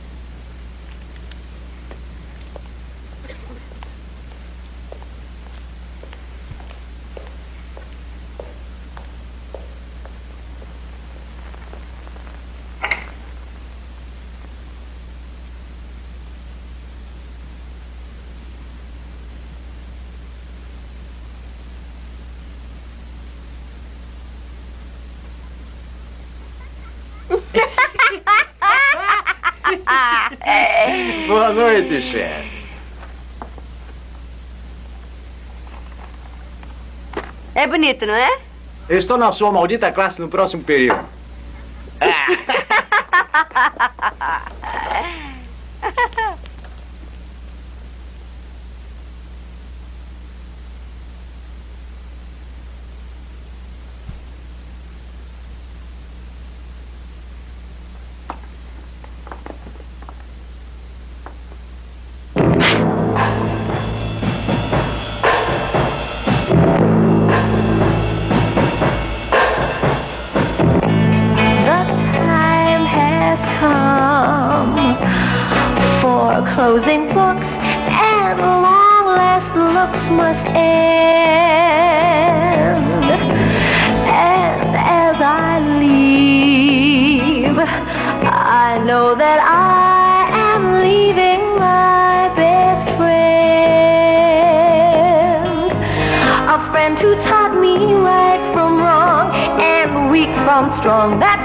Speaker 11: Boa noite, chefe.
Speaker 13: É bonito, não é?
Speaker 11: Eu estou na sua maldita classe no próximo período.
Speaker 12: Closing books and long last looks must end. And as I leave, I know that I am leaving my best friend, a friend who taught me right from wrong and weak from strong. That